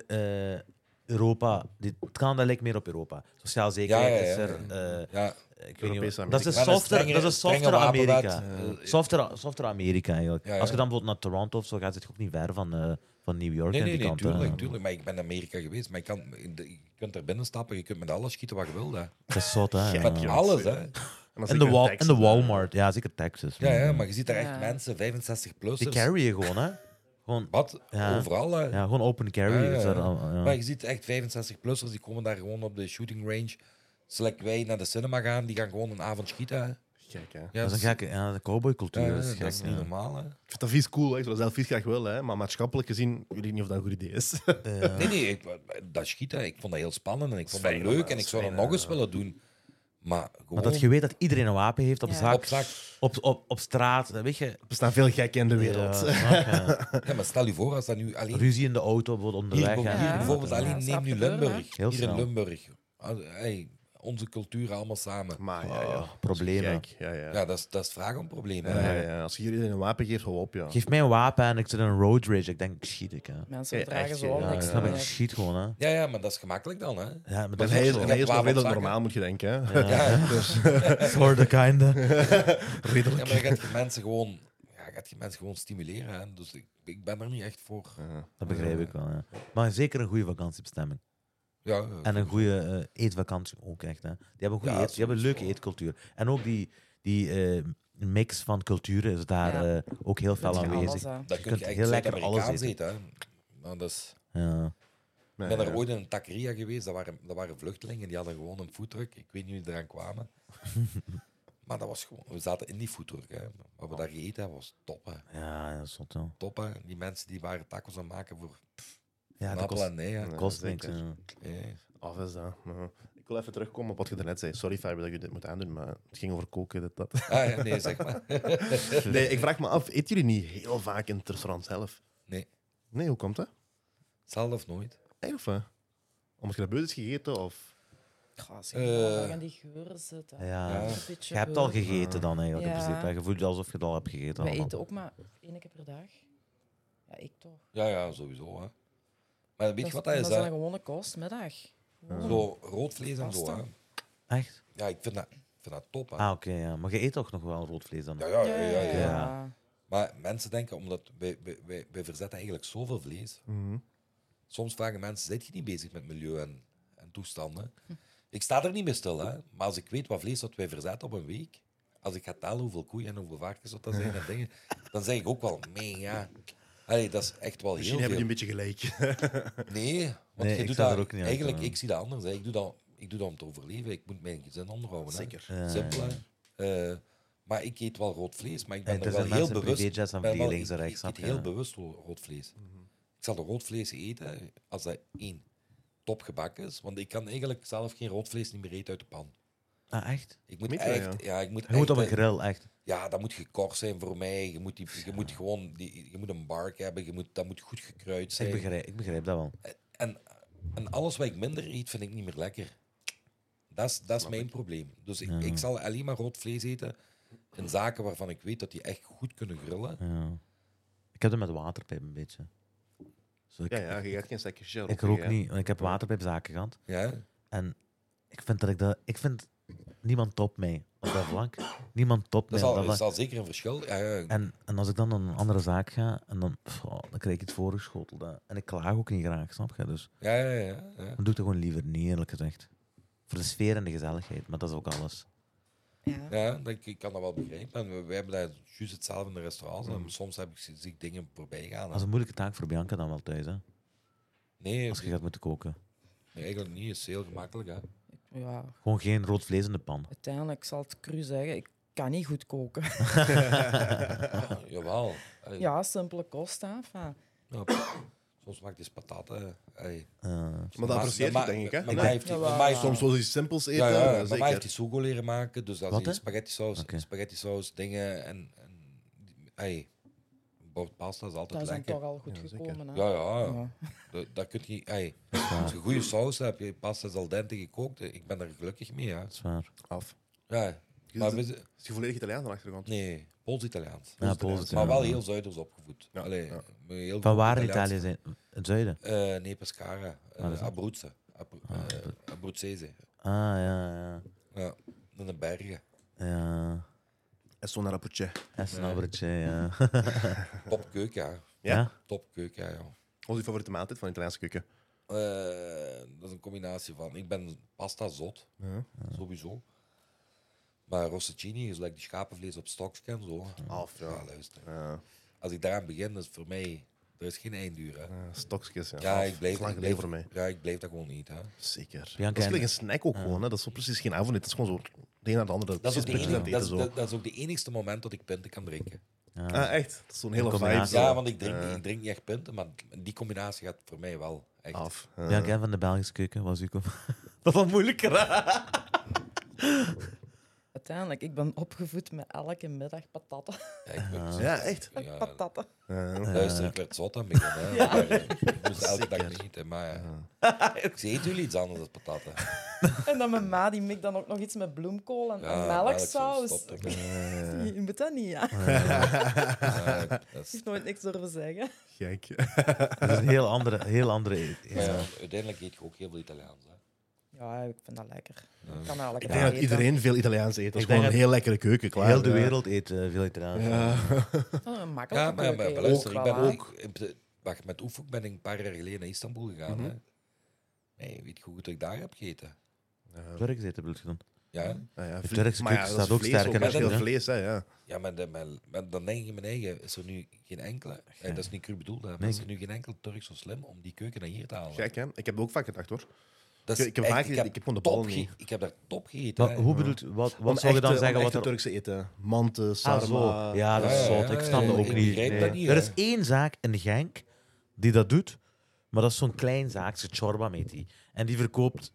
Europa. Canada lijkt meer op Europa. Sociaal zekerheid Ja, ja, is ja. er. Ja, Ik weet niet Europese wat- dat is een Amerika. softer, dat is een Strenge softer wapenwet. Amerika. Softer Amerika eigenlijk. Ja, ja. Als je dan bijvoorbeeld naar Toronto of zo gaat, zit je ook niet ver van New York en die kant. tuurlijk. Maar ik ben in Amerika geweest. Maar je kunt er binnen stappen, je kunt met alles schieten wat je wil. Hè. Dat is zot, hè? Ja, Met ja. alles, hè. En dan En zeker Texas, de Walmart, ja, zeker Texas. Ja, maar je ziet daar echt Ja. mensen, 65-plussers. Die carryen gewoon, hè? Gewoon, Wat? Ja. Overal, hè. ja, gewoon open carry. Ja, Is ja. er al- ja. Maar je ziet echt 65-plussers, die komen daar gewoon op de shooting range. Zoals wij naar de cinema gaan, die gaan gewoon een avond schieten. Hè. Gek, hè? Ja, Dat is een gekke de cowboycultuur. ja, dat is dat gek, is niet ja. normaal, hè. Ik vind dat vies cool, hè. Ik zou dat zelf vies graag willen, hè. Maar maatschappelijk gezien, weet ik niet of dat een goed idee is. Nee, dat schieten, ik vond dat heel spannend en ik vond dat fijn, leuk hè, en ik zou dat fijn, nog eens hè. willen doen. Maar gewoon Maar dat je weet dat iedereen een wapen heeft op Ja. zak, op zak. op straat, weet je. Er bestaan veel gekken in de wereld. Ja, snap je? Ja, maar stel je voor als dat nu alleen... Ruzie in de auto, bijvoorbeeld Hier, onderweg. hier Ja. bijvoorbeeld Ja, alleen dat neem nu gebeuren, Limburg. Heel Hier in snel. Limburg. Hey, onze cultuur allemaal samen. Maar ja. Problemen. Gek. Ja. Ja, dat is vraag om problemen. Ja, hè. ja. Als je iedereen een wapen geeft, hou op, ja. Geef mij een wapen en ik zit in een road rage. Ik denk, ik schiet ik. Hè. Mensen Ja, dragen echt, zo ja. al Ja, niks ik snap, ik meer. schiet gewoon. Hè. Ja, maar dat is gemakkelijk dan, hè. Ja, maar dat En is hij ook is, zo. en hij is nog wapen op redelijk zakken. normaal, moet je denken, hè. Ja. Ja, Sorta, kinda. ja, maar dan gaat je mensen gewoon stimuleren. Hè. Dus ik ben er niet echt voor. Dat begrijp ik wel. Ja. Maar zeker een goede vakantiebestemming. Ja, En een goede eetvakantie ook echt. Hè. Die hebben, goede Ja, die hebben een leuke sowieso. eetcultuur. En ook die mix van culturen is daar Ja. ook heel fel Dat je aanwezig. alles, hè. dat je kun kunt je echt heel lekker alles Zuid-Amerikaans eten. Hè. Nou, dat is... Ja. Ik ben er ooit in een taqueria geweest, dat waren vluchtelingen, die hadden gewoon een foodtruck. Ik weet niet hoe die eraan kwamen. Maar dat was gewoon... We zaten in die foodtruck, hè. Wat we daar gegeten hebben, was top, hè. Ja, dat is zot, ja. Top, hè. Die mensen die waren tacos aan het maken voor Ja, een dat appel kost, en nee, hè. Ja. kost niks. zeker. Ja. Nee. Af is dat. Ja. Ik wil even terugkomen op wat je daarnet zei. Sorry, Faber, dat je dit moet aandoen, maar het ging over koken, dit, dat. Ah ja, nee, zeg maar. Nee, ik vraag me af, eten jullie niet heel vaak in het restaurant zelf? Nee. Nee, hoe komt dat? Zelf of nooit. Echt of wat? Omdat je dat buiten is gegeten, of... Goh, als je wel Eh, aan die geuren zit. hè. Ja. Een beetje Je hebt al geur. gegeten dan eigenlijk in Ja. principe. hè. Je voelt je alsof je het al hebt gegeten. Wij allemaal. eten ook maar 1 keer per dag. Ja, ik toch. Ja, sowieso, hè. Maar weet je wat dat dat is, is dan hè? een gewone kost, middag. Gewoon. Zo rood vlees en zo, Pasta. hè. Echt? Ja, ik vind dat top, hè. Ah, oké. Ja. Maar je eet toch nog wel rood vlees dan? Ja. Maar mensen denken, omdat wij verzetten eigenlijk zoveel vlees. Soms vragen mensen, zit je niet bezig met milieu en toestanden? Ik sta er niet mee stil, hè. Maar als ik weet wat vlees dat wij verzetten op een week, als ik ga tellen hoeveel koeien en hoeveel varkens dat zijn en dingen, dan zeg ik ook wel, nee, ja. Allee, dat is echt wel Misschien heel hebben die veel. een beetje gelijk. Nee, want Nee, je ik doet sta dat er ook niet eigenlijk, achter, ik zie dat anders. Hè. Ik doe dat om te overleven. Ik moet mijn gezin onderhouden. Hè. Zeker. Ja, Simpel, hè. Maar ik eet wel rood vlees, maar ik ben En er er wel zijn heel mensen bewust. privéjets en ben wel- links en rechts, ik snap eet je? heel bewust rood vlees. Ik zal de rood vlees eten als dat 1 topgebak is. Want ik kan eigenlijk zelf geen rood vlees niet meer eten uit de pan. Ah, echt? Ik moet Weet echt... je, Ja, ik moet Je moet echt, op een grill, echt. Ja, dat moet gekort zijn voor mij. Je moet gewoon... Je moet een bark hebben. Dat moet goed gekruid zijn. Ik begrijp dat wel. En alles wat ik minder eet, vind ik niet meer lekker. Dat is mijn probleem. Dus ik zal alleen maar rood vlees eten in zaken waarvan ik weet dat die echt goed kunnen grillen. Ja. Ik heb dat met waterpijp een beetje. Zo, je gaat geen stekje ik rook niet, want ik heb waterpijpzaken gehad. Ja? En ik vind niemand topt mij op dat vlak. Niemand topt mij. Dat is al zeker een verschil. Ja. En als ik dan naar een andere zaak ga, en dan krijg ik het voorgeschoteld. Hè. En ik klaag ook niet graag, snap je? Dus Ja. dan doe ik het gewoon liever niet, eerlijk gezegd. Voor de sfeer en de gezelligheid, maar dat is ook alles. Ja. Ik kan dat wel begrijpen. En we hebben dat juist hetzelfde in de restaurants. En soms zie ik dingen voorbij gaan. Dat is een moeilijke taak voor Bianca dan wel thuis, hè? Nee, Als je gaat moeten koken. nee, eigenlijk niet. Het is heel gemakkelijk. Hè. Ja, Gewoon geen rood vlees in de pan. uiteindelijk zal het cru zeggen, ik kan niet goed koken. Jawel. Ja, simpele kost, hè. Enfin, Ja, soms maakt die patatten. Maar dat apprecieer je, denk ik, hè? Mama heeft Soms wel iets simpels eten. Mama zeker. heeft die sugo leren maken. Dus als Wat, die hè? spaghetti saus, dingen en een bord pasta is altijd dat is dan lekker. toch al goed Ja, zeker. gekomen. Hè. Ja. Dat kun je... Als je een goede saus hebt, je pasta is al dente gekookt. Ik ben er gelukkig mee. Hè. Dat is waar. Af. Ja. Maar Is je volledig Italiaans aan de achtergrond? nee, Pools-Italiaans. Ja, Pools-Italiaans. Maar wel heel Zuiders opgevoed. Ja, Allee, ja. heel Van goed waar in Italiaans. Italië zijn? Het zuiden? Nee, Pescara. dat is het. Abruzzo. Abruzzese. Ja. Ja, in de bergen. Ja. En zo naar een potje. Essenabbertje, ja. Topkeuken, ja. Ja? Topkeuken, ja. Wat is je favoriete maaltijd van de Italiaanse keuken? Dat is een combinatie van... Ik ben pasta zot, Ja. sowieso. Maar rossicini is like die schapenvlees op stokjes en zo. Af, ja. Luister. Ja. Als ik daaraan begin, is het voor mij... Er is geen einduur, hè. Stokjes, ja. Ja, Af. ik blijf, Dat is lang ik geleden blijf, voor mij. ja, ik blijf dat gewoon niet, hè. Zeker. Bianca, Dat is en- gelijk een snack ook gewoon. Hè. Dat is zo precies geen avondeten. Dat is gewoon zo de een naar de andere. Dat is, ook Precies de een beetje enige, aan het eten, zo. dat is ook de enigste moment dat ik punten kan drinken. Ja. Ah, echt? Dat is zo'n hele vibe. combinatie. zo. Ja, want ik drink niet echt punten, maar die combinatie gaat voor mij wel echt. Af. Bianca, en van de Belgische keuken, was u dat was moeilijker, hè? Uiteindelijk, ik ben opgevoed met elke middag patatten. Ja, ik ben- Ja, echt? ja, Patatten. luister, ik werd zot aan het begin. Hè. Ja. Maar, ik moest elke dag Zeker. eten. Maar ja. Ik zie jullie iets anders dan patatten. En dan mijn ma, die mikt dan ook nog iets met bloemkool en, Ja, en melksaus. stop er. Je moet dat niet, ja. Ja, dat Ik is- heb nooit niks durven zeggen. Gek. Dat is een heel andere... maar ja, uiteindelijk eet je ook heel veel Italiaans. Hè. Ja, ik vind dat lekker. Ik kan elke Ik dag denk dat eten. iedereen veel Italiaans eet. Dat is Ik gewoon denk een heel lekkere keuken, klaar. Heel de Ja. wereld eet veel Italiaans. Ja. Oh, een makkelijke Ja, maar keuken, luister, ik ben voilà. ook... Wacht, met Oefok ben ik een paar jaar geleden naar Istanbul gegaan. Hè. Nee, weet je hoe goed ik daar heb gegeten? Turks eten, bedoel je dan? Ja. De Turkse Maar ja, keuken dat is staat ook vlees sterker Dat is in heel hè? vlees, hè, ja. Ja, maar dan denk je mijn eigen, is er nu geen enkele, en dat is niet cru bedoeld, hè, maar Nee. is er nu geen enkel Turk zo slim om die keuken naar hier te halen? Gek, hè? Ik heb het ook vaak gedacht, hoor. Dat Ik heb echt- vaak gegeten, ik heb gewoon de ballen niet. Ik heb daar top gegeten. Maar hè. hoe bedoelt... Wat Om zou je dan echte- zeggen om wat echte er... Turkse eten. Manten, Ah, sarma. zo. Ja, dat is Ja, zot. ja, Ik snap ja, dat ook ik niet. begrijp dat niet, Er hè. is één zaak in Genk die dat doet, maar dat is zo'n klein zaakje, Chorba heet die. En die verkoopt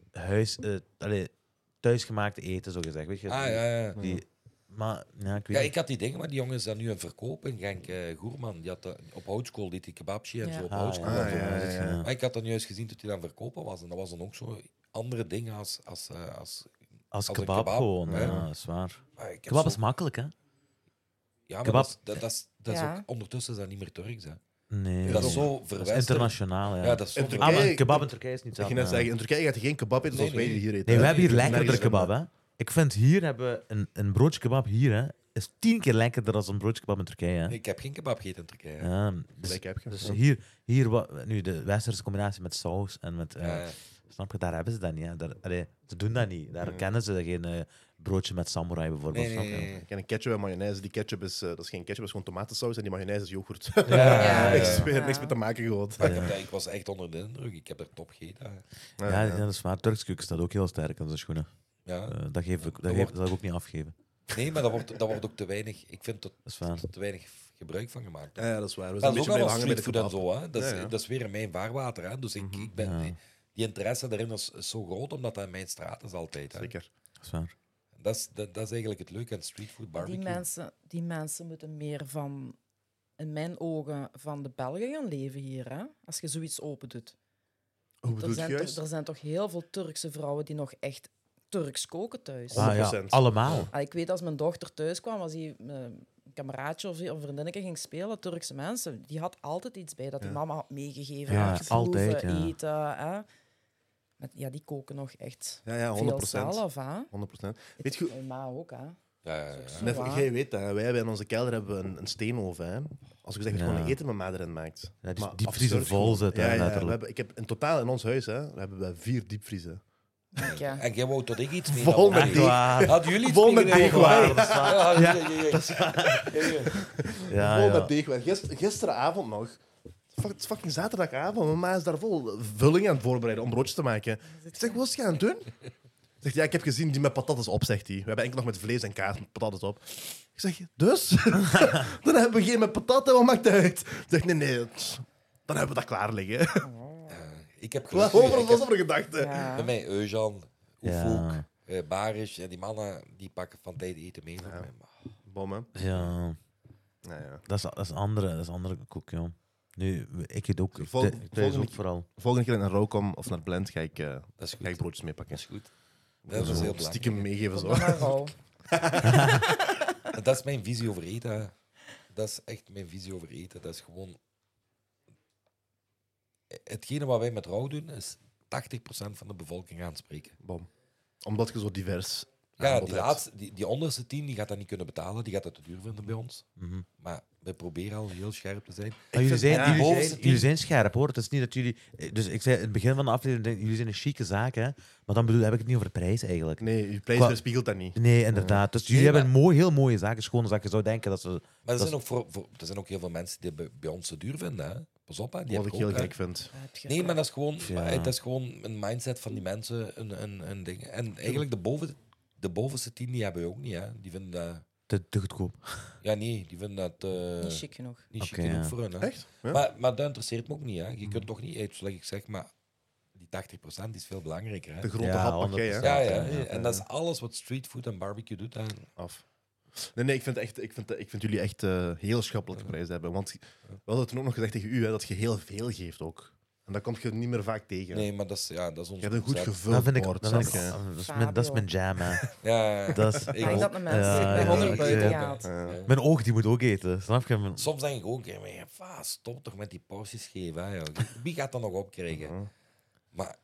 thuisgemaakte eten, zo gezegd. Weet je? Ja. Die, maar, ja, ik weet Ja, niet. ik had die dingen, maar die jongen is dan nu aan het verkopen in Genk. Goerman, die had op houtskool, die kebabje en Ja. zo op Ah, houtskool. ja, en zo. ja, ja. Maar ik had dan juist gezien dat hij aan het verkopen was. En dat was dan ook zo andere dingen als Als een kebab kebab, gewoon, hè. ja, dat is waar. maar ik heb Kebab zo- is makkelijk, hè? Ja, maar kebab- dat is Ja. ook ondertussen is dat niet meer Turks. Hè. Nee, Dat is nee. zo Dat is verwesterd. internationaal, ja. Ja, dat is zo In Ah, Turkije- maar een kebab in Turkije is niet Ik zo. ging net zeggen, in Turkije gaat je geen kebab eten zoals Nee, wij nee. die hier eten. Nee, we hebben hier Dat is lekkerder nergens kebab, hè? Ik vind hier hebben een broodje kebab hier, hè, is 10 keer lekkerder dan een broodje kebab in Turkije, hè? Ik heb geen kebab gegeten in Turkije. hè. Ja, dus, Gelijk heb je. dus Ja. hier nu de westerse combinatie met saus en met... Ja. Snap je, daar hebben ze dat niet. Hè. Ze doen dat niet. Daar kennen ze geen broodje met samurai bijvoorbeeld. Nee, snap je? nee. Ik ken een ketchup en mayonaise. Die ketchup is, dat is geen ketchup, dat is gewoon tomatensaus. En die mayonaise is yoghurt. Ja. Niks Ja. meer, niks meer te maken gewoon. Maar ik was echt onder de indruk. Ik heb er top gegeten. hè. Ja, dat is waar. Turks keuken staat ook heel sterk in zijn schoenen. Ja. Dat zal ik ook niet afgeven. Nee, maar dat wordt ook te weinig. Ik vind dat Dat is waar. te weinig gebruik van gemaakt. Ja, dat is waar. We dat zijn is een ook beetje al blijven hangen bij de streetfood en kebab. zo. Hè. Dat is weer in mijn vaarwater. Hè. Dus ik ben, die interesse daarin is zo groot, omdat dat in mijn straat is altijd. Hè. Zeker. Dat is waar. Dat is eigenlijk het leuke aan streetfood barbecue. Die mensen moeten meer van, in mijn ogen, van de Belgen gaan leven hier. Hè? Als je zoiets open doet. Hoe bedoel je juist? Er zijn toch heel veel Turkse vrouwen die nog echt Turks koken thuis. 100%. Allemaal. Ik weet als mijn dochter thuis kwam, als hij een kameraadje of een vriendinnetje ging spelen, Turkse mensen, die had altijd iets bij dat die mama had meegegeven. Ja, Proeven, altijd, eten. Hè. Die koken nog echt Ja, 100%. veel zelf. Hè. 100%. Weet je, Mijn ma ook. Hè. Ja. jij weet dat, wij hebben in onze kelder hebben een steenoven. Hè. Als ik zeg, gewoon een eten mijn ma erin maakt. Ja, die Maar diepvriezer absurd vol goed. zit. Ik heb in totaal in ons huis, we hebben 4 diepvriezen. Ja. En jij wou tot ik iets mee Vol nam. met deeg. Hadden jullie iets Vol met meegenomen? deegwaren. Ja, Vol met deegwaren. Gisteravond nog. Het is fucking zaterdagavond. Mijn ma is daar vol vulling aan het voorbereiden om broodjes te maken. Ik zeg, wat is je aan het doen? Zegt, ja, ik heb gezien die met patates op, zegt hij. We hebben enkel nog met vlees en kaas met patates op. Ik zeg, dus? Dan hebben we geen met pataten, wat maakt het uit? Zegt, nee, dan hebben we dat klaar liggen. Ik heb Wat geluk. was over gedachten? Ja. Bij mij, Eujan, Ja. Oefoek, Barish, die mannen die pakken van tijd eten mee. Ja. Ja. Bom, hè? Ja, Ja. dat is andere koek, ja. Nu, ik eet ook. Thuis ook vooral. Volgende keer naar Rauwkom of naar Blend ga ik Dat is goed. broodjes meepakken. Dat is goed. Dat is heel belangrijk. Stiekem meegeven zo. Kom maar gauw. Dat is mijn visie over eten. Hè. Dat is echt mijn visie over eten. Dat is gewoon... Hetgene wat wij met Rauw doen, is 80% van de bevolking aanspreken. Bom. Omdat je zo divers Ja, aanbod die, hebt. laatste, die onderste 10 die gaat dat niet kunnen betalen. Die gaat dat te duur vinden bij ons. Mhm. Maar wij proberen al heel scherp te zijn. Maar jullie zijn, ja, jullie, bovenste zijn, team- jullie zijn scherp, hoor. Het is niet dat jullie... Dus ik zei in het begin van de aflevering, jullie zijn een chique zaak, hè. Maar dan heb ik het niet over prijs, eigenlijk. Nee, je prijs Qua- weerspiegelt dat niet. Nee, inderdaad. Dus jullie Nee, hebben heel mooie zaken. Schoon dat je zou denken dat ze... Maar er Dat zijn, ook er zijn ook heel veel mensen die het bij ons te duur vinden. Hè. Pas op, hè. Die Wat heb ik ik heel ook, hè. gek vind. Nee, maar dat is gewoon, Ja. dat is gewoon een mindset van die mensen. Een ding. En eigenlijk de bovenste 10 die hebben we ook niet. Hè. Die vinden dat... Te goedkoop. Ja, nee, die vinden dat Niet chic genoeg. niet chic Oké, genoeg ja. voor hun. Hè. Echt? Ja. Maar dat interesseert me ook niet. Hè. Je kunt toch niet eten, zoals ik zeg, maar die 80% is veel belangrijker. Hè. De grote Ja, hap pak jij, hè? 100%. Ja, Ja. en dat is alles wat streetfood en barbecue doet. Hè. Af. Nee, ik vind jullie echt heel schappelijke prijzen hebben. Want we hadden toen ook nog gezegd tegen u hè, dat je heel veel geeft ook. En dat komt je niet meer vaak tegen. Nee, maar dat is ons Je hebt een goed concept. gevuld Dat vind ik... bord, Dat, vind snap ik je? dat is mijn jam, hè. Ja, Dat is- ik Ik denk ook. dat de mensen Ja, bij ja, 100 oké. buiten Ja. gaat. Ja. Mijn oog die moet ook eten, snap je? Soms denk ik ook, stop toch met die porties geven. Hè, joh. Wie gaat dat nog opkrijgen? Ja. Maar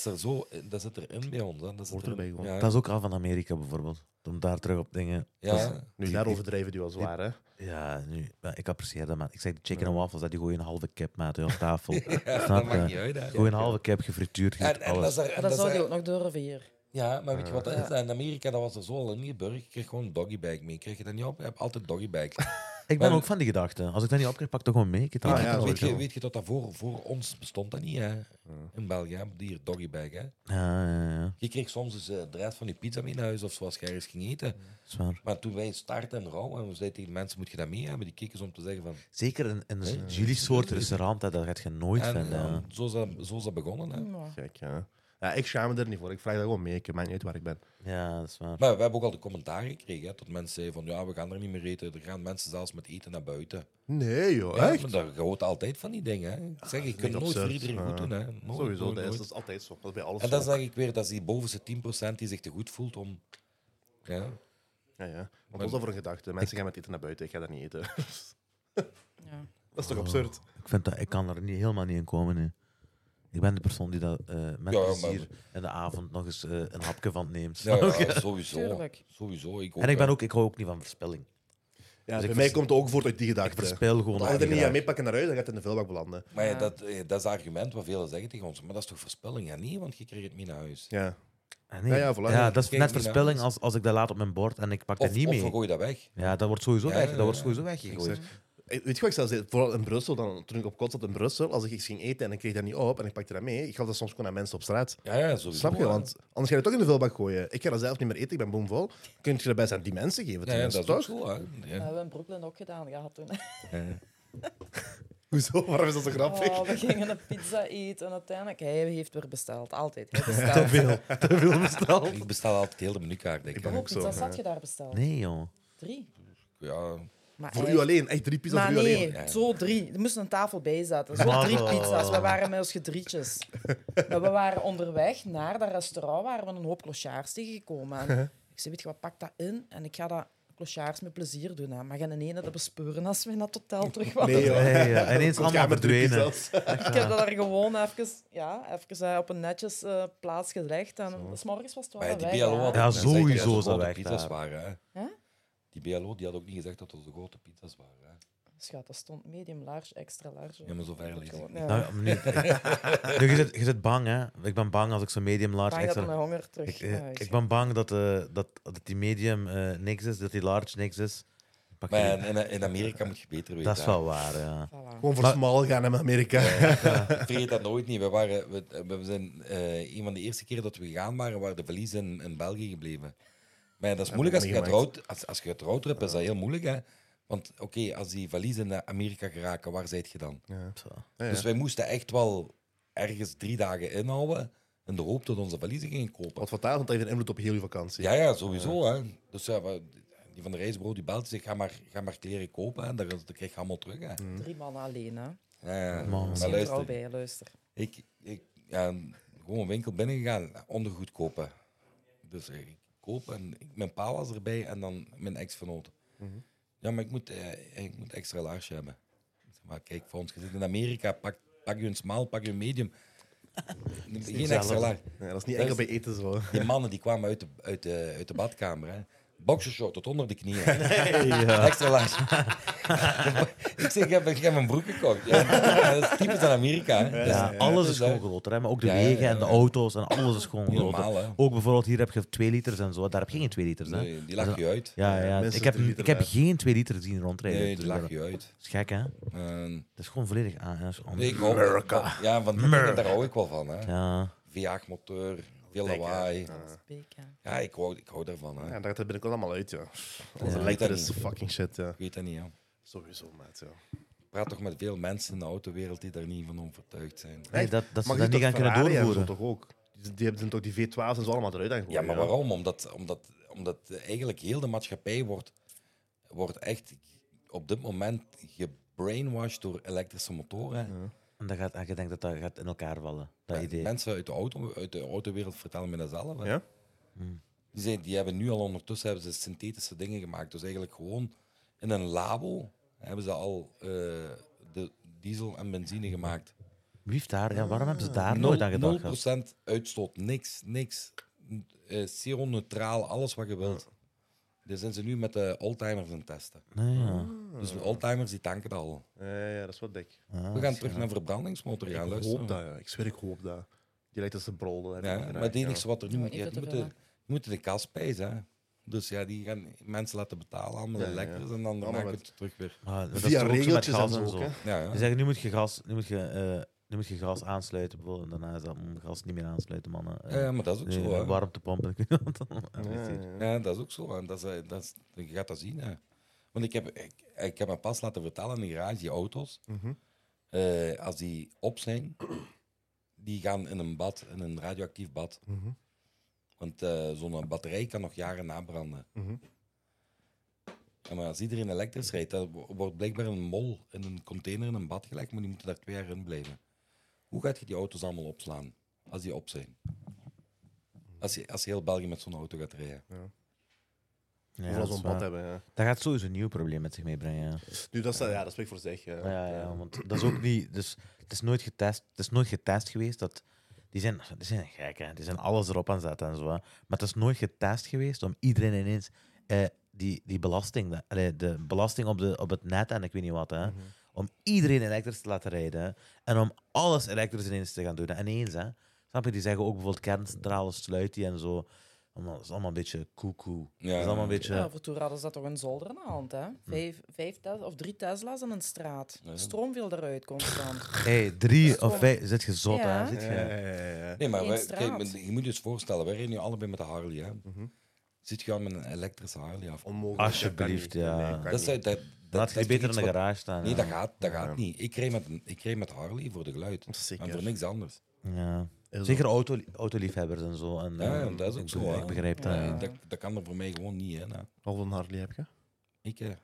dat zit erin bij ons. Hè. Dat zit Hoort erbij erin. gewoon. Ja. Dat is ook al van Amerika, bijvoorbeeld. Om daar terug op dingen... Ja. Nu, daar overdrijven die wel zwaar, hè? Ja, nu, ja, ik apprecieer dat, man. Ik zeg, de chicken en waffles, die gooien een halve kip, maat, op tafel. Ja, dat Snap maakt je? niet uit. Hè. Gooi een halve kip, gefrituurd, je En, ziet en dat alles. is er, en Dat dat zou is je er- ook nog durven hier. Ja, maar weet je wat dat is? Ja. In Amerika dat was er zo al in Nieburg. Je kreeg gewoon een doggybag mee. Krijg je dat niet op? Je hebt altijd doggybags. Ik ben maar- ook van die gedachte. Als ik dat niet opkrijg, pak ik toch gewoon mee. Ik eet dat Ah, ook ja, wel. sowieso. weet je dat dat voor ons bestond dat niet, hè? In België, hè? Die doggybag, hè? Ja. Je kreeg soms dus de rest van je pizza mee naar huis of zoals je ergens ging eten. Zwaar. Maar toen wij startten in Rauw en we zeiden tegen mensen, moet je dat mee hebben? Die keken zo om te zeggen van... Zeker in jullie soort restaurant, hè, dat gaat je nooit En vinden. Ja. zo is dat begonnen, hè? Ja. Kijk, ja. Ja, ik schaam me er niet voor. Ik vraag dat gewoon mee. Ik maakt niet uit waar ik ben. Ja, dat is waar. Maar we hebben ook al de commentaar gekregen, hè, dat mensen zeiden van, ja, we gaan er niet meer eten. Er gaan mensen zelfs met eten naar buiten. Nee, joh. Ja, Echt? maar dat hoort altijd van die dingen, hè. Ik zeg, je kunt niet nooit absurd. voor iedereen goed doen, hè. Nooit, Sowieso, nooit, dat nooit. is altijd zo. Dat is bij alles En dan zo. zeg ik weer, dat is die bovenste 10% die zich te goed voelt om... Ja. Ja. Wat was dat voor een gedachte? Mensen gaan met eten naar buiten. Ik ga dat niet eten. Ja. Dat is toch absurd? Ik kan er helemaal niet in komen. Nee. Ik ben de persoon die dat met Ja, plezier in de avond nog eens een hapje van neemt. Ja, sowieso. Tuurlijk. Sowieso. Ik ook, En hè. ik hou ook niet van verspilling. Ja, Dus bij ik mij vers- komt het ook voort uit die Ik gedachte. verspil gewoon. Als je er niet graag. aan meepakken naar huis, dan gaat het in de vuilbak belanden. Maar ja, Ja. dat is het argument wat velen zeggen tegen ons. Maar dat is toch verspilling? Ja, niet, want je krijgt het mee naar huis. Ja. Ah, nee. Ja, voilà. Ja, dat is Kijk net niet verspilling naar als ik dat laat op mijn bord en ik pak dat Of, niet of mee. we gooien dat weg. Ja, dat wordt sowieso Ja, weg. ja, Dat wordt ja. sowieso Ik weggegooid. zeg, Weet je wat ik zelf zei? Vooral in Brussel, toen ik op kot zat in Brussel, als ik iets ging eten en ik kreeg dat niet op en ik pakte dat mee, ik gaf dat soms gewoon aan mensen op straat. Ja, sowieso. Snap je? Want anders ga je het toch in de vuilbak gooien. Ik ga dat zelf niet meer eten, ik ben boomvol. Kun je dat best aan die mensen geven? Ja, dat is toch? ook zo. Hè? Dat hebben we in Brooklyn ook gedaan gehad toen. Hoezo? Waarom is dat zo grappig? Oh, we gingen een pizza eten en uiteindelijk... Hij heeft weer besteld. Altijd. Hij bestelt. Te veel besteld. Ik bestel altijd heel de menukaart. Ik ben Hoeveel ook zo. pizza's had je daar besteld? Nee, joh. 3. Ja, Maar Voor hij- u alleen. Echt 3 pizza's Maar voor u nee, alleen. Ja. zo 3. Er moest een tafel bij zetten. Zo Maar 3 zo. pizza's. We waren met ons gedrietjes. Maar we waren onderweg naar dat restaurant waar we een hoop clochards tegengekomen. En ik zei, weet je wat, pak dat in en ik ga dat clochards met plezier doen. Hè. Maar geen ene dat bespeuren als we in dat hotel terug waren. Nee, joh. En ineens Want jij allemaal met 3 verdwenen. pizza's. Ik heb dat er gewoon even op een netjes plaats gelegd. En 's morgens was het wel maar die weg, BLO hè. had Ja, ook niet gezegd sowieso dat het zo is dat grote weg pizza's daar. waren. Hè? Hè? Die BLO die had ook niet gezegd dat het zo grote pizza's waren. Hè? Schat, dat stond medium large, extra large. Ja, maar zo ver lees ik niet. Ja. Nou, nu, je zit bang, hè? Ik ben bang als ik zo'n medium large Bang dat extra... hij met honger terug naar huis Ik gaat. ben bang dat die medium niks is, dat die large niks is. Pak je Maar die- in Amerika moet je beter weten. dat is wel waar, ja. Voilà. Gewoon voor Maar- smal gaan in Amerika. Vergeet dat nooit niet. We zijn een van de eerste keren dat we gegaan waren de verliezen in België gebleven. Maar ja, dat is moeilijk als je gaat als je gaat roadtrippen, is dat heel moeilijk. Hè? Want oké, als die valiezen naar Amerika geraken, waar zijt je dan? Zo. Ja. Dus wij moesten echt wel ergens 3 dagen inhouden in de hoop dat onze valiezen gingen kopen. Wat fataal, want dat heeft een invloed op heel je vakantie. Ja, sowieso. Hè. Dus ja, die van de reisbureau die belt, zegt, ga maar kleren kopen. Hè. Dan krijg je allemaal terug. Hè. 3 mannen alleen, hè. Ja, Man. maar Geen vrouw luister, bij, luister. ik gewoon een winkel binnengegaan, ondergoed kopen. Dus ik koop en mijn pa was erbij en dan mijn ex-vernoot. Ja, maar ik moet extra large hebben. Ik zeg, maar kijk, voor ons gezin in Amerika, pak je een small, pak je een medium. Geen extra large. Ja, dat is niet enkel bij eten zo. Die mannen die kwamen uit de badkamer. Hè. Boxershort tot onder de knieën. Ja. Extra large. Ik zeg, ik heb een broek gekocht. Ja, dat is typisch aan Amerika. Hè. Ja, alles is gewoon groter, hè? Maar ook de Ja, wegen ja, en de ja. auto's en alles is gewoon Niet groter. normaal, hè. Ook bijvoorbeeld hier heb je 2 liters en zo. Daar heb je geen 2 liters, hè? Nee, die lach je uit. Ja. Minstens Ik heb, 3 liter ik heb daar. geen 2 liter zien rondrijden. Nee, Dus die lach dat je uit. is gek, hè? En, Het is gewoon volledig aan. Ja, is gewoon- nee, ik hou, ja, van die dingen, daar hou ik wel van. Hè. Ja. V8-motor, veel lawaai. Speak, hè. Ja, ik hou daarvan. Hè. Ja, daar gaat het binnenkort allemaal uit, ja. Als Ja, elektrisch dat is niet. fucking shit, ja. Ik weet dat niet, ja. Sowieso, maat, ja. Ik praat toch met veel mensen in de autowereld die daar niet van overtuigd zijn. Nee, dat ze Maar dat niet gaan kunnen doorvoeren. toch ook? Die hebben toch die V12's en zo allemaal eruit aan Ja, gegooid, maar waarom? Omdat eigenlijk heel de maatschappij wordt echt op dit moment gebrainwashed door elektrische motoren. En je denkt dat dat gaat in elkaar vallen, dat Ja, idee. mensen uit de autowereld vertellen me dat zelf. Hè. Ja? Die hebben nu al ondertussen hebben ze synthetische dingen gemaakt. Dus eigenlijk gewoon in een labo hebben ze al de diesel en benzine gemaakt. Lief daar, ja, waarom hebben ze daar nooit aan gedacht? gast? 0% uitstoot, niks. CO-neutraal, alles wat je wilt. Daar zijn ze nu met de oldtimers aan het testen. Nee, ja. Dus de oldtimers die tanken dat al. Ja, dat is wat dik. Ah, We gaan terug naar verbrandingsmotor gaan Ik luisteren. hoop dat, ja. Ik zweer, ik hoop dat. Die lijkt als een brol. Ja, maar het enige wat er nu Ja, moet, niet je te veel, moeten de kas pijzen. Hè. Dus ja, die gaan mensen laten betalen, allemaal Ja, ja. elektrisch, en dan Allemaal maken we met- het terug weer. Ah, dat is Via toch ook zo met regeltjes gas en zo en ook, zo. hè. Ja, ja. Die zeggen, nu moet je gas aansluiten, bijvoorbeeld. En daarna is dat gas niet meer aansluiten, mannen. Ja, maar dat is ook zo. Hè. Warmtepompen, ik weet niet wat dan. Ja, dat is ook zo. En je gaat dat zien. Hè. Want ik heb me pas laten vertellen in de garage, die auto's, als die op zijn, die gaan in een bad, in een radioactief bad. Want zo'n batterij kan nog jaren nabranden. Ja, maar als iedereen elektrisch rijdt, dan wordt blijkbaar een mol in een container in een bad gelegd, maar die moeten daar 2 jaar in blijven. Hoe gaat je die auto's allemaal opslaan als die op zijn? Als je heel België met zo'n auto gaat rijden. Ja, Overal dat is zo'n bad waar. hebben, ja. Dat gaat sowieso een nieuw probleem met zich meebrengen. Ja. Nu, dat spreekt voor zich. Ja. Ja, want dat is ook niet. Dus het is nooit getest. Het is nooit getest geweest dat. Die zijn gek, hè. Die zijn alles erop aan zetten en zo. Hè. Maar het is nooit getest geweest om iedereen ineens die belasting, de belasting op het net en ik weet niet wat, hè, om iedereen elektrisch te laten rijden hè, en om alles elektrisch ineens te gaan doen. Hè. Ineens, hè. Snap je? Die zeggen ook bijvoorbeeld kerncentrales sluit die en zo. Dat is allemaal een beetje koekoe. Ja. Dat is allemaal een beetje... Ja, voor toen hadden ze dat toch een zolder aan de hand, hè? 3 Tesla's in een straat. Ja. Stroom viel eruit constant. 3 of 5... Zit je zot, Ja. hè? Zit je... Ja. Nee, maar Eén kijk, straat. je moet je eens voorstellen, wij rijden nu allebei met de Harley. Hè. Mhm. Zit je aan met een elektrische Harley af? Onmogelijk. Alsjeblieft, dat kan niet. ja. Nee, kan Dat is, niet. dat Laat je is beter in iets de wat- garage staan. Nee, ja. dat gaat niet. Ik reed met Harley voor de geluid. Zeker. En voor niks anders. Ja. Is Zeker autoliefhebbers en zo. En, Ja, dat is ook ik zo. be- hè. Ik begrijp dat. Ja. Ja. Dat kan er voor mij gewoon niet. Hè, nou. Wat voor een Harley heb je? Ik,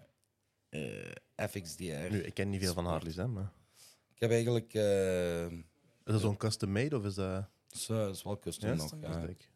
FXDR. Nu, ik ken niet veel van Harleys, hè, maar... Ik heb eigenlijk... Is dat zo'n custom-made of is dat... dat is wel custom Ja, nog. custom, Ja. Dat is dik.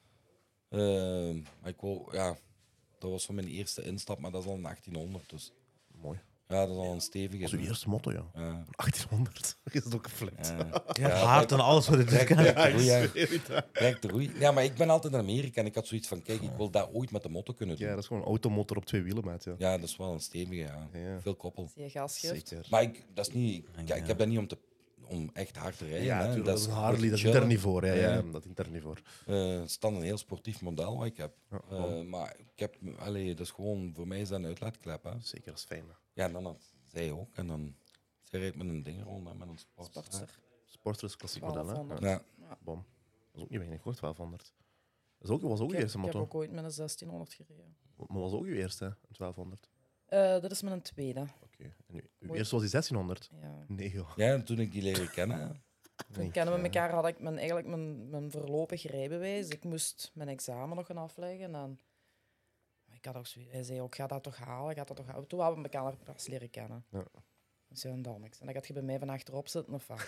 Maar ik wou, ja, dat was van mijn eerste instap, maar dat is al een 1800. Dus Mooi. ja, dat is al een stevige. Dat is uw eerste motto, ja. Ja. 1800. Is het ook geflipt? Ja, haard en alles wat het is. Direct de roei, Ja, ja. ik zweer het, hè. Direct de roei. Ja, maar ik ben altijd in Amerika en ik had zoiets van, kijk, ik wil dat ooit met de motto kunnen doen. Ja, dat is gewoon een automotor op 2 wielen, maat. Ja. Ja, dat is wel een stevige, ja. Ja. Veel koppel. Zie je gasgeeft? Zeker. Maar dat is niet, ik heb dat niet om echt hard te rijden. Ja, hè. natuurlijk. Dat is een Harley, dat chill. dient er niet voor. Ja, ja. Ja. Dat dient er niet voor. Het is dan een heel sportief model wat ik heb. Ja, Maar ik heb, dat is gewoon, voor mij is dat een uitlaatklep. Hè. Zeker, dat is fijn. Hè. Ja, en dan had zij ook. En dan, zij rijdt met een ding rond, hè, met een Sportster. Sportster. Sportster is klassiek model, hè. 1200. Ja. Bom. Dat is ook niet weinig, hoor, 1200. Dat was ook Ik uw eerste heb motto. ook ooit met een 1600 gereden. Maar was ook uw eerste, een 1200. Dat is met een tweede. Oké. En uw Mooi. eerste was die 1600? Ja. Nee, joh. Ja, en toen ik die leren kennen. Toen kennen we elkaar, had ik eigenlijk mijn voorlopig rijbewijs. Ik moest mijn examen nog gaan afleggen. En ik had ook zoiets, hij zei ook, ga dat toch halen, ga dat toch halen. Toen hadden we elkaar pas leren kennen. Ja. Dus ja, en dan niks. En dan gaat je bij mij van achterop zitten of wat?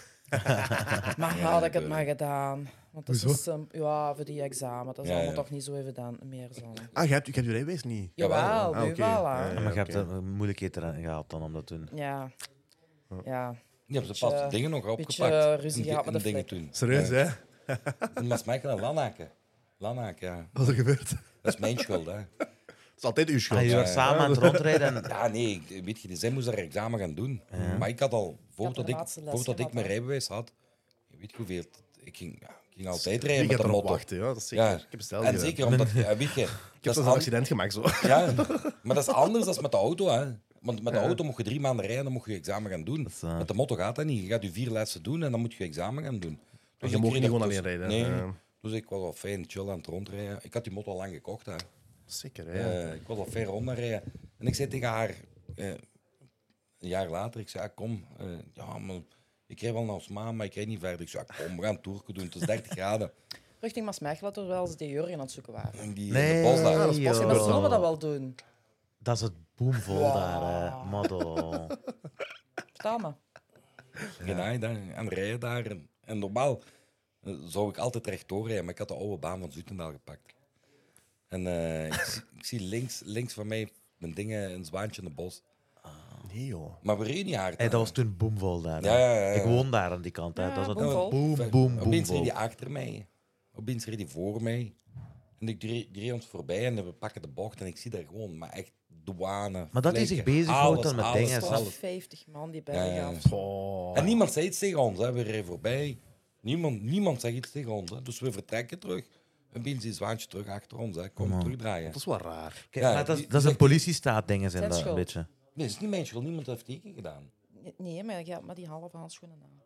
Maar had ik het maar gedaan. Want dat Hoezo? is ja, voor die examen. Dat is Ja, allemaal ja. toch niet zo evident meer. Zo. Ah, je hebt je rijbewijs niet? Jawel, Ah, nu oké. wel. Ja, Hè. ja. Maar je hebt oké. een moeilijkheid erin gehad dan om dat te doen. Ja. Ja. Die hebben ze pas Beetje- de dingen nog beetje, opgepakt. ruzie En gehad met de dingen flik. toen. Serieus, hè? In Maasmechelen en Lanaken. Lanaken, ja. Wat is er gebeurd? Dat is mijn schuld, hè. Dat is altijd uw schuld. Ah, je was samen aan het rondrijden en... Ja, nee, weet je, zij moest haar examen gaan doen. Maar ik had al, voordat de ik, laatste les voordat ik gehad, mijn hè. rijbewijs had, je weet hoeveel, ik ging altijd Je rijden met gaat de erop motor. wachten, ja. Dat is zeker. Ja. Ik heb besteld. En zeker omdat, ja, weet je, Ik heb dat is zelfs een accident gemaakt, zo. ja, maar dat is anders dan met de auto, hè. Want met de auto mocht je 3 maanden rijden, dan mocht je je examen gaan doen. is, Met de motor gaat dat niet. Je gaat je 4 lessen doen en dan moet je je examen gaan doen. Dus Je ik mocht reed niet er gewoon dus- alleen rijden. Nee, Ja. dus ik was al fijn chill aan het rondrijden. Ik had die motor al lang gekocht, hè. Zeker, hè. Ik was al ver rondrijden. En ik zei tegen haar, een jaar later, ik zei, ah, kom, ja, maar ik rijd wel naar Osmaan, maar ik rijd niet verder. Ik zei, ah, kom, we gaan een toerke doen. Het is 30 graden. Richting Maasmechelen, terwijl ze die Jurgen aan het zoeken waren. En die Nee, de bos daar. dat is pas- Ja, maar zullen we dat wel doen? Dat is het boomvol Wow. daar, hè. Model. Vertel me. Genaaid, hè, en rijden daar. En normaal zou ik altijd rechtdoor rijden, maar ik had de oude baan van Zoetendaal gepakt. En ik zie links van mij mijn dingen, een zwaantje in het bos. Nee, joh. Maar we reden niet hard. Hey, hè. dat was toen boomvol daar. hè. Ja. Ik woon daar aan die kant. Hè. Ja, Dat was boomvol. boom, Opeens reed boomvol. hij achter mij. Opeens reed hij voor mij. En ik reed ons voorbij en we pakken de bocht en ik zie daar gewoon, maar echt douane. Maar dat hij vlekken, zich bezighoudt alles, dan met alles, dingen, Er is waren alles. 50 man die Ja, bij ja. gaf. Oh. En niemand zei iets tegen ons, hè. We reden voorbij. Niemand zegt iets tegen ons. Hè. Dus we vertrekken terug. En opeens die zwaantje terug achter ons. Hè. Kom terugdraaien. Dat is wel raar. Kijk, Ja, maar dat die- is een zegt- politiestaat dingen zijn Zijn dat een schuld. beetje. Nee, dat is niet mijn schuld. Niemand heeft teken gedaan. Nee, maar je had maar die halve handschoenen aan.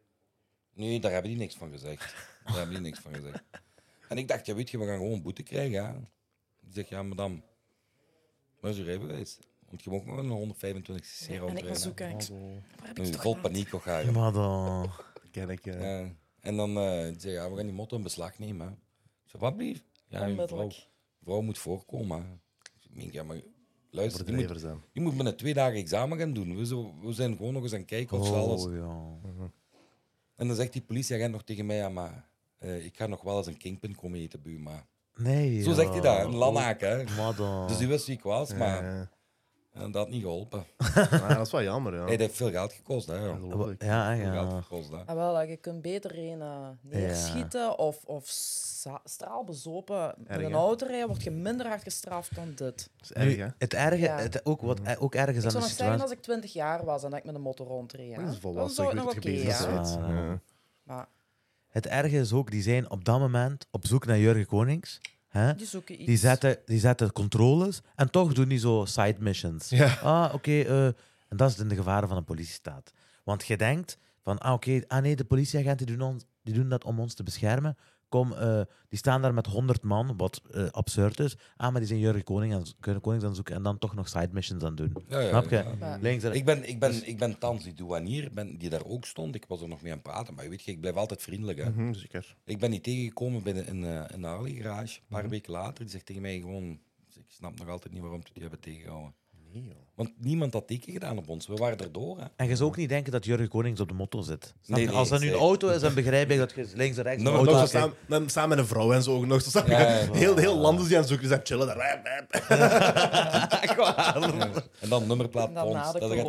Nee, daar hebben die niks van gezegd. Daar hebben die niks van gezegd. En ik dacht, ja, weet je, we gaan gewoon boete krijgen. Hè. Ik zeg, ja, madame, waar is uw rijbewijs? Want je mag nog een 125 cc En ik rondrijden. was zoeken. Waar heb ik Nu, het vol toch paniek ook gaan. Maar dan... Ken ik. Ja. En dan zei ja, we gaan die motto in beslag nemen. Hè. Ik zei, wat blief? Ja, uw onmiddellijk? vrouw moet voorkomen. Hè. Ik denk, ja, maar luister, Voor de je moet, drijver zijn. je moet binnen 2 dagen examen gaan doen. We zijn gewoon nog eens aan het kijken of ze alles... Oh, ja. En dan zegt die politieagent nog tegen mij, ja, maar ik ga nog wel eens een kingpin komen eten bij u, maar... Nee, Zo ja. zegt hij dat, een lanaken, hè. Maar dan... Dus die wist wie ik was, maar Ja. dat had niet geholpen. Ah, dat is wel jammer, ja. Hey, dat heeft veel geld gekost, hè. Ja. Geloof ik. Ja, Veel geld ja. gekost, hè. Ah, wel, je kunt beter een neerschieten of straalbezopen. Met Erg, een hè? auto rijden word je minder hard gestraft dan dit. Dat is erg, hè. Het erge, Ja. wat ook erg is Ik aan zou de nog zeggen situatie... als ik 20 jaar was en dat ik met een motor rondreed. Dat is Dan volwassen. zou Ik het weet nog dat je oké, bezig ja. bent. Ja. Ja. Maar Het erge is ook, die zijn op dat moment op zoek naar Jurgen Konings. Hè? Die zoeken iets. Die zetten controles en toch doen die zo side missions. Ja. Oké, en dat is in de gevaren van een politiestaat. Want je denkt van, nee, de politieagenten die doen dat om ons te beschermen. Kom, die staan daar met 100 man, wat absurd is. Maar die zijn Jurgen Konings aan het zoeken en dan toch nog side missions aan doen. Snap je? Ja. Links, Ik ben thans die douanier die daar ook stond. Ik was er nog mee aan het praten, maar weet je, ik blijf altijd vriendelijk. Hè. Zeker. Ik ben niet tegengekomen binnen een Harley garage. Een paar weken later, die zegt tegen mij gewoon... Ik snap nog altijd niet waarom die hebben tegengehouden. Nee, joh. Want niemand had teken gedaan op ons. We waren erdoor. Hè. En je zou ook niet denken dat Jurgen Konings op de motto zit. Nee, Als dat nu een auto is, dan begrijp ik dat je links en rechts... No, een auto Nog zo hebt. samen met een vrouw en zo ook nog. Zo, heel land is die aan het zoeken, die zijn chillen daar. En dan nummerplaat En dan Pons. na de Dat gaat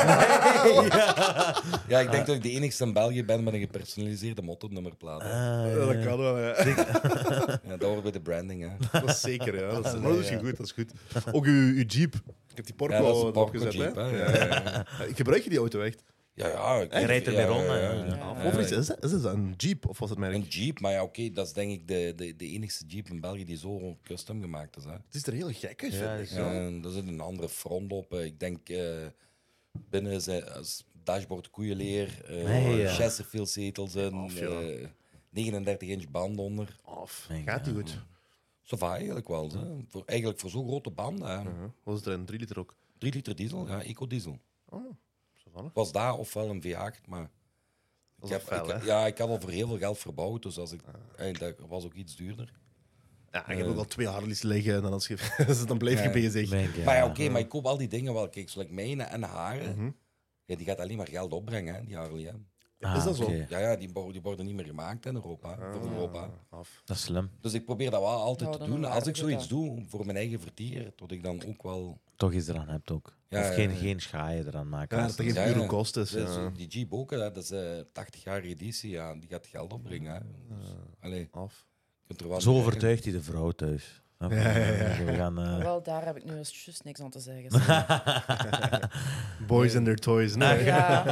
corona. Ja, ik denk dat ik de enigste in België ben met een gepersonaliseerde motto-nummerplaat. hè. Dat kan wel, ja. Ja, dat hoort bij de branding. Hè. Dat is zeker, ja. Maar dat is goed, dat is goed. Ook uw Jeep. Ik heb die Porco Ja, dat is een erop Porco gezet. Jeep, Hè? hè. Ja. Gebruik je die auto echt? Ja. Je rijdt ermee rond. Overigens, is het een Jeep of was het merk? Een Jeep, maar ja, oké, dat is denk ik de enigste Jeep in België die zo custom gemaakt is. Hè. Het is er heel gek uit, Ja, vind ik. ja. En er zit een andere front op. Ik denk binnen is dashboard koeienleer, Chesterfield-zetels en 39-inch band onder. Gaat die goed? Zo va eigenlijk wel. Hè. Eigenlijk voor zo'n grote banden. Hè. Was het er een 3 liter ook? 3 liter diesel, ja, ecodiesel. Zalig. Was daar ofwel een V8, maar Dat is wel fel, hè? ja, ik had al voor heel veel geld verbouwd, dus als dat was ook iets duurder. Ja, en je hebt ook al 2 Harleys liggen en dan, als je, dan blijf je bezig. Maar ja, oké, maar ik koop al die dingen wel. Kijk, zoals mijne en haren, ja, die gaat alleen maar geld opbrengen, hè, die Harley. Hè. Is dat zo? oké. Ja, die worden niet meer gemaakt in Europa, voor Europa. Dat is slim. Dus ik probeer dat wel altijd Ja, te dan doen. een Als ik waardige zoiets dag. doe voor mijn eigen vertier, dat ik dan ook wel... Toch iets eraan hebt ook. Ja, Of geen schaaien eraan maken. Ja, dat er geen pure kost is. Dus, Ja. die Jeep ook, hè, dat is 80-jarige editie, ja, die gaat geld opbrengen. Hè. Dus, allee, Af. je kunt er wel Zo mee overtuigt hij de vrouw thuis. We gaan, Wel, daar heb ik nu juist niks aan te zeggen. sorry. Boys and their toys. Nee. Ja,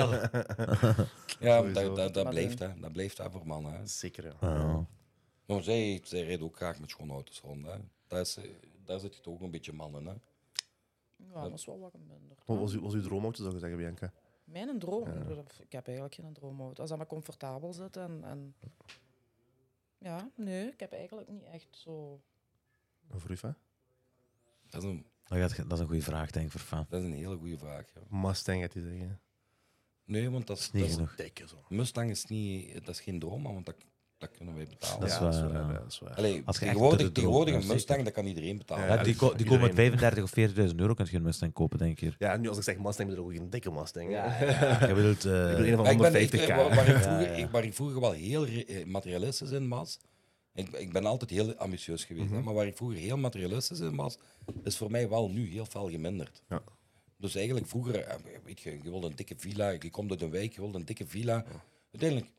Ja, Sowieso. dat blijft, hè. Dat blijft hè, voor mannen. Hè. Zeker, ja. Maar zij rijden ook graag met schone auto's rond. Hè. Daar zit je toch ook een beetje mannen. Hè. ja, dat is wel wat minder. Wat was uw droomauto, zou je zeggen, Bianca? Mijn droom? Ik heb eigenlijk geen droomauto. Als dat maar comfortabel zit en... Ja, nee, ik heb eigenlijk niet echt zo... Een Vroef, hè? Dat is een, dat is een goede vraag, denk ik, voor fan. dat is een hele goede vraag. Ja. Mustang, gaat hij zeggen. Nee, want dat is Niet genoeg. Dikke zo. Mustang is niet, dat is geen droom, want dat kunnen wij betalen. Dat is Ja, waar, dat is waar. ja. dat is waar. Allee, Als je echt tegenwoordig de droom- een Mustang, zeker. dat kan iedereen betalen. Ja, Ja, die iedereen. komen met 35 of 40.000 euro, kun je een Mustang kopen, denk ik hier. Ja, nu als ik zeg Mustang, bedoel ik ook een dikke Mustang. Je bedoelt... Ik bedoel een van Ja, 150k. waar ik vroeger wel heel materialistisch in was, ik ben altijd heel ambitieus geweest, hè, maar waar ik vroeger heel materialistisch in was, is voor mij wel nu heel veel geminderd. Ja. Dus eigenlijk vroeger, weet je wilde een dikke villa, je komt uit een wijk, je wilde een dikke villa. Uiteindelijk,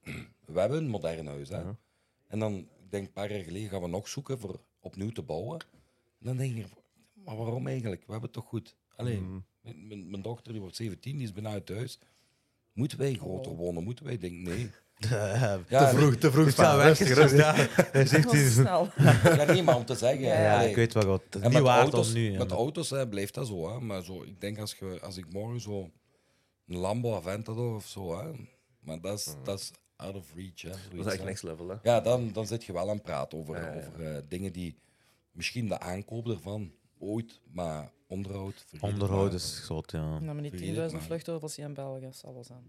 we hebben een modern huis. Hè. En dan, ik denk een paar jaar geleden, gaan we nog zoeken voor opnieuw te bouwen. En dan denk je, maar waarom eigenlijk? We hebben het toch goed. Alleen, mijn dochter die wordt 17, die is bijna uit huis. Moeten wij groter wonen? Moeten wij denken, nee. Ja, Te vroeg. Ja, Rustig, rustig. Hij Dat was snel. Ja, nee, maar om te zeggen. Ja, allee. ik weet wel wat. Het is En niet met waard auto's, om nu... met auto's blijft dat zo. Hè. Maar zo, ik denk als ik morgen zo een Lambo Aventador of zo, hè. Maar dat is out of reach. Hè, Dat is zoiets, eigenlijk hè. next level, hè? Ja, dan zit je wel aan het praten over dingen die misschien de aankoop ervan ooit, maar onderhoud. vergeet het Onderhoud maar. is zot, ja. Nou, maar Vergeet niet het 10.000 maar. vluchtheuvel in België, zal wel zijn.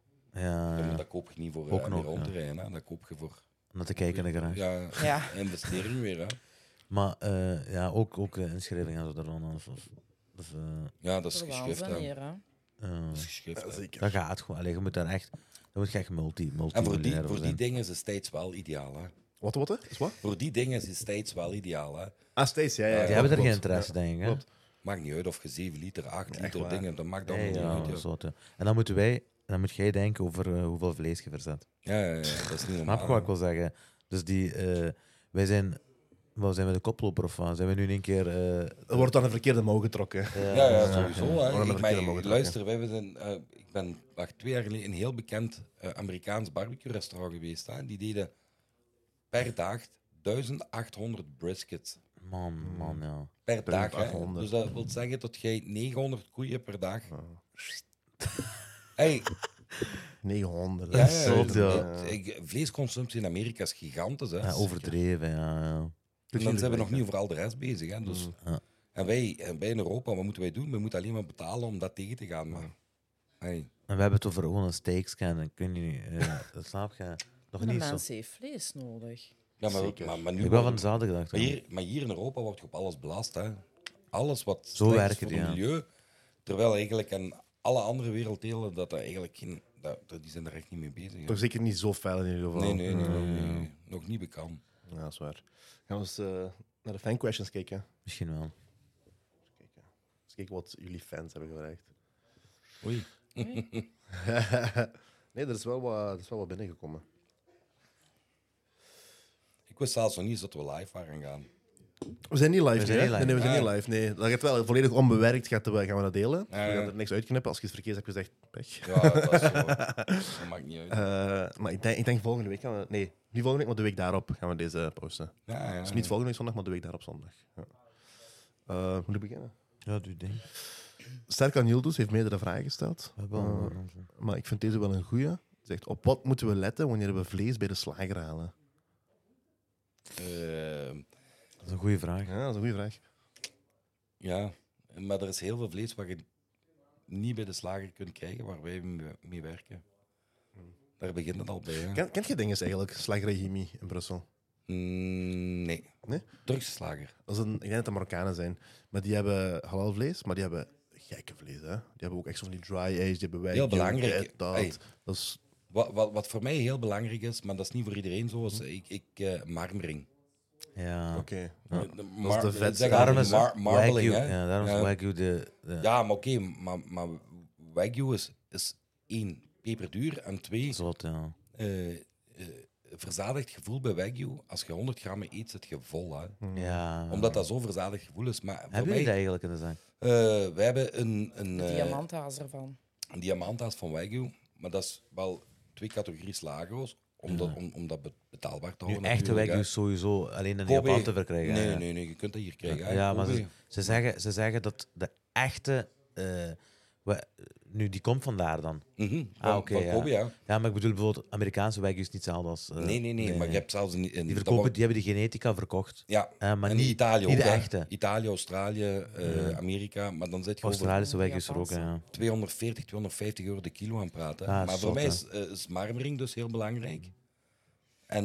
Ja, Ja, maar dat koop je niet voor Ook nog, rond te rijden. Hè. Dat koop je voor om naar te kijken in de garage. ja, Ja. investering weer. Hè. Maar ja, ook inschrijving en zo daarvan. Dus, Ja, dat is Dat is geschrift. waanzin Hè. hier, hè. Dat is geschrift. Hè. Zeker. dat gaat gewoon. Allee, je moet daar echt... Dan moet je echt En multimiljonair voor die zijn. dingen is het steeds wel ideaal. Hè. Wat? Is wat? Voor die dingen is het steeds wel ideaal. Hè. Ah, steeds, ja. Die hebben er klopt. geen interesse, denk ik. Hè? klopt. Maakt niet uit of je 7 liter, 8 Echt liter waar. dingen, dat maakt Nee, allemaal ja, niet uit. dat is zot, ja. En dan moet jij denken over hoeveel vlees je verzet. Ja, dat is niet normaal. Snap je wat ik wil zeggen? Dus wij zijn... Wat zijn we de koploper of wat? Zijn we nu in één keer... Er wordt aan de verkeerde mouw getrokken. Ja, sowieso. Hè. Waarom heb ik Maar dat mogen luister, ik ben 2 jaar geleden een heel bekend Amerikaans barbecue-restaurant geweest. Hè. Die deden per dag 1800 briskets. Man, ja. Per dag, hè. 1800. Dus dat wil zeggen dat jij 900 koeien per dag... Hey, 900. ja, zot, ja. Vleesconsumptie in Amerika is gigantisch. Hè. Ja, overdreven, ja. En dan zijn we nog niet over al de rest bezig. Hè. Dus, Ja. en wij in Europa, wat moeten wij doen? We moeten alleen maar betalen om dat tegen te gaan. Maar, hey. En we hebben het over gewoon een steakscan. Ik weet niet, dat snap je nog Een niet zo. mens heeft vlees nodig. Ja, Zeker. maar nu Ik ben worden- van dezelfde gedachte. maar hier in Europa wordt je op alles belast. Hè. Alles wat Zo slecht is werken voor die, het ja. milieu. Terwijl eigenlijk in alle andere werelddelen dat eigenlijk geen... die zijn er echt niet mee bezig. Hè. Toch zeker niet zo fel in ieder geval. Nee. Nog niet bekend. Ja, dat is waar. Gaan we eens naar de fan questions kijken. Misschien wel. Eens kijken wat jullie fans hebben gevraagd. Oei. Nee, er is wel wat binnengekomen. Ik wist zelfs nog niet dat we live waren gaan. We zijn niet live. We zijn hè? niet live. Nee, we zijn Ah. niet live. Nee. Dat gaat wel volledig onbewerkt gaan we dat delen. Ah, We ja. gaan er niks uitknippen. Als je het verkeerd hebt gezegd, pech. Ja, dat is zo. Dat maakt niet uit. Maar ik denk volgende week gaan we... Nee, niet volgende week, maar de week daarop gaan we deze posten. Ja. Dus niet volgende week zondag, maar de week daarop zondag. Ja. Moet ik beginnen? Ja, doe ding. Sterk aan Yildiz heeft meerdere vragen gesteld. We hebben wel een- Maar ik vind deze wel een goeie. Zegt, op wat moeten we letten wanneer we vlees bij de slager halen? Dat is een goede vraag. Ja, dat is een goede vraag. Ja, maar er is heel veel vlees wat je niet bij de slager kunt krijgen waar wij mee werken. Daar begint het al bij. Hè. Kent je dingen eigenlijk, slagerij Himi in Brussel? Nee. Nee? Turkse slager. Dat is ik denk dat het Marokkanen zijn. Maar die hebben halal vlees, maar die hebben gekke vlees. Hè? Die hebben ook echt zo van die dry age, die hebben wagyu, Heel belangrijk. dit, dat. Hey. Dat is... Wat voor mij heel belangrijk is, maar dat is niet voor iedereen zo, is marmering. Ja. Oké. Ja. Dat is de vet. Daarom is marbling, Wagyu, hè. ja, daarom is Ja. Wagyu de... Ja, maar oké, maar Wagyu is 1, peperduur en 2, Zot, ja. verzadigd gevoel bij Wagyu. Als je 100 gram eet, zit je vol. Hè. Ja. Omdat dat zo'n verzadigd gevoel is. Maar voor Hebben jullie dat mij, eigenlijk in de zaak? wij hebben een Diamanthaas ervan. diamanthaas van Wagyu, maar dat is wel 2 categorieën slager, om dat betaalbaar te Nu, houden. echte natuurlijk, Wagyu hè. is sowieso alleen in Kobe. Japan te verkrijgen. hè. Nee, je kunt dat hier krijgen. hè. Ja, maar Kobe. ze zeggen dat de echte... nu, die komt vandaar dan. Mhm, Ah, oké, van ja. Kobe, ja. Ja, maar ik bedoel bijvoorbeeld, Amerikaanse Wagyu is niet hetzelfde als... Nee, maar je hebt zelfs een... Die verkopen, die hebben die genetica verkocht. Ja, Maar en niet, Italië niet ook, de hè. echte. Italië, Australië, Amerika, maar dan zit je over Australische Wagyu is er ook, Japanse. ja. 240, 250 euro de kilo aan praten. Ah, maar zot, voor mij hè. is marmering dus heel belangrijk. En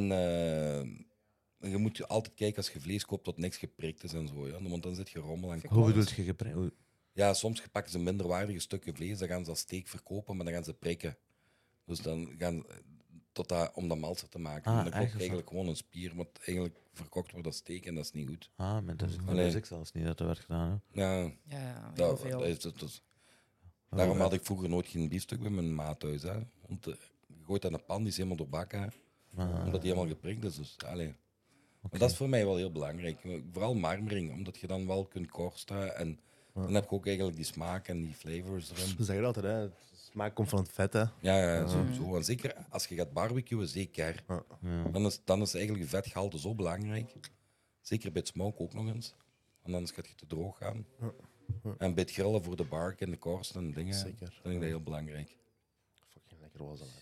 je moet altijd kijken als je vlees koopt dat niks geprikt is en zo. Ja? Want dan zit je rommel en Hoe bedoel je geprint? Ja, soms pakken ze minderwaardige stukken vlees, dan gaan ze als steak verkopen, maar dan gaan ze prikken. Dus dan gaan om dat malser te maken. Ah, En dan koop echt, je of eigenlijk gewoon een spier, wat eigenlijk verkocht wordt als steak en dat is niet goed. Ah, maar dat Allee. wist ik zelfs niet dat dat werd gedaan. Hè. Ja, Ja, heel dat veel. is het. Dus. Daarom had ik vroeger nooit geen biefstuk bij mijn maat thuis. Hè. Want je gooit dat in een pan, die is helemaal doorbakken. Hè. Omdat die helemaal geprikt is. Dus, allee. Maar dat is voor mij wel heel belangrijk. Vooral marmering, omdat je dan wel kunt korsten. En dan heb je ook eigenlijk die smaak en die flavors erin. We zeggen altijd, hè. De smaak komt van het vet, hè. Ja, sowieso. En zeker als je gaat barbecuen, zeker. Dan is eigenlijk je vetgehalte zo belangrijk. Zeker bij het smoke ook nog eens. Want anders gaat je te droog gaan. En bij het grillen voor de bark en de korst en dingen, Zeker. vind ik dat heel belangrijk. Fucking lekker was dat.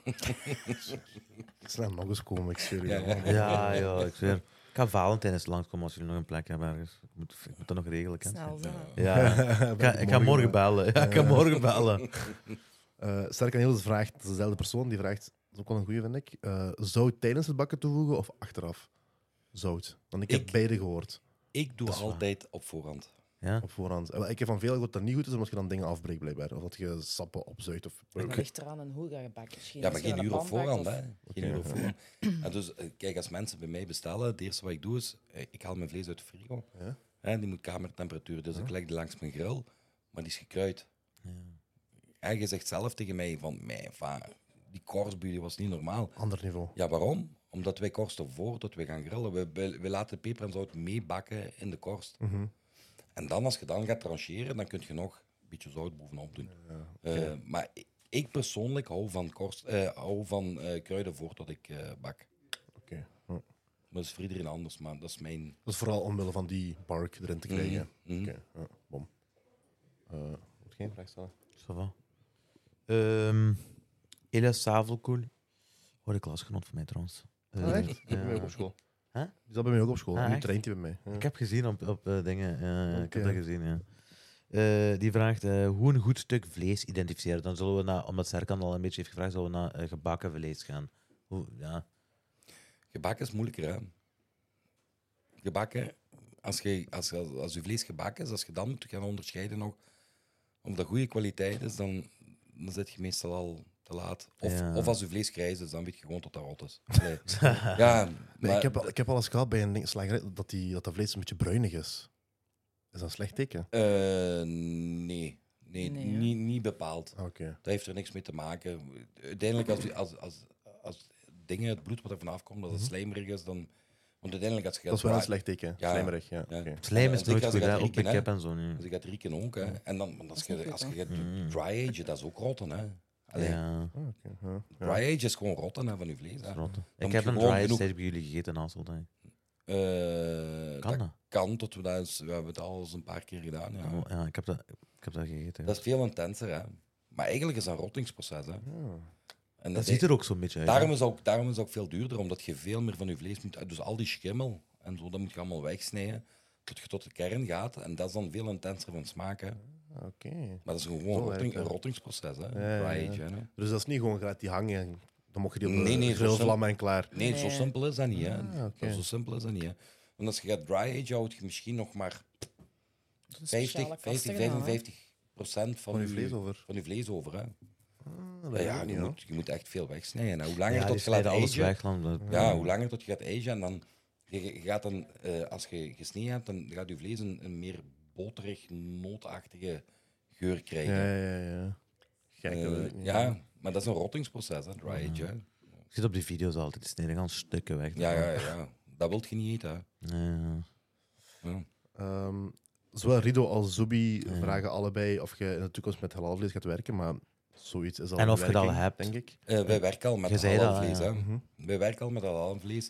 Ik snel nog eens komen, ik zweer je. Ja. Ja, ik zweer. Ik ga Valentijn eens langskomen als jullie nog een plek hebben ergens. Ik moet dat nog regelen. Ken. Snel zijn. Ja, ik ga morgen bellen. Ja, ik ga morgen bellen. Sterk aan heel vraagt, dat is dezelfde persoon, die vraagt, dat is ook wel een goeie, vind ik. Zout tijdens het bakken toevoegen of achteraf? Zout. Want ik heb beide gehoord Ik doe Dat is waar. altijd op voorhand. Ja? op voorhand. Ik heb van veel gehoord dat dat niet goed is, omdat je dan dingen afbreekt, blijkbaar. Of dat je sappen opzuigt. Of... Het ligt eraan en hoe ga je bakken. Misschien Ja, maar als je geen in uur een op pan bakt voorhand. of- Hè. Geen uur op voorhand. En dus, kijk, als mensen bij mij bestellen, het eerste wat ik doe is, ik haal mijn vlees uit de frigo. Ja. Hè, die moet kamertemperatuur, dus ik leg die langs mijn grill, maar die is gekruid. En je zegt zelf tegen mij van, die korstbuur was niet normaal. Ander niveau. Ja, waarom? Omdat wij korsten voordat we gaan grillen. We laten peper en zout meebakken in de korst. En dan, als je dan gaat trancheren, dan kun je nog een beetje zout bovenop doen. Maar ik persoonlijk hou van kruiden voordat ik bak. Oké. dat is voor iedereen anders, maar dat is mijn... Dat is vooral omwille van die bark erin te krijgen. Oké, bom. Moet geen vraag stellen? Ça va. Elias Savelkoel. Hoor ik klasgenoot van mij trouwens. Die zat bij mij ook op school. Huh? Die zat bij mij ook op school. Ah, Nu echt? traint hij bij mij. Ja. Ik heb gezien op dingen. Ik heb Oké. dat gezien, ja. Die vraagt hoe een goed stuk vlees identificeren. Dan zullen we, omdat Serkan al een beetje heeft gevraagd, zullen we naar gebakken vlees gaan. Ja. Gebakken is moeilijker, hè. Gebakken, als je vlees gebakken is, als je dan moet gaan onderscheiden nog, of dat goede kwaliteit is, dan zit je meestal al te laat. Of als je vlees grijs is, dan weet je gewoon tot dat rot is. Nee. Ja, Nee, ik heb al eens gehad bij een slagerij dat vlees een beetje bruinig is. Is dat een slecht teken? Nee, Nee, niet bepaald. Oké. Dat heeft er niks mee te maken. Uiteindelijk, als dingen, het bloed wat er vanaf komt, als het slijmerig is, dan... Want uiteindelijk, als je Dat is wel een slecht teken. Ja. Slijmerig, ja. Ja. Oké. Slijm is Zeker nooit als je goed, gaat hè, ook bij rieken, kip en zo. Nee. Dus je gaat rieken ook, hè. En dan als is je niet goed, gaat dry age, dat is ook rotten, hè. Allee, Ja, Oké, ja. dry age is gewoon rotten, hè, van je vlees. Hè. rotte. Dan Ik moet heb je een gewoon dry genoeg- steeds bij jullie gegeten in Hasselt. Hè. Kan Dat dat? kan, tot we hebben het al eens een paar keer gedaan, ja. Oh, ja, ik heb dat gegeten. Dat is veel intenser, hè. Maar eigenlijk is dat een rottingsproces, hè. Ja. En Dat ziet er ook zo'n beetje uit. daarom is het ook veel duurder, omdat je veel meer van je vlees moet... Dus al die schimmel en zo, dat moet je allemaal wegsnijden, tot je tot de kern gaat. En dat is dan veel intenser van smaak, hè. Oké. Maar dat is gewoon Zo werkt een het. rottingsproces, hè. Ja, Dry ja. age, hè. Dus dat is niet gewoon gaat die hangen. Dan mocht je die op Nee, de zo grillvlam en klaar. Nee, zo Nee. simpel is dat niet, hè. Ah, oké. Zo simpel is dat niet, hè. Want als je gaat dry age, houd je misschien nog maar Dat is een 50, speciale kasten 50, gedaan, hè. 55% Van je vlees over. van je vlees over, hè. Dat Ja, weet ik je niet, je moet echt veel wegsnijden. Hè. Hoe langer Ja, die tot je laat snijden alles agen, weg. Dan, ja, hoe langer tot je gaat agen, en dan je gaat dan, als je gesneden hebt, dan gaat je vlees een meer boterig, nootachtige geur krijgen. Ja. Gek, dat weet ik niet. Ja, maar dat is een rottingsproces, hè, dry age. Hè. Ik zit op die video's altijd, die snijden gaan stukken weg. Ja. Dat wilt je niet eten, hè. Ja. Ja. Zowel Rido als Zubi vragen allebei of je in de toekomst met halalvlees gaat werken, maar zoiets is al En in of je dat al werking, hebt. denk ik. Wij werken al met Je zei dat, halalvlees. ja. Hè. Wij werken al met halalvlees.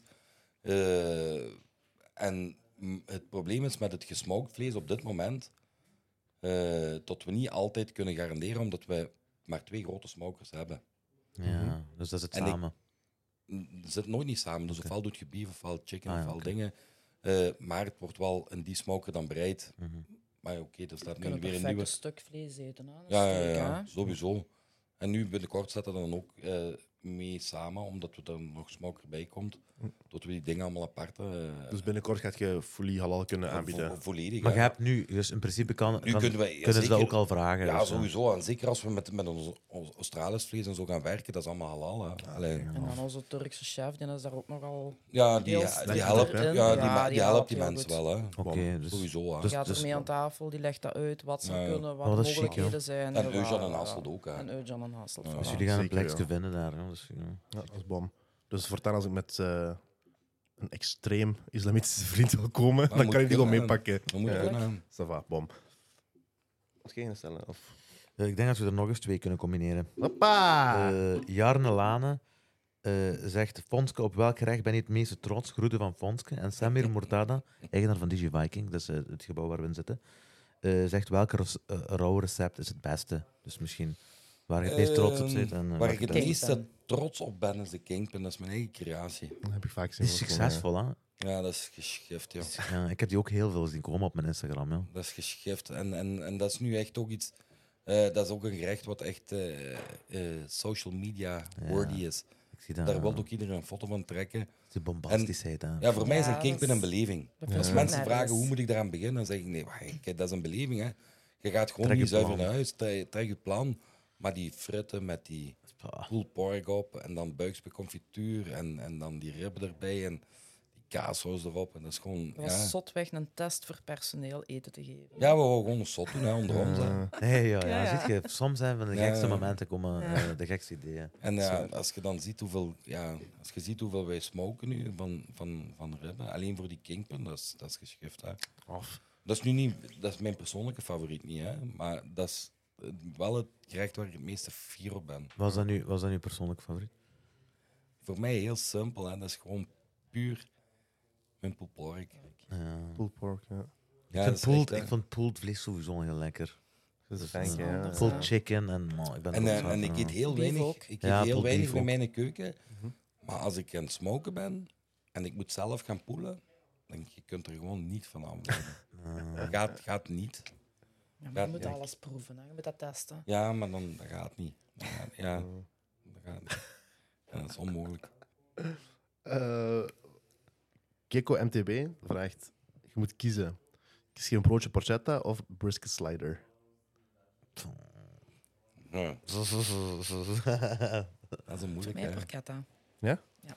En het probleem is met het gesmoked vlees op dit moment dat we niet altijd kunnen garanderen, omdat we maar 2 grote smokers hebben. Ja, dus dat is het En ik- samen. Het zit nooit niet samen. Dus ofwel doet je beef, ofwel chicken, Ah, ja, ofwel oké. dingen. Maar het wordt wel in die smoker dan bereid. Mhm. Maar oké, er staat Je nu kunt weer een perfect nieuwe... een stuk vlees eten. Hè? Een Ja, steak, ja, hè. sowieso. En nu binnenkort staat er dan ook mee samen, omdat er nog smoker bij komt. Dat we die dingen allemaal apart... Dus binnenkort gaat je fully halal kunnen aanbieden. Volledig. Maar hè. je hebt nu, dus in principe Nu kunnen we... kunnen ze dat zeker- ook al vragen. Ja, dus, sowieso. En zeker als we met ons Australisch vlees en zo gaan werken, dat is allemaal halal. Hè. Allee. En dan onze Turkse chef, die is daar ook nogal... Ja, die Heel helpt, sterk in. Ja, die helpt die heel mensen goed. wel. Hè. Oké, dus... Sowieso. Hè. Dus- Die gaat ermee aan tafel, die legt dat uit, wat ze Ja. kunnen, wat Oh, de dat is chic, mogelijkheden zijn. En wat- Eugène en Hasselt ook. Hè. En Eugène en Hasselt. Ja. voilà. Dus jullie gaan een Zeker, plekje ja. vinden daar. Hè? Dus, ja. Ja, dat is bom. Dus voortaan als ik met een extreem islamitische vriend wil komen, dan moet kan ik die gewoon kunnen, meepakken. Dat moet Ja. kunnen. Ça va, bom. Wat ga je stellen? Of... Ik denk dat we er nog eens 2 kunnen combineren. Hoppa! Jarne Lane zegt: Fonske, op welk gerecht ben je het meeste trots? Groeten van Fonske. En Samir Murtada, eigenaar van DigiViking, dat is het gebouw waar we in zitten, zegt: welk rauw recept is het beste? Dus misschien waar je het meest trots op zit. En, Waar ik het Kingpin. meeste trots op ben, is de Kingpin. Dat is mijn eigen creatie. Dat heb ik vaak gezien. Het is succesvol, hè? Ja, dat is geschift, joh. Ja, ik heb die ook heel veel zien komen op mijn Instagram. Ja. Dat is geschift. En dat is nu echt ook iets... dat is ook een gerecht wat echt social media worthy is. Ik zie dat. Daar wil ook iedereen een foto van trekken. Die bombastischheid. Hè. Ja, voor mij is Ja, een Kingpin dat een is- beleving. dat Als is mensen net vragen dus. hoe moet ik daaraan beginnen, dan zeg ik nee, wacht, kijk, dat is een beleving. Hè. Je gaat gewoon Trek niet je zuiver plan. naar huis, trek je plan. Maar die fritten met die Ah, pulled pork op en dan buikspekconfituur en dan die ribben erbij en die kaassaus erop. En dat is gewoon... Het was Ja, zotweg een test voor personeel eten te geven. ja we wouden gewoon een zot doen hè, onder ons. Hè. nee, ja, Ja. Ziet je, soms zijn van de Ja. gekste momenten komen de gekste ideeën. En ja, als je dan ziet hoeveel, als je ziet hoeveel wij smoken nu van ribben, alleen voor die Kingpin, dat is geschift. Hè. Dat is nu niet, dat is mijn persoonlijke favoriet niet, hè, maar dat is wel het gerecht waar ik het meeste fier op ben. Was dat nu persoonlijk favoriet? Voor mij heel simpel, hè, dat is gewoon puur Mijn pulled pork. Pulled pork, ja. Ik vond pulled vlees sowieso heel lekker. Dat is fijn, ja. Pulled chicken en ik eet heel weinig. Ik eet heel weinig in mijn keuken. Maar als ik aan het smoken ben en ik moet zelf gaan poelen, dan je kunt er gewoon niet van afblijven. Gaat niet. Ja, maar je moet alles proeven, hè. Je moet dat testen. Ja, maar dat gaat niet. Dat gaat niet. Ja, dat is onmogelijk. Gecko MTB vraagt, je moet kiezen. Kies je een broodje porchetta of brisket slider? Ja. Dat is een moeilijke. Meer porchetta. Ja? Ja.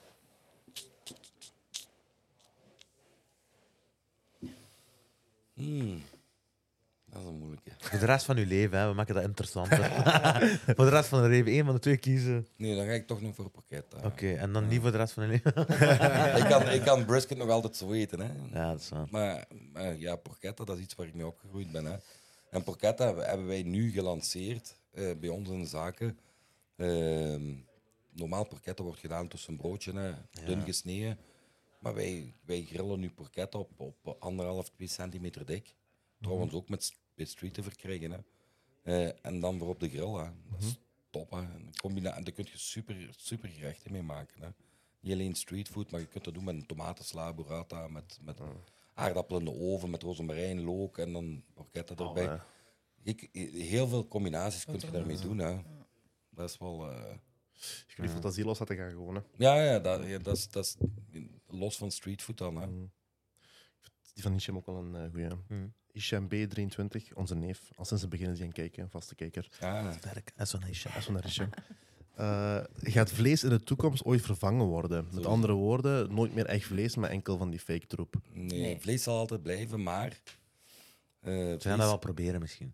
Dat is een moeilijke. Voor de rest van je leven, hè, we maken dat interessanter. Voor de rest van je leven, 1 van de 2 kiezen. Nee, dan ga ik toch nog voor porchetta. Oké, en dan niet voor de rest van je leven? Ik kan brisket nog altijd zo eten. Hè. Ja, dat is waar. Maar ja, porchetta, dat is iets waar ik mee opgegroeid ben. Hè. En porchetta hebben wij nu gelanceerd bij ons in de zaken. Normaal porchetta wordt gedaan tussen een broodje, hè, dun gesneden. Maar wij grillen nu porchetta op 1,5-2 centimeter dik. Trouwens ook met street te verkrijgen. Hè. En dan voor op de grill. Hè. Dat is top. Hè. Daar kun je super gerechten mee maken. Hè. Niet alleen streetfood, maar je kunt dat doen met een tomatensla, burrata, met aardappelen in de oven, met rozemarijn, look en dan porchetta erbij. Heel veel combinaties kun je daarmee doen. Hè. Dat is wel... Je kunt die fantasie los laten gaan gewoon. Hè. Ja, dat is los van streetfood dan. Hè. Die van Hisham ook wel een goeie. Hisham B23, onze neef. Al sinds het begin is hij een kijker, een vaste kijker. Sterk. Dat is zo'n Hisham. Dat is zo'n Hisham. Gaat vlees in de toekomst ooit vervangen worden? Met andere woorden, nooit meer echt vlees, maar enkel van die fake troep. Nee, vlees zal altijd blijven, maar... We gaan dat wel proberen misschien.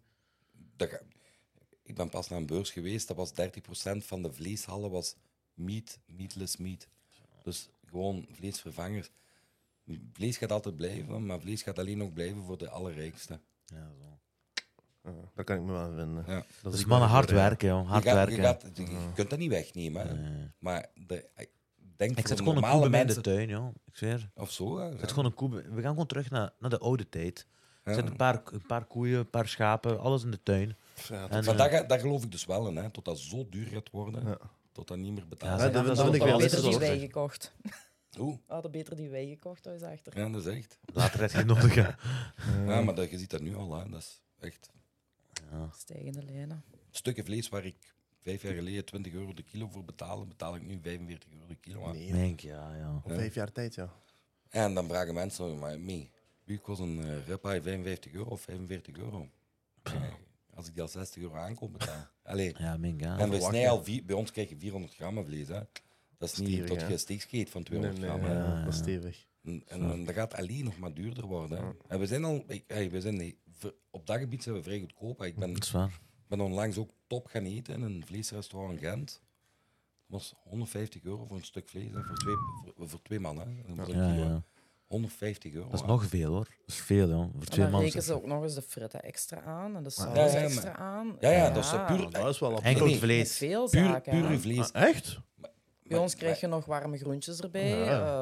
Ik ben pas naar een beurs geweest, dat was 30% van de vleeshallen was meatless meat. Dus gewoon vleesvervangers. Vlees gaat altijd blijven, maar vlees gaat alleen nog blijven voor de allerrijkste. Ja, zo. Daar kan ik me wel aan vinden. Ja. Dat is mannen hard werken, joh. Hard werken. Je kunt dat niet wegnemen. Hè. Maar ik zet gewoon een koe bij mij in de tuin, joh. Ik zweer. Of zo. Hè. Zet gewoon een koe. We gaan gewoon terug naar de oude tijd. Er zijn een paar koeien, een paar schapen, alles in de tuin. Ja, maar daar geloof ik dus wel in, hè. Tot dat zo duur gaat worden, tot dat niet meer betaald is. Dat vind ik wel beter die wij gekocht. Hoe? We hadden beter die wij gekocht, dat is achter. Ja, dat is echt. Later heb je nodig, hè. Ja, maar je ziet dat nu al, hè. Dat is echt... Stijgende lijnen. Stukken vlees waar ik 5 jaar geleden 20 euro de kilo voor betaalde, betaal ik nu 45 euro de kilo. Nee, ja. Op 5 jaar tijd, ja. En dan vragen mensen, maar wie kost een ribeye 55 euro of 45 euro? Als ik die al 60 euro aankom betalen. Allee. Ja, ja. En we snijden al bij ons krijg je 400 gram vlees. Hè. Dat is niet stevig, tot je steaks eet van 200 gram. Nee, dat is stevig. En dat gaat alleen nog maar duurder worden. Hè. En we zijn op dat gebied zijn we vrij goedkoop. Ik ben onlangs ook top gaan eten in een vleesrestaurant in Gent. Dat was 150 euro voor een stuk vlees. Hè, voor 2 man. Hè, 150 euro. Dat is nog veel, hoor. Dat is veel, joh. Voor 2 man. Dan rekenen ze ook nog eens de fritten extra aan en de saus extra aan. Ja, dat is puur... Dat is wel enkel vlees. Veel zaken. Puur vlees. Echt? Bij ons krijg je nog warme groentjes erbij.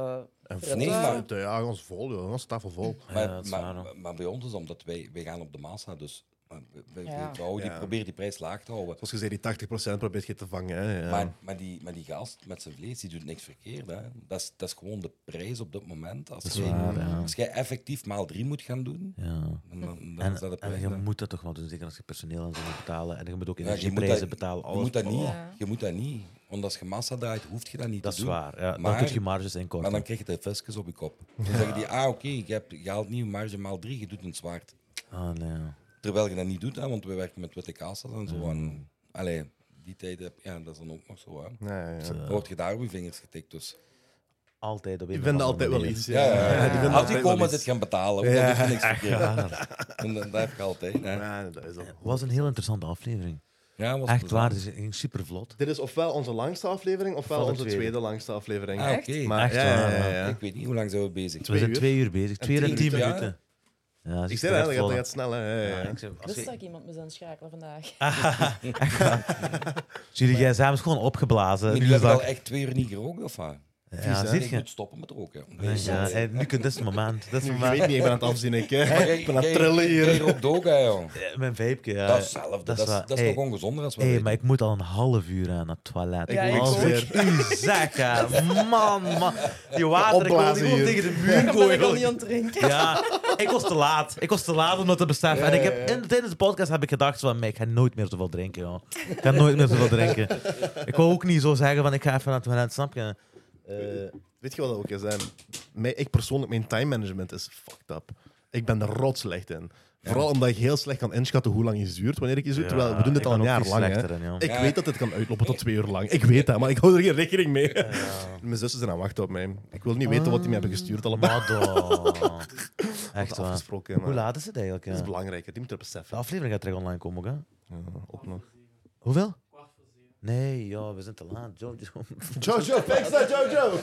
Ja, ons vol, joh. Ons tafel vol. Maar bij ons is omdat wij gaan op de massa, dus we proberen die prijs laag te houden. Zoals je zei, die 80% probeert je te vangen. Hè, ja. Maar die gast met zijn vlees, die doet niks verkeerd. Hè. Dat is gewoon de prijs op dit moment. Als jij effectief maal 3 moet gaan doen, dan is dat de prijs. En je moet dat toch wel doen, zeker als je personeel en zo moet betalen. En je moet ook energieprijzen betalen. Alles. Je moet dat niet. Want als je massa draait, hoef je dat niet te doen. Dat is waar. Ja, maar, dan kun je marges inkorten. Maar dan krijg je de visjes op je kop. Dan zeggen die, oké, je haalt niet een marge maal 3, je doet een zwart. Nee. Terwijl je dat niet doet, hè, want we werken met witte kaasas en zo. En, die tijd dat is dan ook nog zo. Hè. Dan word je daar op je vingers getikt. Dus. Altijd op je vindt altijd wel iets. Als die komen dit gaan betalen, dan doe je niks verkeerd. En dat heb ik altijd. Hè. Het was een heel interessante aflevering. Ja, was echt waar, het ging super vlot. Dit is ofwel onze langste aflevering, ofwel onze tweede langste aflevering. Oké. Maar ik weet niet hoe lang zijn we bezig. We zijn 2 uur bezig, 2 uur en 10 minuten. Ja, ik zei dat gaat snel. Dus dat ik iemand moet inschakelen vandaag. Jullie gsm is gewoon opgeblazen. Jullie hebben al echt 2 uur niet gerookt, of wat? Ja, zie je je. moet stoppen met roken. Nu kun dit is het moment. Dat is Ik het moment. weet niet, ik ben aan het afzien. Ik ben aan het trillen Je hier. rookt ook, hè, joh. Mijn vapeje, ja. Dat is hetzelfde. Dat is toch ongezonder als we weten. Maar ik moet al een half uur aan het toilet. Ja, ik Als ook. ik u zeg, hè. Man. Die water, ik wil Opblazen gewoon hier. tegen de muur Ik ben gooien. al niet aan het drinken. Ja, ik was te laat om dat te beseffen. En ik heb, tijdens de podcast heb ik gedacht van, ik ga nooit meer zoveel drinken. Joh. Ik ga nooit meer zoveel drinken. Ik wil ook niet zo zeggen van, ik ga even naar het toilet, snap je? Weet je wat dat ook is? Ik persoonlijk, mijn time management is fucked up. Ik ben er rot slecht in. Vooral omdat ik heel slecht kan inschatten hoe lang iets duurt wanneer ik iets doe. Terwijl we doen dit al een jaar lang. Ik weet dat dit kan uitlopen tot 2 uur lang. Ik weet dat, maar ik hou er geen rekening mee. Mijn zussen zijn aan het wachten op mij. Ik wil niet weten wat die mij hebben gestuurd allemaal. Echt waar. Afgesproken. Hoe laat is het eigenlijk? Dat is belangrijker, die moet er beseffen. De aflevering gaat terug online komen ook, hè? Op nog. Hoeveel? Nee, ja, we zijn te laat. Jojo. Jojo, fix dat, Jojo!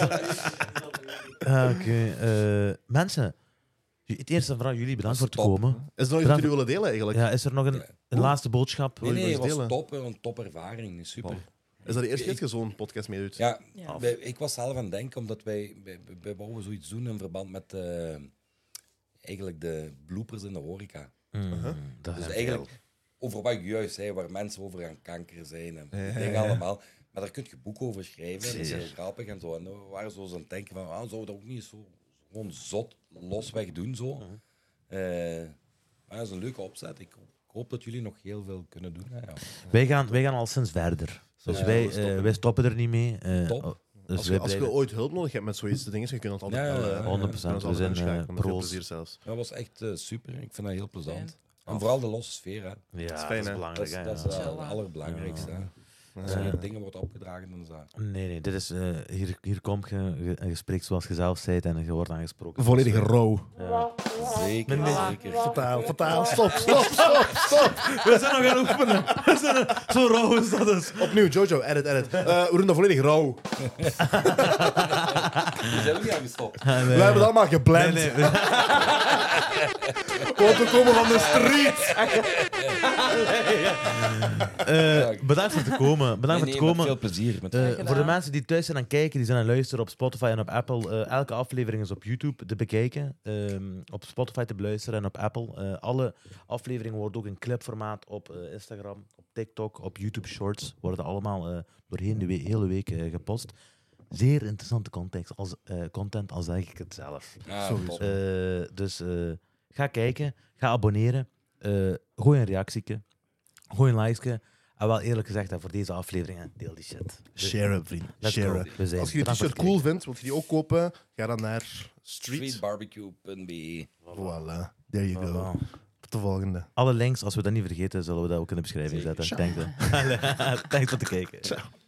Oké. Mensen, het eerste en vooral jullie bedankt voor het komen. Is er nog iets dat jullie willen delen eigenlijk? Ja, is er nog een laatste boodschap? Nee, het was delen? top. Een topervaring. Super. Wow. Is dat de eerste keer dat je zo'n podcast meedoet? Ja, Ja. ik was zelf aan het denken, omdat wij wouden zoiets doen in verband met eigenlijk de bloopers in de horeca. Dat Dus is eigenlijk over wat ik juist zei, waar mensen over aan kanker zijn en Ja, dingen ja. allemaal. Maar daar kun je boek over schrijven. Dat is Zeer. heel grappig en zo. En we waren zo aan het denken van, zouden we dat ook niet zo gewoon zot losweg doen zo. Maar dat is een leuke opzet. Ik hoop dat jullie nog heel veel kunnen doen. Hè, ja. Wij gaan al sinds verder. Dus Ja, wij stoppen er niet mee. Top. Dus Als wij je, als je blijven- ooit hulp nodig hebt met zoiets dingen, je kunt het altijd Ja, ja, bellen. ja. 100%. We zijn Met veel pro's. plezier zelfs. Dat was echt super. Ik vind dat heel plezant. Fijn. En vooral de losse sfeer. Hè. Ja, dat fijn, is hè? belangrijk. hè, Dat is ja. het allerbelangrijkste. Hè. Als er dingen wordt opgedragen, dan is dat... Nee, dit is, hier kom je en je spreekt zoals je zelf zei en je wordt aangesproken. Volledige row. Ja. Zeker, zeker. Fataal. Stop. We zijn nog aan het oefenen. Zo rauw is dat dus. Opnieuw, Jojo, edit. We doen dat volledig rauw. Die zijn we niet aan gestopt. We hebben het allemaal geblend. Nee. Want we komen van de street. Bedankt voor te komen. Bedankt voor te komen. Met veel plezier. Met Voor de mensen die thuis zijn aan het kijken, die zijn aan het luisteren op Spotify en op Apple. Elke aflevering is op YouTube te bekijken. Op Spotify te beluisteren en op Apple. Alle afleveringen worden ook in clipformaat op Instagram, op TikTok, op YouTube Shorts. Worden allemaal doorheen de hele week gepost. Zeer interessante content, al zeg ik het zelf. top. Dus ga kijken, ga abonneren. Gooi een reactieke, gooi een like. En wel eerlijk gezegd, voor deze afleveringen, deel die shit. Share, vriend. Let's Share. go. We zijn. Als je die Bedankt voor t-shirt het cool vindt, wil je die ook kopen, ga dan naar Street. Streetbarbecue.be. Voilà. There you go. Voilà. Tot de volgende. Alle links, als we dat niet vergeten, zullen we dat ook in de beschrijving Zeker. zetten. Thanks voor het kijken. Ciao.